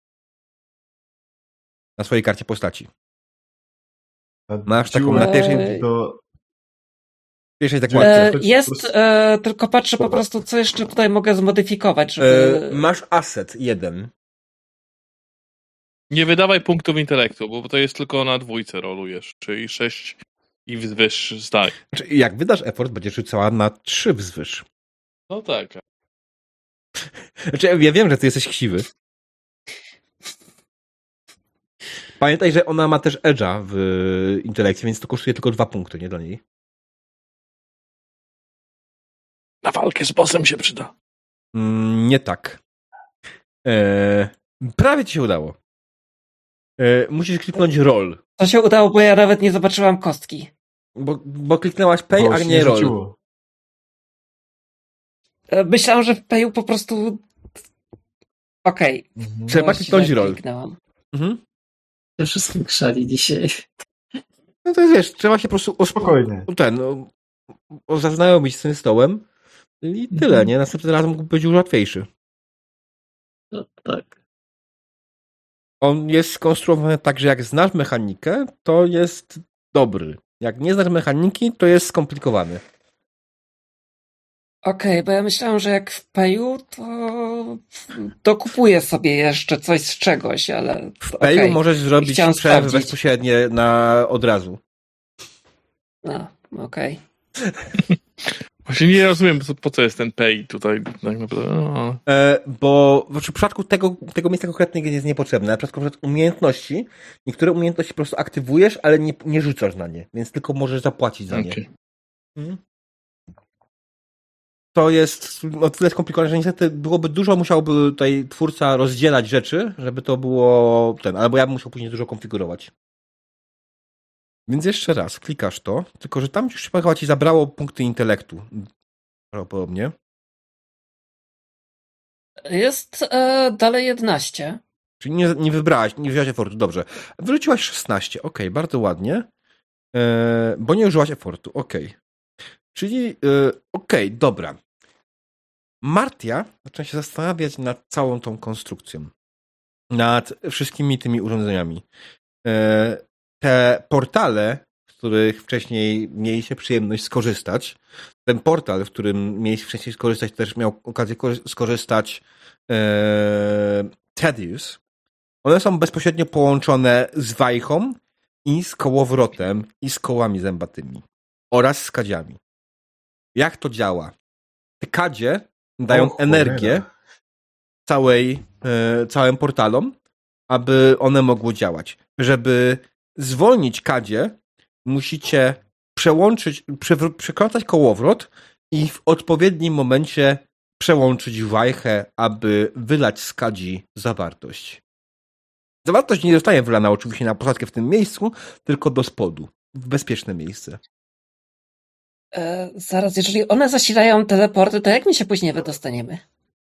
na swojej karcie postaci. Masz taką na pierwszej zakładce. Jest, tylko patrzę po prostu, co jeszcze tutaj mogę zmodyfikować, żeby... Masz asset 1. Nie wydawaj punktów intelektu, bo to jest tylko na 2 rolujesz, czyli 6 i wzwyż zdaj. Znaczy, jak wydasz effort, będziesz rzucała na 3 wzwyż. No tak. Znaczy, ja wiem, że ty jesteś chciwy. Pamiętaj, że ona ma też edge'a w intelekcie, więc to kosztuje tylko 2 punkty, nie dla niej. Na walkę z bossem się przyda. Nie tak. Prawie ci się udało. Musisz kliknąć roll. To się udało, bo ja nawet nie zobaczyłam kostki. Bo kliknęłaś pay, a nie roll. Myślałam, że w payu po prostu... Okej. Trzeba kliknąć roll. Te wszystkie krzali dzisiaj. No to jest, wiesz, trzeba się po prostu spokojnie. zaznajomić z tym stołem i tyle, nie? Następnym razem mógł być już łatwiejszy. No, tak. On jest skonstruowany tak, że jak znasz mechanikę, to jest dobry. Jak nie znasz mechaniki, to jest skomplikowany. Okej, bo ja myślałam, że jak w payu, to dokupuję sobie jeszcze coś z czegoś, ale... W payu możesz zrobić przerwy bezpośrednie od razu. No, okej. Właśnie nie rozumiem, po co jest ten pay tutaj tak naprawdę. Bo w przypadku tego miejsca konkretnego jest niepotrzebne. Na przykład umiejętności. Niektóre umiejętności po prostu aktywujesz, ale nie rzucasz na nie, więc tylko możesz zapłacić za nie. To jest o tyle skomplikowane, że niestety byłoby dużo, musiałby tutaj twórca rozdzielać rzeczy, żeby to było albo ja bym musiał później dużo konfigurować. Więc jeszcze raz, klikasz to, tylko że tam już chyba ci zabrało punkty intelektu. Prawdopodobnie. Jest dalej 11. Czyli nie wybrałaś, nie wziąłaś effortu, dobrze. Wyrzuciłaś 16, okej, bardzo ładnie. Bo nie użyłaś effortu, okej. Czyli, dobra. Martia zaczyna się zastanawiać nad całą tą konstrukcją. Nad wszystkimi tymi urządzeniami. Te portale, z których wcześniej mieliście przyjemność skorzystać, ten portal, w którym mieliście wcześniej skorzystać, też miał okazję skorzystać Thaddeus, one są bezpośrednio połączone z wajchą i z kołowrotem i z kołami zębatymi oraz z kadziami. Jak to działa? Te kadzie dają energię całym portalom, aby one mogły działać. Żeby zwolnić kadzie, musicie przekręcać kołowrot i w odpowiednim momencie przełączyć wajchę, aby wylać z kadzi zawartość. Zawartość nie zostaje wylana oczywiście na posadzkę w tym miejscu, tylko do spodu, w bezpieczne miejsce. Zaraz, jeżeli one zasilają teleporty, to jak my się później wydostaniemy?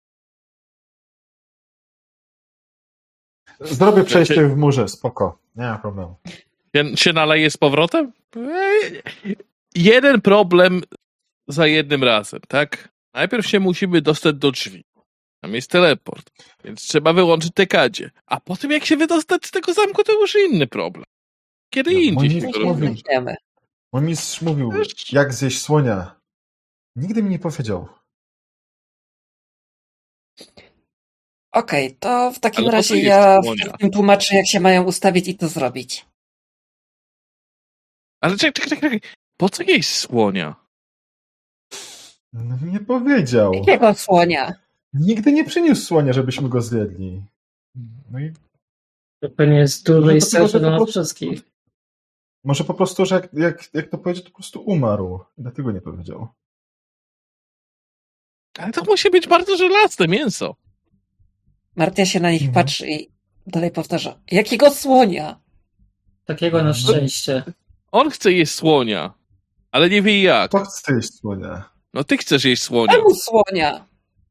Zrobię przejście w murze, spoko. Nie ma problemu. Się naleje z powrotem? Jeden problem za jednym razem, tak? Najpierw się musimy dostać do drzwi. Tam jest teleport, więc trzeba wyłączyć te kadzie. A potem jak się wydostać z tego zamku, to już inny problem. Kiedy indziej się to robi. Mój mistrz mówił, jak zjeść słonia. Nigdy mi nie powiedział. Okej, to w takim razie ja im tłumaczę, jak się mają ustawić i to zrobić. Ale czekaj. Po co jeść słonia? No nie powiedział. Jakiego słonia? Nigdy nie przyniósł słonia, żebyśmy go zjedli. No i To pewnie jest duży No i to tylko, że straszny po dla nas prostu- wszystkich. może po prostu, że jak to powiedział, to po prostu umarł. Dlatego nie powiedział. Ale to musi być bardzo żelazne mięso. Martia się na nich Mhm. patrzy i dalej powtarza. Jakiego słonia? Takiego na szczęście. On chce jeść słonia, ale nie wie jak. Kto chce jeść słonia? No ty chcesz jeść słonia. Czemu słonia?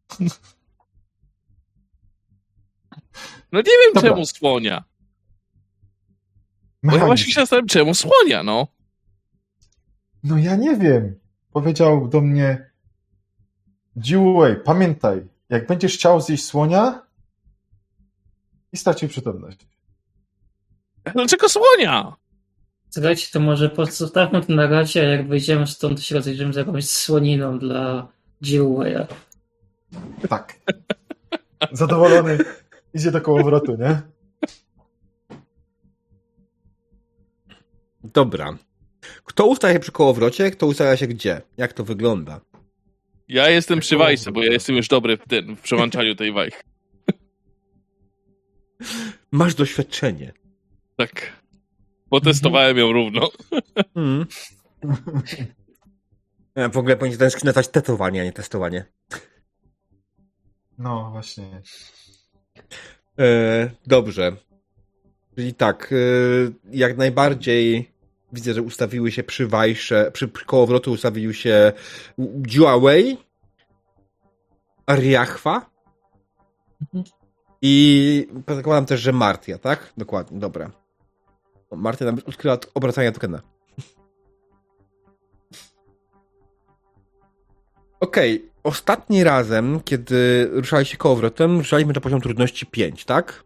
No nie wiem Dobra. czemu słonia. Bo ja Mechanizm. właśnie się zastanawiam, czemu słonia, no. No ja nie wiem. Powiedział do mnie Jiwei, pamiętaj, jak będziesz chciał zjeść słonia i stracił przytomność. Dlaczego słonia? Słuchajcie, to może postawmy to na razie, a jak wyjdziemy stąd, to się rozejrzymy z jakąś słoniną dla Jiwei'a. Tak. Zadowolony idzie do kołowrotu, nie? Dobra. Kto ustawia się przy kołowrocie, kto ustawia się gdzie? Jak to wygląda? Ja jestem przy wajce, bo ja jestem już dobry w przełączaniu tej wajchy. Masz doświadczenie. Tak. Potestowałem ją równo. Mm. Ja w ogóle powinien ten screen nazwać tetowanie, a nie testowanie. No, właśnie. Dobrze. Czyli tak, jak najbardziej widzę, że ustawiły się przy wajsze, przy kołowrotu ustawił się Jiawei, Ariachwa i zakładam też, że Martia, tak? Dokładnie, dobra. Martia nawet odkryła obracania tokena. Okej, ostatni razem, kiedy ruszaliście kołowrotem, ruszaliśmy na poziom trudności 5, tak?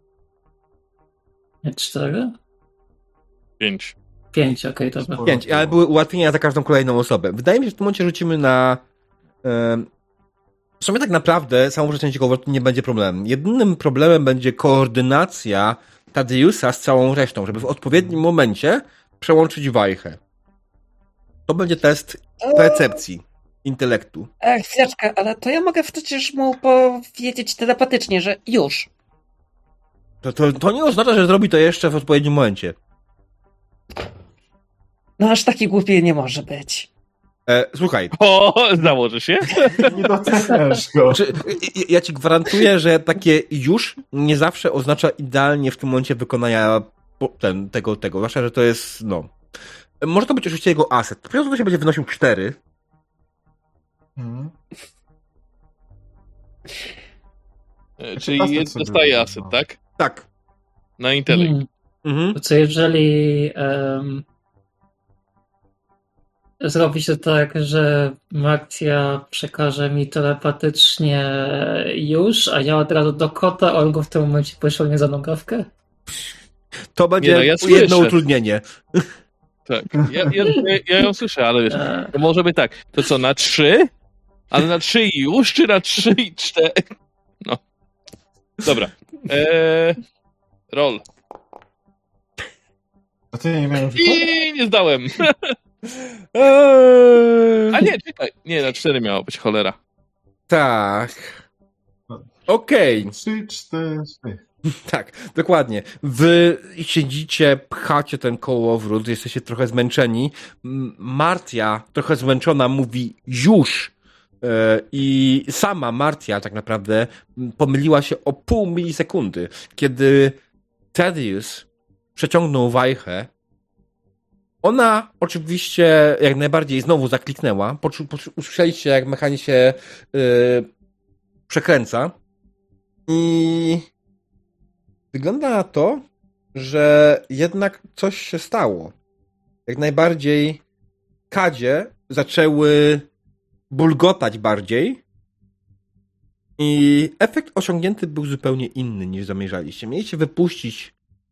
Nie 4? 5. 5, okej, dobra. 5, ale były ułatwienia za każdą kolejną osobę. Wydaje mi się, że w tym momencie rzucimy na... W sumie tak naprawdę samo przecięcie kołowrotu nie będzie problemem. Jedynym problemem będzie koordynacja Tadeusa z całą resztą, żeby w odpowiednim momencie przełączyć wajchę. To będzie test percepcji, intelektu. Chwileczkę, ale to ja mogę przecież mu powiedzieć telepatycznie, że już. To nie oznacza, że zrobi to jeszcze w odpowiednim momencie. No aż taki głupi nie może być. Słuchaj, O, założę się. Nie doceniasz go. ja ci gwarantuję, że takie już nie zawsze oznacza idealnie w tym momencie wykonania tego. Zwłaszcza, że to jest, no... Może to być oczywiście jego aset. Pierwszy się będzie wynosił 4. Mhm. Czyli aset sobie dostaje wybrał, aset, no. tak? Tak. Na intelekt. Mhm. To co jeżeli zrobi się tak, że Martia przekaże mi telepatycznie już, a ja od razu do kota, a on go w tym momencie pociągnie za nogawkę? To będzie Nie, no, ja jedno słyszę. utrudnienie. Tak. Ja ją słyszę, ale wiesz, to może być tak. To co, na 3? Ale na 3 już, czy na 3 i 4? No. Dobra. Roll. A ty nie miałem rzutu? I nie zdałem. A nie, czekaj. Nie, na 4 miało być, cholera. Tak. Okej. 3, 4. Tak, dokładnie. Wy siedzicie, pchacie ten kołowrót, jesteście trochę zmęczeni. Martia, trochę zmęczona, mówi już. I sama Martia tak naprawdę pomyliła się o pół milisekundy. Kiedy Thaddeus przeciągnął wajchę, ona oczywiście jak najbardziej znowu zakliknęła. Usłyszeliście, jak mechanizm się przekręca. I wygląda na to, że jednak coś się stało. Jak najbardziej kadzie zaczęły bulgotać bardziej i efekt osiągnięty był zupełnie inny niż zamierzaliście. Mieliście wypuścić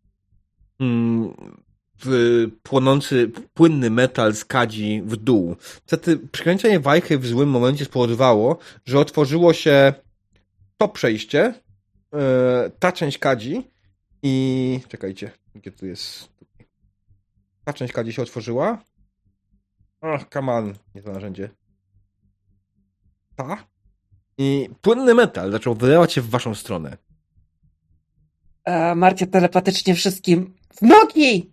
płonący, płynny metal z kadzi w dół. Niestety przykręcenie wajchy w złym momencie spowodowało, że otworzyło się to przejście, ta część kadzi i... Czekajcie, gdzie tu jest? Ta część kadzi się otworzyła. Ach, come on, nie to narzędzie. Ta? I płynny metal zaczął wylewać się w waszą stronę. Marcia telepatycznie wszystkim w nogi!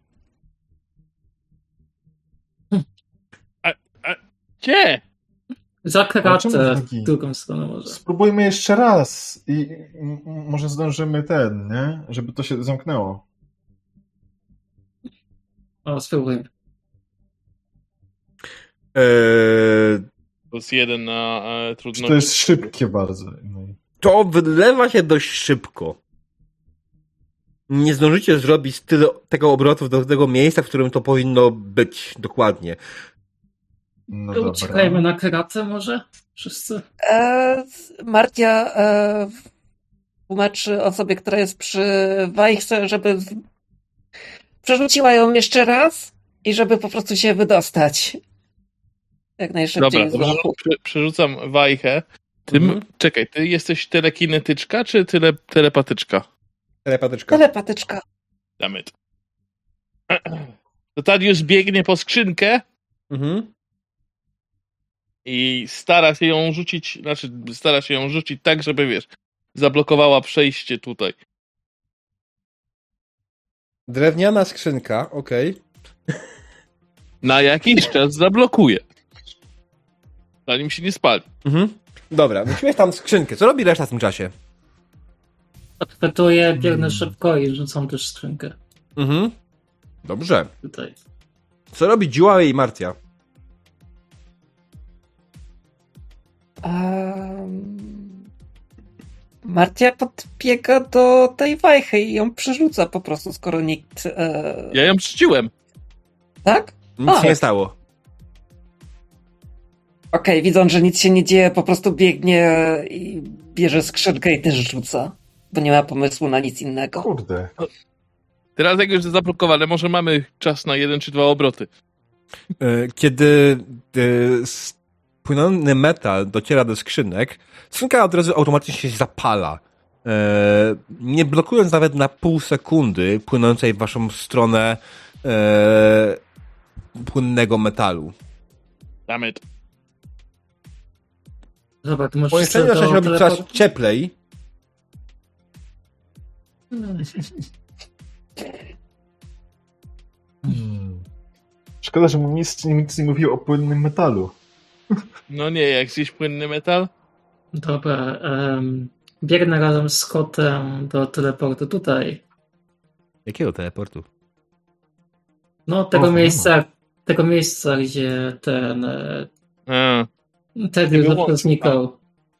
Gdzie? Za Ale czemu kratę nogi? w drugą stronę może. Spróbujmy jeszcze raz i może zdążymy nie? Żeby to się zamknęło. O, spróbujmy. +1 na Czy trudność. to jest szybkie bardzo? No i... To wylewa się dość szybko. Nie zdążycie zrobić tyle tego obrotów do tego miejsca, w którym to powinno być dokładnie. No dobra. Uciekajmy na kratę może? Wszyscy? Marcia tłumaczy osobie, która jest przy wajchce, żeby przerzuciła ją jeszcze raz i żeby po prostu się wydostać. Jak najszybciej Dobra, z łapu. przerzucam wajchę. Czekaj, ty jesteś telekinetyczka czy telepatyczka? Telepatyczka. Telepatyczka. Dammit. To Tadiusz biegnie po skrzynkę i stara się ją rzucić tak, żeby, wiesz, zablokowała przejście tutaj. Drewniana skrzynka, okej. Na jakiś czas zablokuje. Zanim się nie spali. Dobra, musimy tam skrzynkę. Co robi reszta w tym czasie? Odpetuję, biegnę szybko i rzucam też skrzynkę. Dobrze. Tutaj. Co robi Dziła i Marcia? Marcia podbiega do tej wajchy i ją przerzuca po prostu, skoro nikt... Ja ją rzuciłem. Tak? Nic się nie stało. Okej, widząc, że nic się nie dzieje, po prostu biegnie i bierze skrzynkę i też rzuca, bo nie ma pomysłu na nic innego. Kurde. Teraz jak już jest zablokowane, może mamy czas na 1 czy 2 obroty. Kiedy płynący metal dociera do skrzynek, skrzynka od razu automatycznie się zapala. Nie blokując nawet na pół sekundy płynącej w waszą stronę płynnego metalu. Dammit. Dobra, ty możesz Pomieszczenie zaczyna się robić coraz cieplej. Szkoda, że mu nic nie mówił o płynnym metalu. No nie, jak zjeść płynny metal? Dobra, biegnę razem z Scottem do teleportu tutaj. Jakiego teleportu? No, tego miejsca, gdzie ten Teddy zawsze znikał.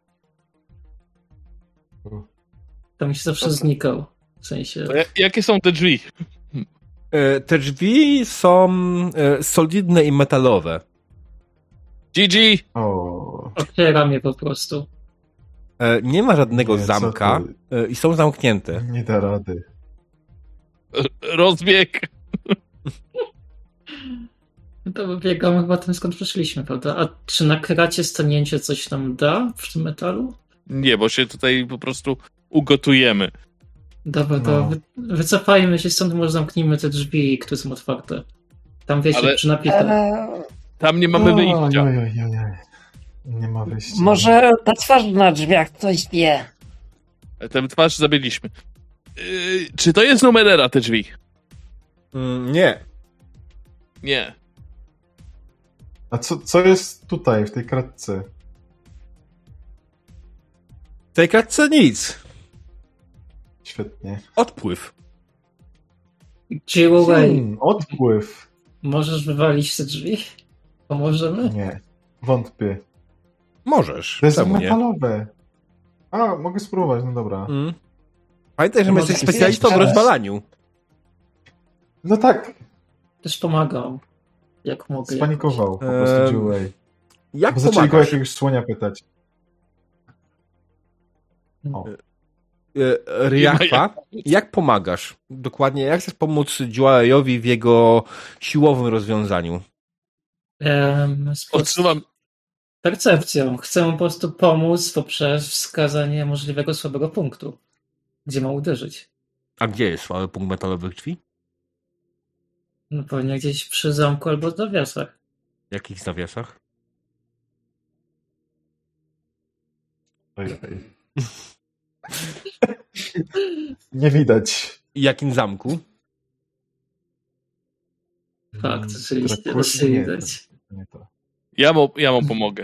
Tam się zawsze znikał. W sensie... Jakie są te drzwi? Te drzwi są solidne i metalowe. GG! Otwieram je po prostu. Nie ma żadnego Nie, zamka i są zamknięte. Nie da rady. Rozbieg! To biegamy chyba tam, skąd przyszliśmy, prawda? A czy na kracie stanięcie coś nam da w tym metalu? Nie, bo się tutaj po prostu ugotujemy. Dobra, to wycofajmy się stąd, może zamknijmy te drzwi, które są otwarte. Tam wiecie, Ale- przy napitach. Tam nie mamy wyjścia. Nie ma wyjścia. Może ta twarz na drzwiach coś wie. Tę twarz zabiliśmy. Czy to jest numerera, te drzwi? Nie. Nie. A co jest tutaj, w tej kratce? W tej kratce nic. Świetnie. Odpływ. Jewelry, Odpływ. możesz wywalić te drzwi? Pomożemy? Nie. Wątpię. Możesz. To jest Czemu nie? metalowe. A, mogę spróbować, no dobra. Pamiętaj, że Może jesteś jakieś specjalistą w jeszcze raz. rozwalaniu. No tak, Też pomagam. Jak mogę. spanikował po prostu Jewel. Jak Bo zaczęli go pomagasz? jakiegoś słonia pytać. O. Riafa, jak pomagasz? Dokładnie, jak chcesz pomóc Joajowi w jego siłowym rozwiązaniu? Odsuwam. Percepcją. Chcę mu po prostu pomóc poprzez wskazanie możliwego słabego punktu, gdzie ma uderzyć. A gdzie jest słaby punkt metalowych drzwi? No pewnie gdzieś przy zamku albo w zawiasach. W jakich zawiasach? Ojej. Nie widać. Jakim zamku? Fakt, rzeczywiście, Brakuje- też się nie, widać. Nie to. Ja mu pomogę.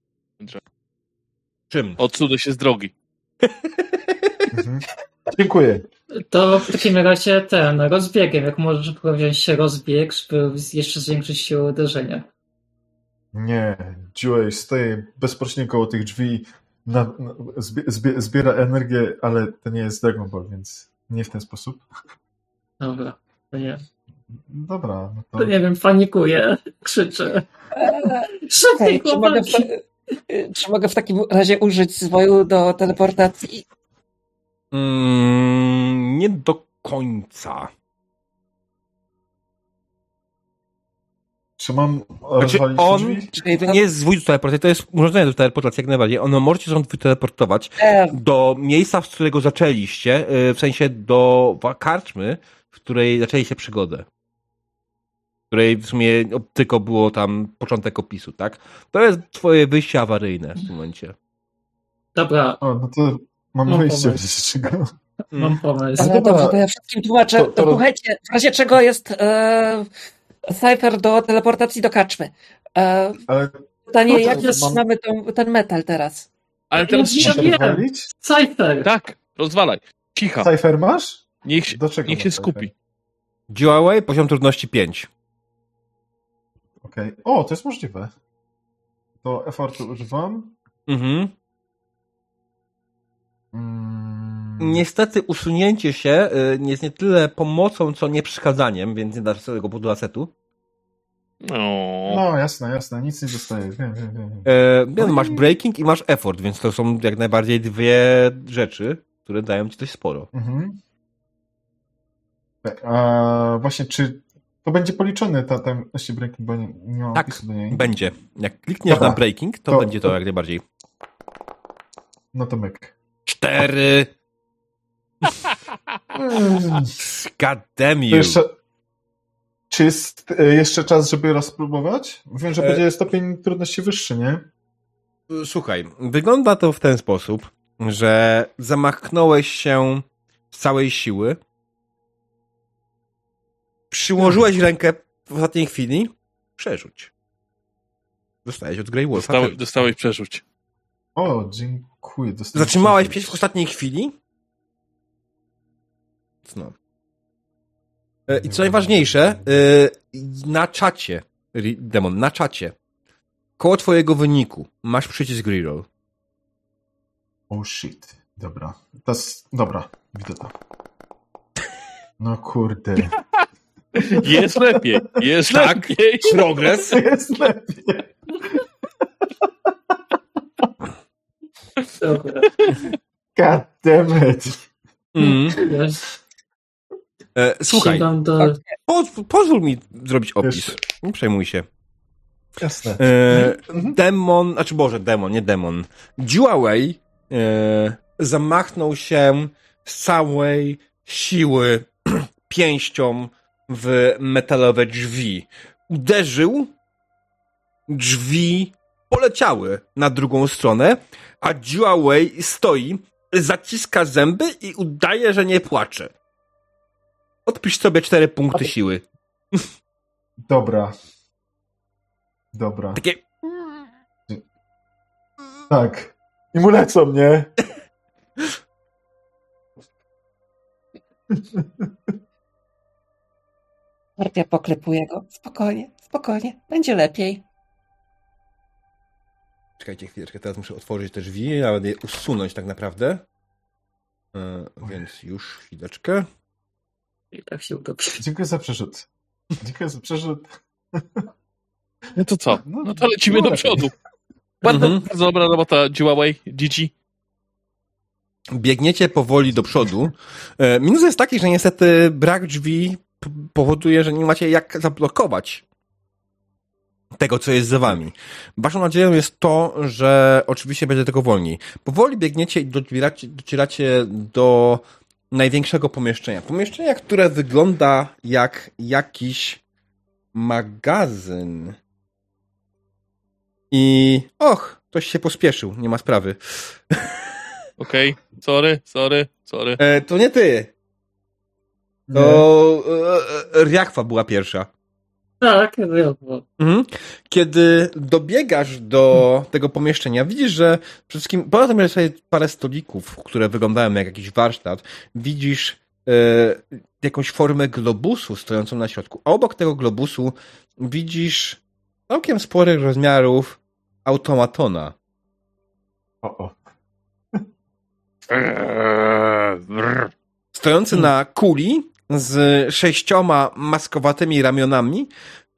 Czym? Odsunę się z drogi. Mhm. Dziękuję. To w takim razie rozbiegiem, jak możesz wziąć się rozbieg, żeby jeszcze zwiększyć siłę uderzenia. Nie, Joey stoję bezpośrednio koło tych drzwi, zbiera energię, ale to nie jest Dragon Ball, więc nie w ten sposób. Dobra, to nie. Dobra, no To to... nie wiem, panikuję, krzyczę. Szybciej, Hej, chłopaki! czy mogę w takim razie użyć zwoju do teleportacji? Nie do końca. Czy mam Znaczy rozwalić on, drzwi? czyli to nie jest zwój do teleportacji, to jest urządzenie do teleportacji jak najbardziej. Ono możecie stąd wyteleportować do miejsca, z którego zaczęliście, w sensie do karczmy, w której zaczęliście przygodę. W której w sumie tylko było tam początek opisu, tak? To jest twoje wyjście awaryjne w tym momencie. Dobra, O, no to mam Mam wyjście pomysł. z czego. mam pomysł. Ale dobra. dobrze, to ja wszystkim tłumaczę. To- Słuchajcie, w razie czego jest cypher do teleportacji do kaczmy. Ale Pytanie, to jak mam- mamy ten metal teraz? Ale teraz Ja cicho. wiem. rozwalić? Cypher! Tak, rozwalaj. Cicha. Cypher masz? Niech Do czego się masz skupi. cypher? Dualway, poziom trudności 5. Okej. O, to jest możliwe. To effortu używam. Mhm. Mm, Niestety usunięcie się jest nie tyle pomocą, co nieprzeszkadzaniem, więc nie dasz sobie tego do asetu. No, jasne, nic nie dostaję. Wiem. Masz breaking i masz effort, więc to są jak najbardziej dwie rzeczy, które dają ci dość sporo. Mhm. Tak, a właśnie, czy to będzie policzony ta breaking, bo nie mam Tak, opisu do niej. będzie. Jak klikniesz Dobra. na breaking, to To- będzie to jak najbardziej. No to myk. 4! God damn To you. jeszcze... Czy jest jeszcze czas, żeby raz spróbować? Wiem, że będzie stopień trudności wyższy, nie? Słuchaj, wygląda to w ten sposób, że zamachnąłeś się z całej siły, przyłożyłeś rękę w ostatniej chwili, przerzuć. Dostałeś od Grey Wolfa. Dostałeś przerzuć. O, dziękuję. Dostałem Zatrzymałeś przerzuć. pięć w ostatniej chwili. No. I co najważniejsze, na czacie, Demon, na czacie, koło twojego wyniku masz przycisk reroll. Oh shit. Dobra. Dobra, widzę to. No kurde. Jest lepiej. Jest Tak. lepiej. Progres. Jest lepiej. Dobra. God damn it. Jest. Słuchaj, Sięgam do... pozwól mi zrobić opis. Jeszcze. Nie przejmuj się. Jasne. Nie demon. Dualway zamachnął się z całej siły pięścią w metalowe drzwi. Uderzył, drzwi poleciały na drugą stronę, a Dualway stoi, zaciska zęby i udaje, że nie płacze. Odpisz sobie 4 punkty siły. Dobra. Takie... Tak. I mu lecą, nie? Partia poklepuje go. Spokojnie. Będzie lepiej. Czekajcie chwileczkę, teraz muszę otworzyć te drzwi, a je usunąć tak naprawdę. Więc już chwileczkę. I tak się uda. Dziękuję za przerzut. No to co? No, No to lecimy do lepiej. przodu. Bardzo dobra robota, Dualway, GG. Biegniecie powoli do przodu. Minus jest taki, że niestety brak drzwi powoduje, że nie macie jak zablokować tego, co jest za wami. Waszą nadzieją jest to, że oczywiście będzie tego wolniej. Powoli biegniecie i docieracie do największego pomieszczenia. Pomieszczenia, które wygląda jak jakiś magazyn. I ktoś się pospieszył, nie ma sprawy. Okej, sorry. To nie ty. To Riachwa była pierwsza. Tak, wiadomo. Kiedy dobiegasz do tego pomieszczenia, widzisz, że przede wszystkim, poza tym, że sobie parę stolików, które wyglądają jak jakiś warsztat, widzisz jakąś formę globusu stojącą na środku. A obok tego globusu widzisz całkiem sporych rozmiarów automatona. Stojący na kuli z 6 maskowatymi ramionami,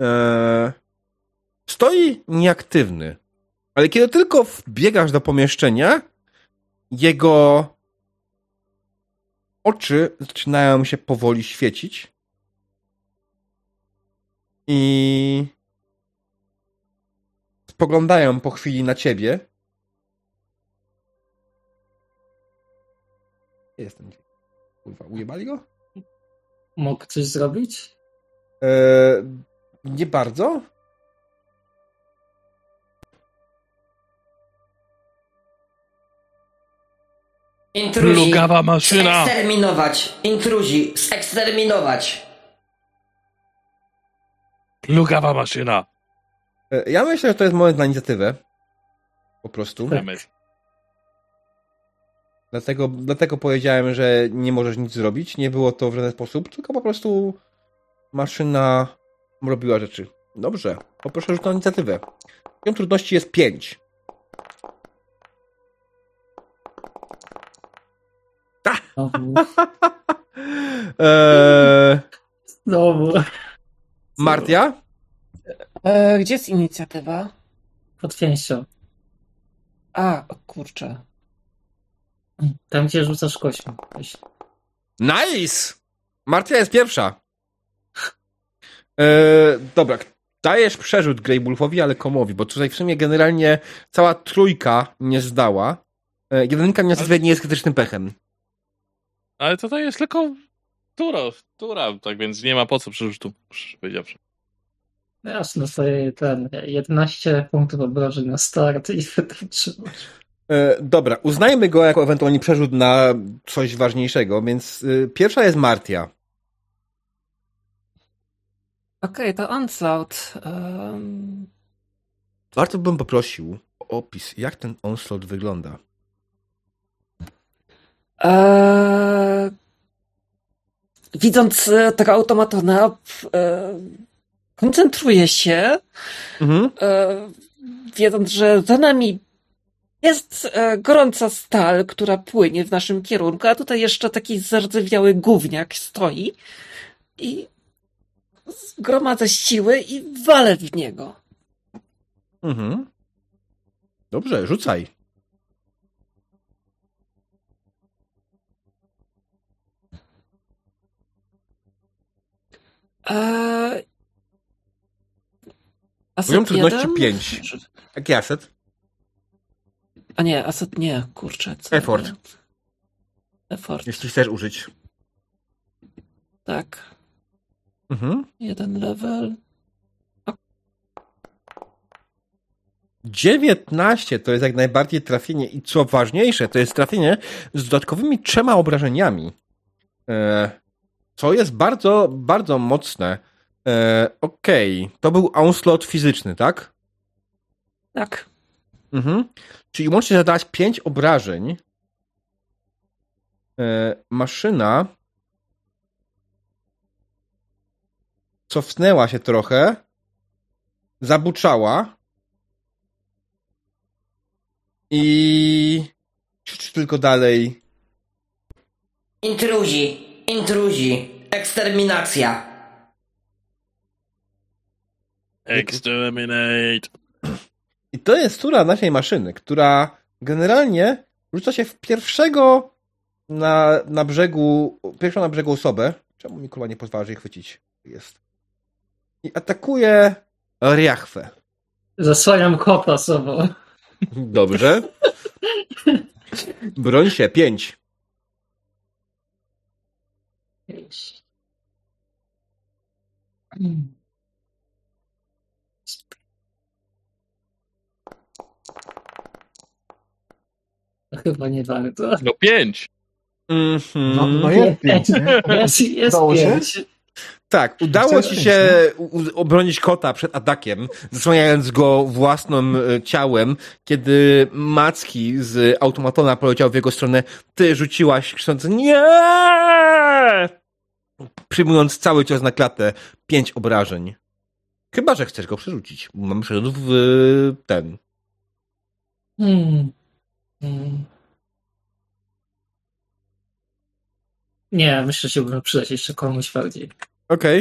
stoi nieaktywny. Ale kiedy tylko wbiegasz do pomieszczenia, jego oczy zaczynają się powoli świecić i spoglądają po chwili na ciebie. Jestem. Kurwa, ujebali go? Mógł coś zrobić? Nie bardzo. Intruzi. Plugawa maszyna. Eksterminować. Intruzi. Eksterminować. Plugawa maszyna. Ja myślę, że to jest moment na inicjatywę. Po prostu. Damage. Dlatego powiedziałem, że nie możesz nic zrobić. Nie było to w żaden sposób, tylko po prostu maszyna robiła rzeczy. Dobrze. Poproszę rzut na inicjatywę. Poziom trudności jest 5. Znowu. Martia? Gdzie jest inicjatywa? Pod pięścią. O kurczę. Tam, gdzie rzucasz kośćmi. Nice! Martia jest pierwsza. Dobra. Dajesz przerzut Greywolfowi, ale komowi, bo tutaj w sumie generalnie cała trójka nie zdała. Jedynka niestety nie jest krytycznym pechem. Ale to jest tylko tura, tak więc nie ma po co przerzutu, szczerze powiedziawszy. Jasne, sobie 11 punktów obrażeń na start i tam trzymasz. Dobra, uznajmy go jako ewentualnie przerzut na coś ważniejszego, więc pierwsza jest Martia. Okej, to Onslaught. Bardzo bym poprosił o opis, jak ten onslaught wygląda. Widząc tego automatona, koncentruję się, wiedząc, że za nami jest gorąca stal, która płynie w naszym kierunku, a tutaj jeszcze taki zardzewiały gówniak stoi i zgromadzę siły i walę w niego. Dobrze, rzucaj. Poziom trudności 5. Jaki aset? A nie, aset nie, kurczę. Effort. Effort. Jeśli chcesz użyć. Tak. Jeden level. 19 to jest jak najbardziej trafienie i co ważniejsze, to jest trafienie z dodatkowymi 3 obrażeniami. Co jest bardzo, bardzo mocne. Okej. To był onslaught fizyczny, tak? Tak. Czyli łącznie zadałaś 5 obrażeń. Maszyna cofnęła się trochę, zabuczała i krzyczy tylko dalej. Intruzi. Eksterminacja. Exterminate. I to jest tura naszej maszyny, która generalnie rzuca się w pierwszego na brzegu, pierwszą na brzegu osobę. Czemu mi kurwa nie pozwala jej chwycić? Jest. I atakuje Riachwę. Zasłaniam kopa sobą. Dobrze. Broń się, 5. chyba nie warto. No 5. No jest 5, nie? Jest Udało się? 5. Tak, udało ci się obronić kota przed atakiem, zasłaniając go własnym ciałem, kiedy Macki z automatona poleciał w jego stronę. Ty rzuciłaś krzycząc nie! Przyjmując cały cios na klatę. 5 obrażeń. Chyba że chcesz go przerzucić. Mam przerzut w ten. Nie, myślę, że może przydać jeszcze komuś bardziej. Okej.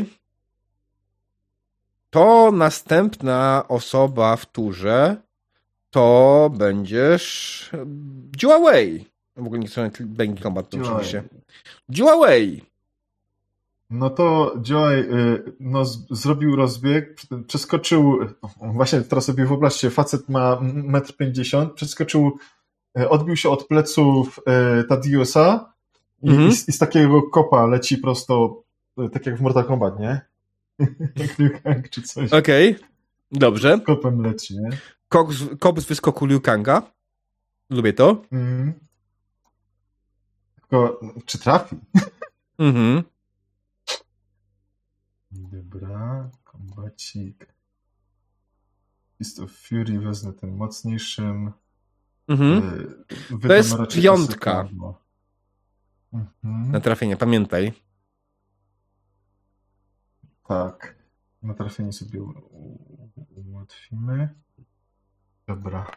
To następna osoba w turze to będziesz Jiawei. W ogóle nie chcę Banking Combat, to oczywiście. Jiawei. No to Joy zrobił rozbieg, przeskoczył, właśnie teraz sobie wyobraźcie, facet ma 1,50 m, przeskoczył, odbił się od pleców Tadiusa i z takiego kopa leci prosto, tak jak w Mortal Kombat, nie? Jak Liu Kang czy coś. Okej. Dobrze. Kopem leci, nie? Kop z wyskoku Liu Kanga. Lubię to. Tylko, czy trafi? Mhm. Dobra, kombacik. Fist of Fury wezmę tym mocniejszym. To jest 5 na trafienie, pamiętaj. Tak. Na trafienie sobie ułatwimy. Dobra.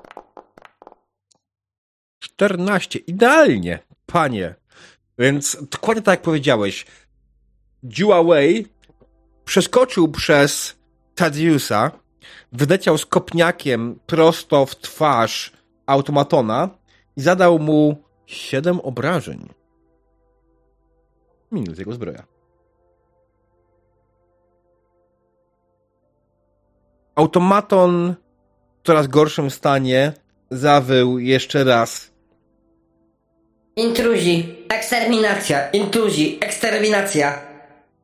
14. Idealnie, panie. Więc dokładnie tak jak powiedziałeś. Jiawei przeskoczył przez Tadiusa, wyleciał z kopniakiem prosto w twarz automatona i zadał mu 7 obrażeń. Minus jego zbroja. Automaton w coraz gorszym stanie zawył jeszcze raz. Intruzi, eksterminacja, intruzi, eksterminacja.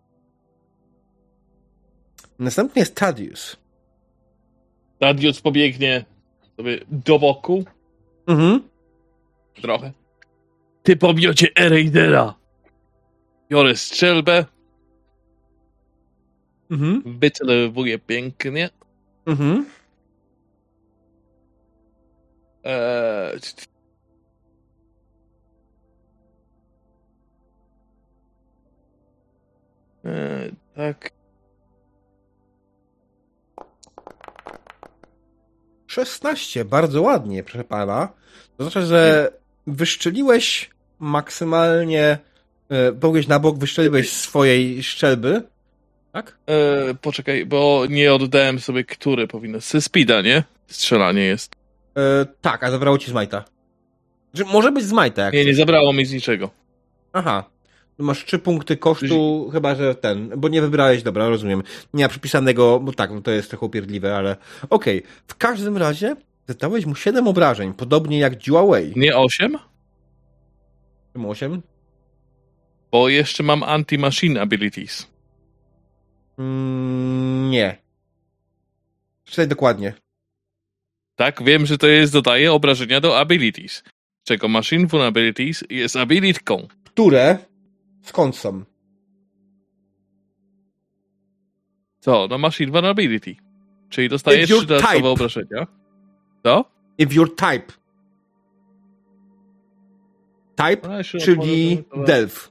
Następnie jest Tadius. Tadius pobiegnie sobie do boku. Trochę. Ty pomiocie Ereidera. Biorę strzelbę. Wycelowuję pięknie. Tak. 16, bardzo ładnie, proszę pana. To znaczy, że wyszczeliłeś maksymalnie, pobiegłeś na bok, wyszczeliłeś swojej szczelby, tak? Poczekaj, bo nie oddałem sobie, który powinno. Ze speeda, nie? Strzelanie jest. Tak, a zabrało ci z Majta. Może być z Majta, jak Nie zabrało mi z niczego. Aha. Masz 3 punkty kosztu, chyba że bo nie wybrałeś, dobra, rozumiem. Nie ma przypisanego, bo tak, to jest trochę upierdliwe, ale okej. W każdym razie zadałeś mu 7 obrażeń, podobnie jak Jiawei. Nie 8? Czemu 8? Bo jeszcze mam anti-machine abilities. Nie. Przeczytaj dokładnie. Tak, wiem, że to dodaje obrażenia do abilities. Czego machine vulnerabilities jest abilitką. Które? Skąd są? Co? No machine vulnerability. Czyli dostajesz 3 dodatkowe obrażenia. Co? If your type. Type, czyli delve.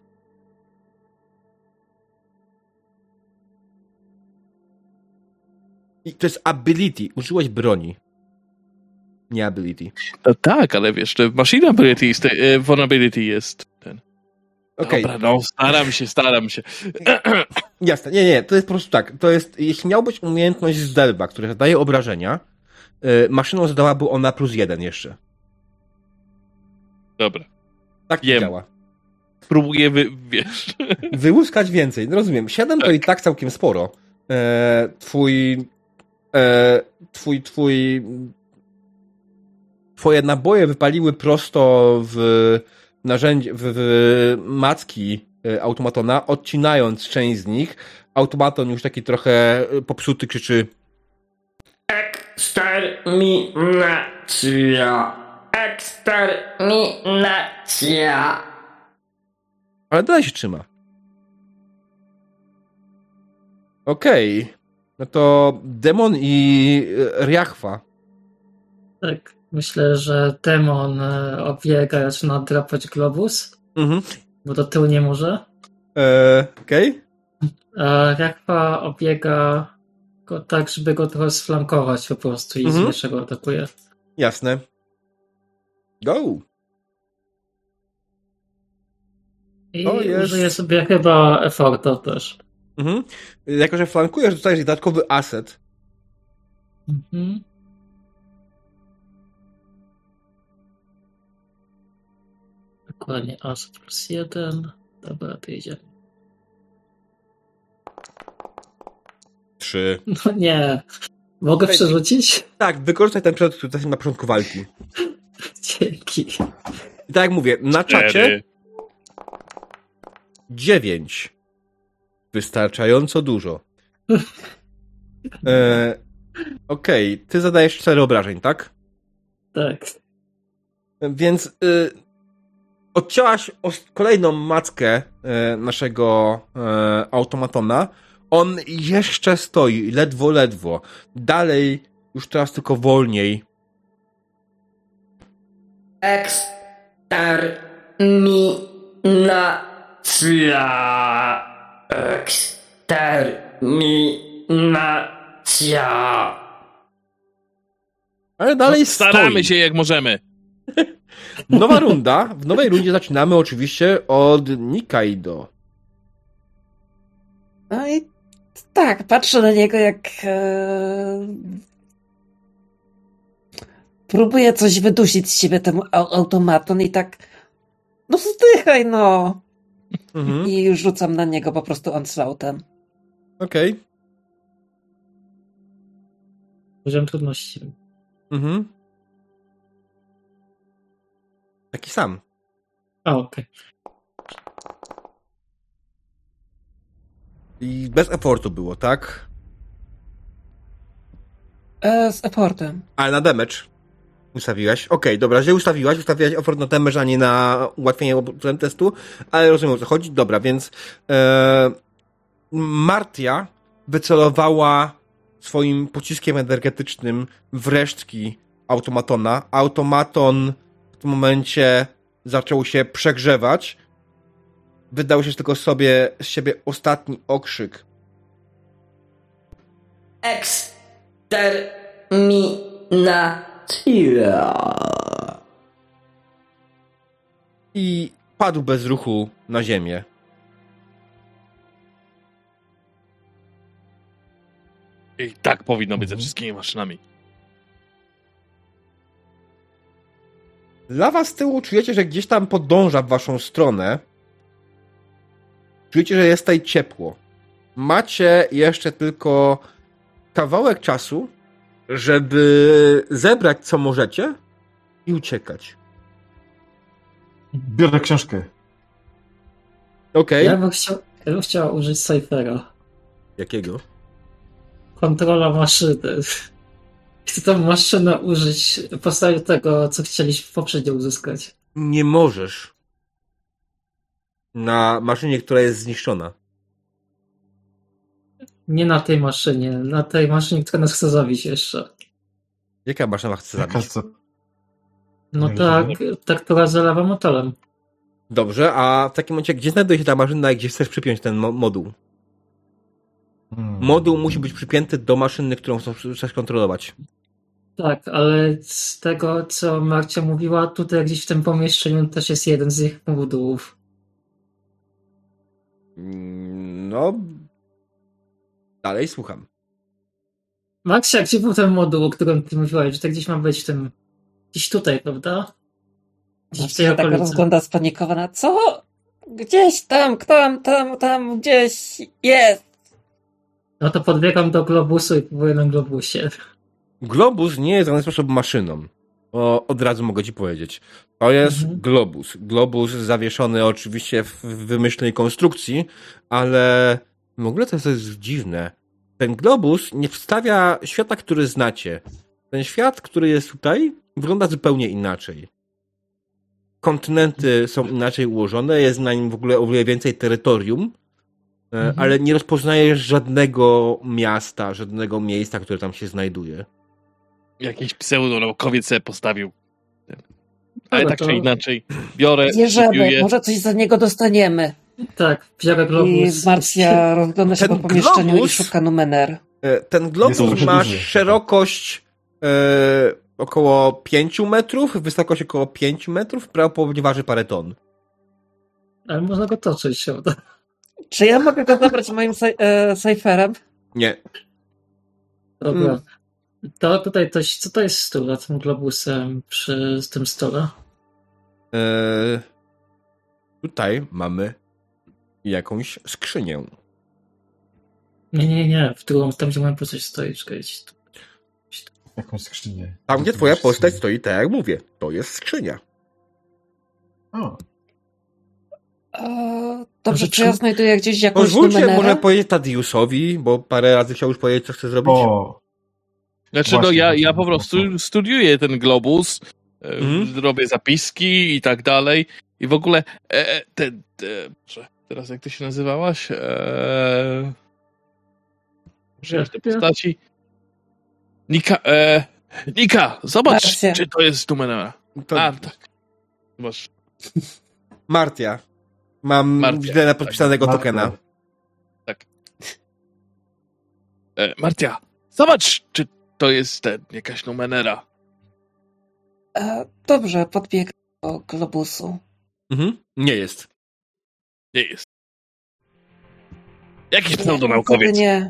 I to jest ability. Użyłeś broni. Nie ability. No tak, ale wiesz, to machine ability jest, vulnerability jest ten. Okay. Dobra, no staram się. Jasne, nie, to jest po prostu tak. To jest, jeśli miałbyś umiejętność z delva, która zadaje obrażenia, maszyną zadałaby ona +1 jeszcze. Dobra. Tak to działa. Próbuję, wiesz. Wyłuskać więcej. No rozumiem. 7 to i tak całkiem sporo. Twoje naboje wypaliły prosto w narzędzie, w macki automatona, odcinając część z nich. Automaton już taki trochę popsuty krzyczy: Eksterminacja! eksterminacja. Ale dalej się trzyma. Okej. No to demon i Riachwa. Tak, myślę, że demon obiega, zaczyna drapać globus, bo do tyłu nie może. Okej. A Riachwa obiega go tak, żeby go trochę sflankować po prostu i z pierwszego atakuje. Jasne. Go! I To jest- użyje sobie chyba efforta też. Jako, że flankujesz, dostajesz dodatkowy aset. Mhm. Dokładnie, asset +1. Dobra, to idzie. 3. No nie. Mogę przerzucić? Tak, wykorzystaj ten przedmiot, który jest na początku walki. Dzięki. I tak jak mówię, na czacie 4. 9. Wystarczająco dużo. Okej, ty zadajesz 4 obrażeń, tak? Tak. Więc odcięłaś kolejną mackę naszego automatona. On jeszcze stoi, ledwo. Dalej, już teraz tylko wolniej. Eksterminacja. Eksterminacja. Ale dalej Staramy stoi. się jak możemy. Nowa runda. W nowej rundzie zaczynamy oczywiście od Nikaido. No i tak, patrzę na niego jak próbuję coś wydusić z siebie temu automaton i tak no zdychaj no. I rzucam na niego po prostu onslaughtem. Okej. Poziom trudności. Taki sam. A, okej. I bez effortu było, tak? Z effortem. Ale na damage ustawiłaś. Okej, dobra, że ustawiłaś effort na damage, a nie na ułatwienie testu, ale rozumiem, o co chodzi. Dobra, więc Martia wycelowała swoim pociskiem energetycznym w resztki automatona. Automaton w tym momencie zaczął się przegrzewać. Wydał się tylko z siebie ostatni okrzyk. Eksterminacja. I padł bez ruchu na ziemię. I tak powinno być ze wszystkimi maszynami. Lawa z tyłu czujecie, że gdzieś tam podąża w waszą stronę. Czujecie, że jest tutaj ciepło. Macie jeszcze tylko kawałek czasu, żeby zebrać co możecie i uciekać. Biorę książkę. Okej. Ja bym chciał użyć Cyphera. Jakiego? Kontrola maszyny. Chcę tą maszynę użyć w postaci tego, co chcieliśmy poprzednio uzyskać. Nie możesz. Na maszynie, która jest zniszczona. Nie na tej maszynie. Na tej maszynie, która nas chce zabić jeszcze. Jaka maszyna chce zabić? No Nie tak, rozumiem. ta, która zalewa motorem. Dobrze, a w takim momencie, gdzie znajduje się ta maszyna i gdzie chcesz przypiąć ten moduł? Moduł musi być przypięty do maszyny, którą chcesz kontrolować. Tak, ale z tego, co Marcia mówiła, tutaj gdzieś w tym pomieszczeniu też jest jeden z ich modułów. No... Dalej słucham. Marcia, gdzie był ten moduł, o którym ty mówiłaś, że to gdzieś ma być w tym... Gdzieś tutaj, prawda? Gdzieś w tej Tak okolicy. rozgląda spanikowana. Co? Gdzieś tam, gdzieś jest. No to podbiegam do globusu i próbuję na globusie. Globus nie jest w żaden sposób maszyną. Od razu mogę ci powiedzieć. To jest globus. Globus zawieszony oczywiście w wymyślnej konstrukcji, ale w ogóle to jest dziwne. Ten globus nie wstawia światła, który znacie. Ten świat, który jest tutaj, wygląda zupełnie inaczej. Kontynenty są inaczej ułożone, jest na nim w ogóle o wiele więcej terytorium, ale nie rozpoznajesz żadnego miasta, żadnego miejsca, które tam się znajduje. Jakiś pseudonaukowiec sobie postawił. Ale Dobra, tak czy to- inaczej, biorę, Bierzemy, kupiuję. może coś za niego dostaniemy. Tak, biorę I globus. Marcja rozgląda się Ten po pomieszczeniu globus- i szuka numer. Ten globus Jest ma duży. szerokość około 5 metrów, wysokość około 5 metrów, prawdopodobnie waży parę ton. Ale można go toczyć, prawda? Czy ja mogę go zabrać moim cyferem? Nie. Dobra. To tutaj co to jest stół za tym globusem przy tym stole? Tutaj mamy jakąś skrzynię. Nie, w drugą, tam gdzie moja postać stoi, czekajcie. Jakąś skrzynię. Tam, gdzie twoja postać stoi, tak jak mówię, to jest skrzynia. O, Dobrze, Może czy ja znajduję gdzieś jakąś Pozwólcie numerę? może powiedzieć Tadiusowi, bo parę razy chciał już powiedzieć, co chce zrobić. o, Znaczy, Właśnie, ja właśnie, po prostu właśnie. studiuję ten globus, Mhm. robię zapiski i tak dalej. I w ogóle proszę, teraz jak ty się nazywałaś? Że te postaci. Nika, zobacz, Marcia. czy to jest numer. To A, tak. Zobacz. Martia. Mam Martia, źle podpisanego Marta. tokena. Martia, zobacz, czy to jest jakaś numenera. Dobrze, podbiegam do globusu. Mhm. Nie jest. Nie jest. Jakiś Niestety pseudonaukowiec. Nie.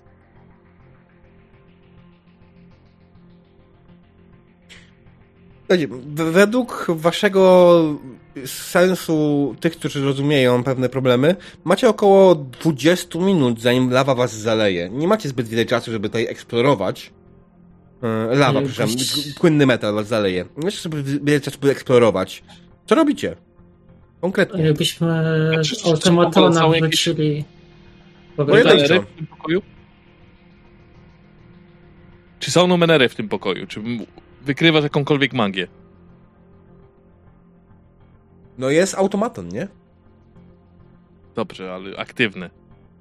Słuchajcie, według waszego sensu, tych, którzy rozumieją pewne problemy, macie około 20 minut, zanim lawa was zaleje. Nie macie zbyt wiele czasu, żeby tutaj eksplorować. Lawa, przepraszam, płynny metal was zaleje. Nie macie sobie wiele czasu, by eksplorować. Co robicie? Konkretnie. Jakbyśmy Czy automatona są jakieś- wrócili. Pojedynczo. Numenery w tym pokoju? Czy są numenery w tym pokoju? Czy wykrywasz jakąkolwiek magię? No jest automaton, nie? Dobrze, ale aktywny.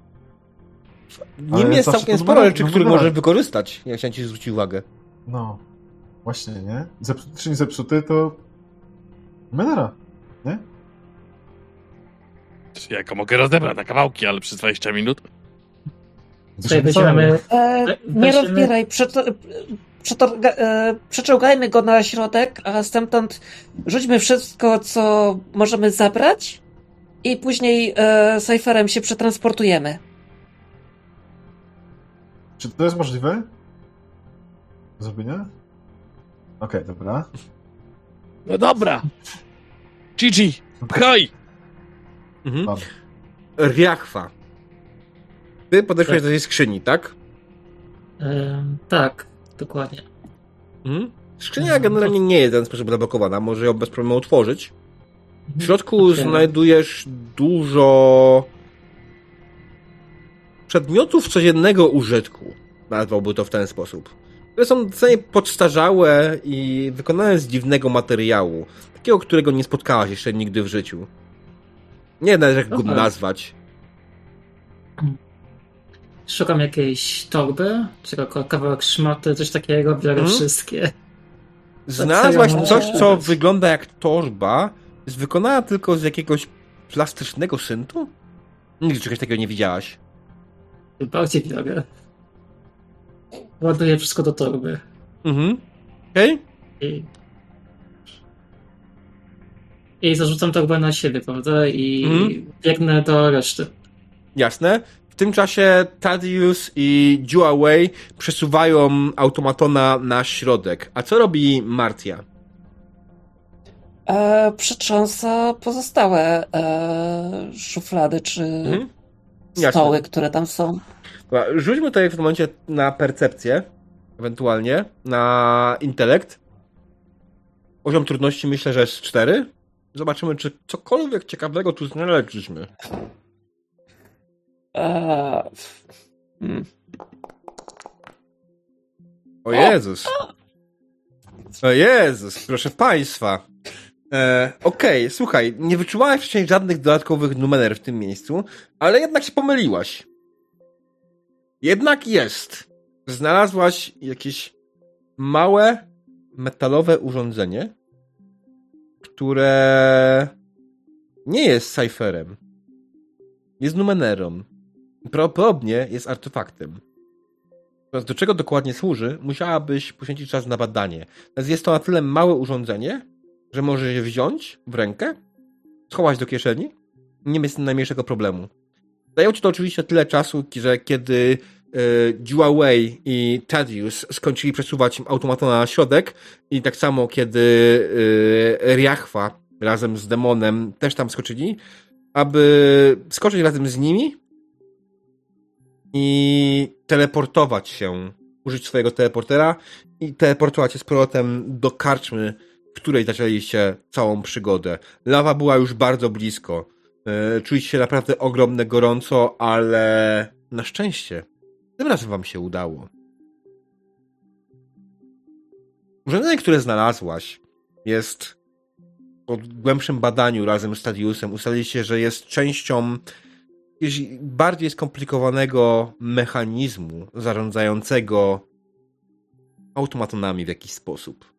Nim Ale jest zawsze całkiem to sporo numer- rzeczy, których numer- możesz wykorzystać, jak chciałem ci zwrócić uwagę. no. Właśnie, nie? Zepsuty czy nie zepsuty, to... Menera, nie? Ja go mogę rozebrać na kawałki, ale przez 20 minut. Tutaj weźmiemy... Nie Weźmy- rozbieraj, przeczołgajmy go na środek, a stamtąd rzućmy wszystko, co możemy zabrać i później cyferem się przetransportujemy. Czy to jest możliwe? Zrobienie? Okej, dobra. No dobra. Gigi, pchaj! Mhm. Mam. Riachwa. Ty podeszłeś Tak. do tej skrzyni, tak? Tak, dokładnie. Skrzynia generalnie nie jest w ten sposób zablokowana, może ją bez problemu otworzyć. W środku Otwieram. znajdujesz dużo przedmiotów codziennego użytku, nazwałby to w ten sposób. Które są w zasadzie podstarzałe i wykonane z dziwnego materiału. Takiego, którego nie spotkałaś jeszcze nigdy w życiu. Nie wiem, jak go Dobra. nazwać. Szukam jakiejś torby, czy kawałek szmaty, coś takiego, biorę wszystkie. Znalazłaś serio, coś, może- co wygląda jak torba, jest wykonana tylko z jakiegoś plastycznego syntu? Nigdy czegoś takiego nie widziałaś. Bardziej biorę. Ładuję wszystko do torby. Mhm. Okej? I zarzucam torbę na siebie, prawda? I Mhm. biegnę do reszty. Jasne. W tym czasie Thaddeus i Juawei przesuwają automatona na środek. A co robi Martia? Przetrząsa pozostałe szuflady czy Jasne. stoły, które tam są. Dobra, rzućmy tutaj w tym momencie na percepcję, ewentualnie, na intelekt. Poziom trudności myślę, że jest 4. Zobaczymy, czy cokolwiek ciekawego tu znaleźliśmy. Eee, O Jezus. O Jezus, proszę państwa. Okej, słuchaj, nie wyczułaś wcześniej żadnych dodatkowych numer w tym miejscu, ale jednak się pomyliłaś. Jednak jest. Znalazłaś jakieś małe, metalowe urządzenie, które nie jest cyferem. Jest numenerą. Prawdopodobnie jest artefaktem. Do czego dokładnie służy, musiałabyś poświęcić czas na badanie. Natomiast jest to na tyle małe urządzenie, że możesz je wziąć w rękę, schować do kieszeni i nie mieć najmniejszego problemu. Zajęło ci to oczywiście tyle czasu, że kiedy Jua Wei i Thaddeus skończyli przesuwać automatona na środek i tak samo kiedy Riachwa razem z demonem też tam skoczyli, aby skoczyć razem z nimi i teleportować się, użyć swojego teleportera i teleportować się z powrotem do karczmy, w której zaczęliście całą przygodę. Lawa była już bardzo blisko. Czuliście się naprawdę ogromne gorąco, ale na szczęście tym razem wam się udało. Urządzenie, które znalazłaś, jest po głębszym badaniu razem z Thaddeusem ustaliliście, że jest częścią jakiegoś bardziej skomplikowanego mechanizmu zarządzającego automatonami w jakiś sposób.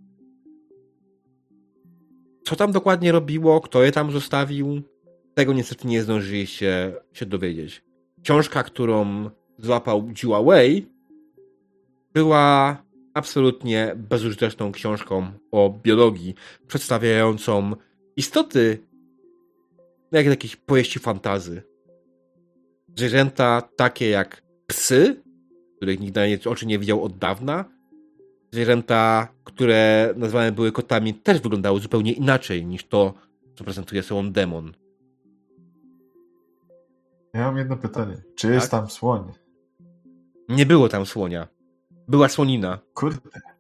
Co tam dokładnie robiło, kto je tam zostawił, tego niestety nie zdążyliście się dowiedzieć. Książka, którą złapał Jua Wei, była absolutnie bezużyteczną książką o biologii, przedstawiającą istoty jak jakieś powieści fantazy. Zwierzęta takie jak psy, których nikt na oczy nie widział od dawna. Zwierzęta, które nazwane były kotami, też wyglądały zupełnie inaczej niż to, co prezentuje sobą demon. Ja mam jedno pytanie. Czy jest tam słoń? Nie było tam słonia. Była słonina. Kurde.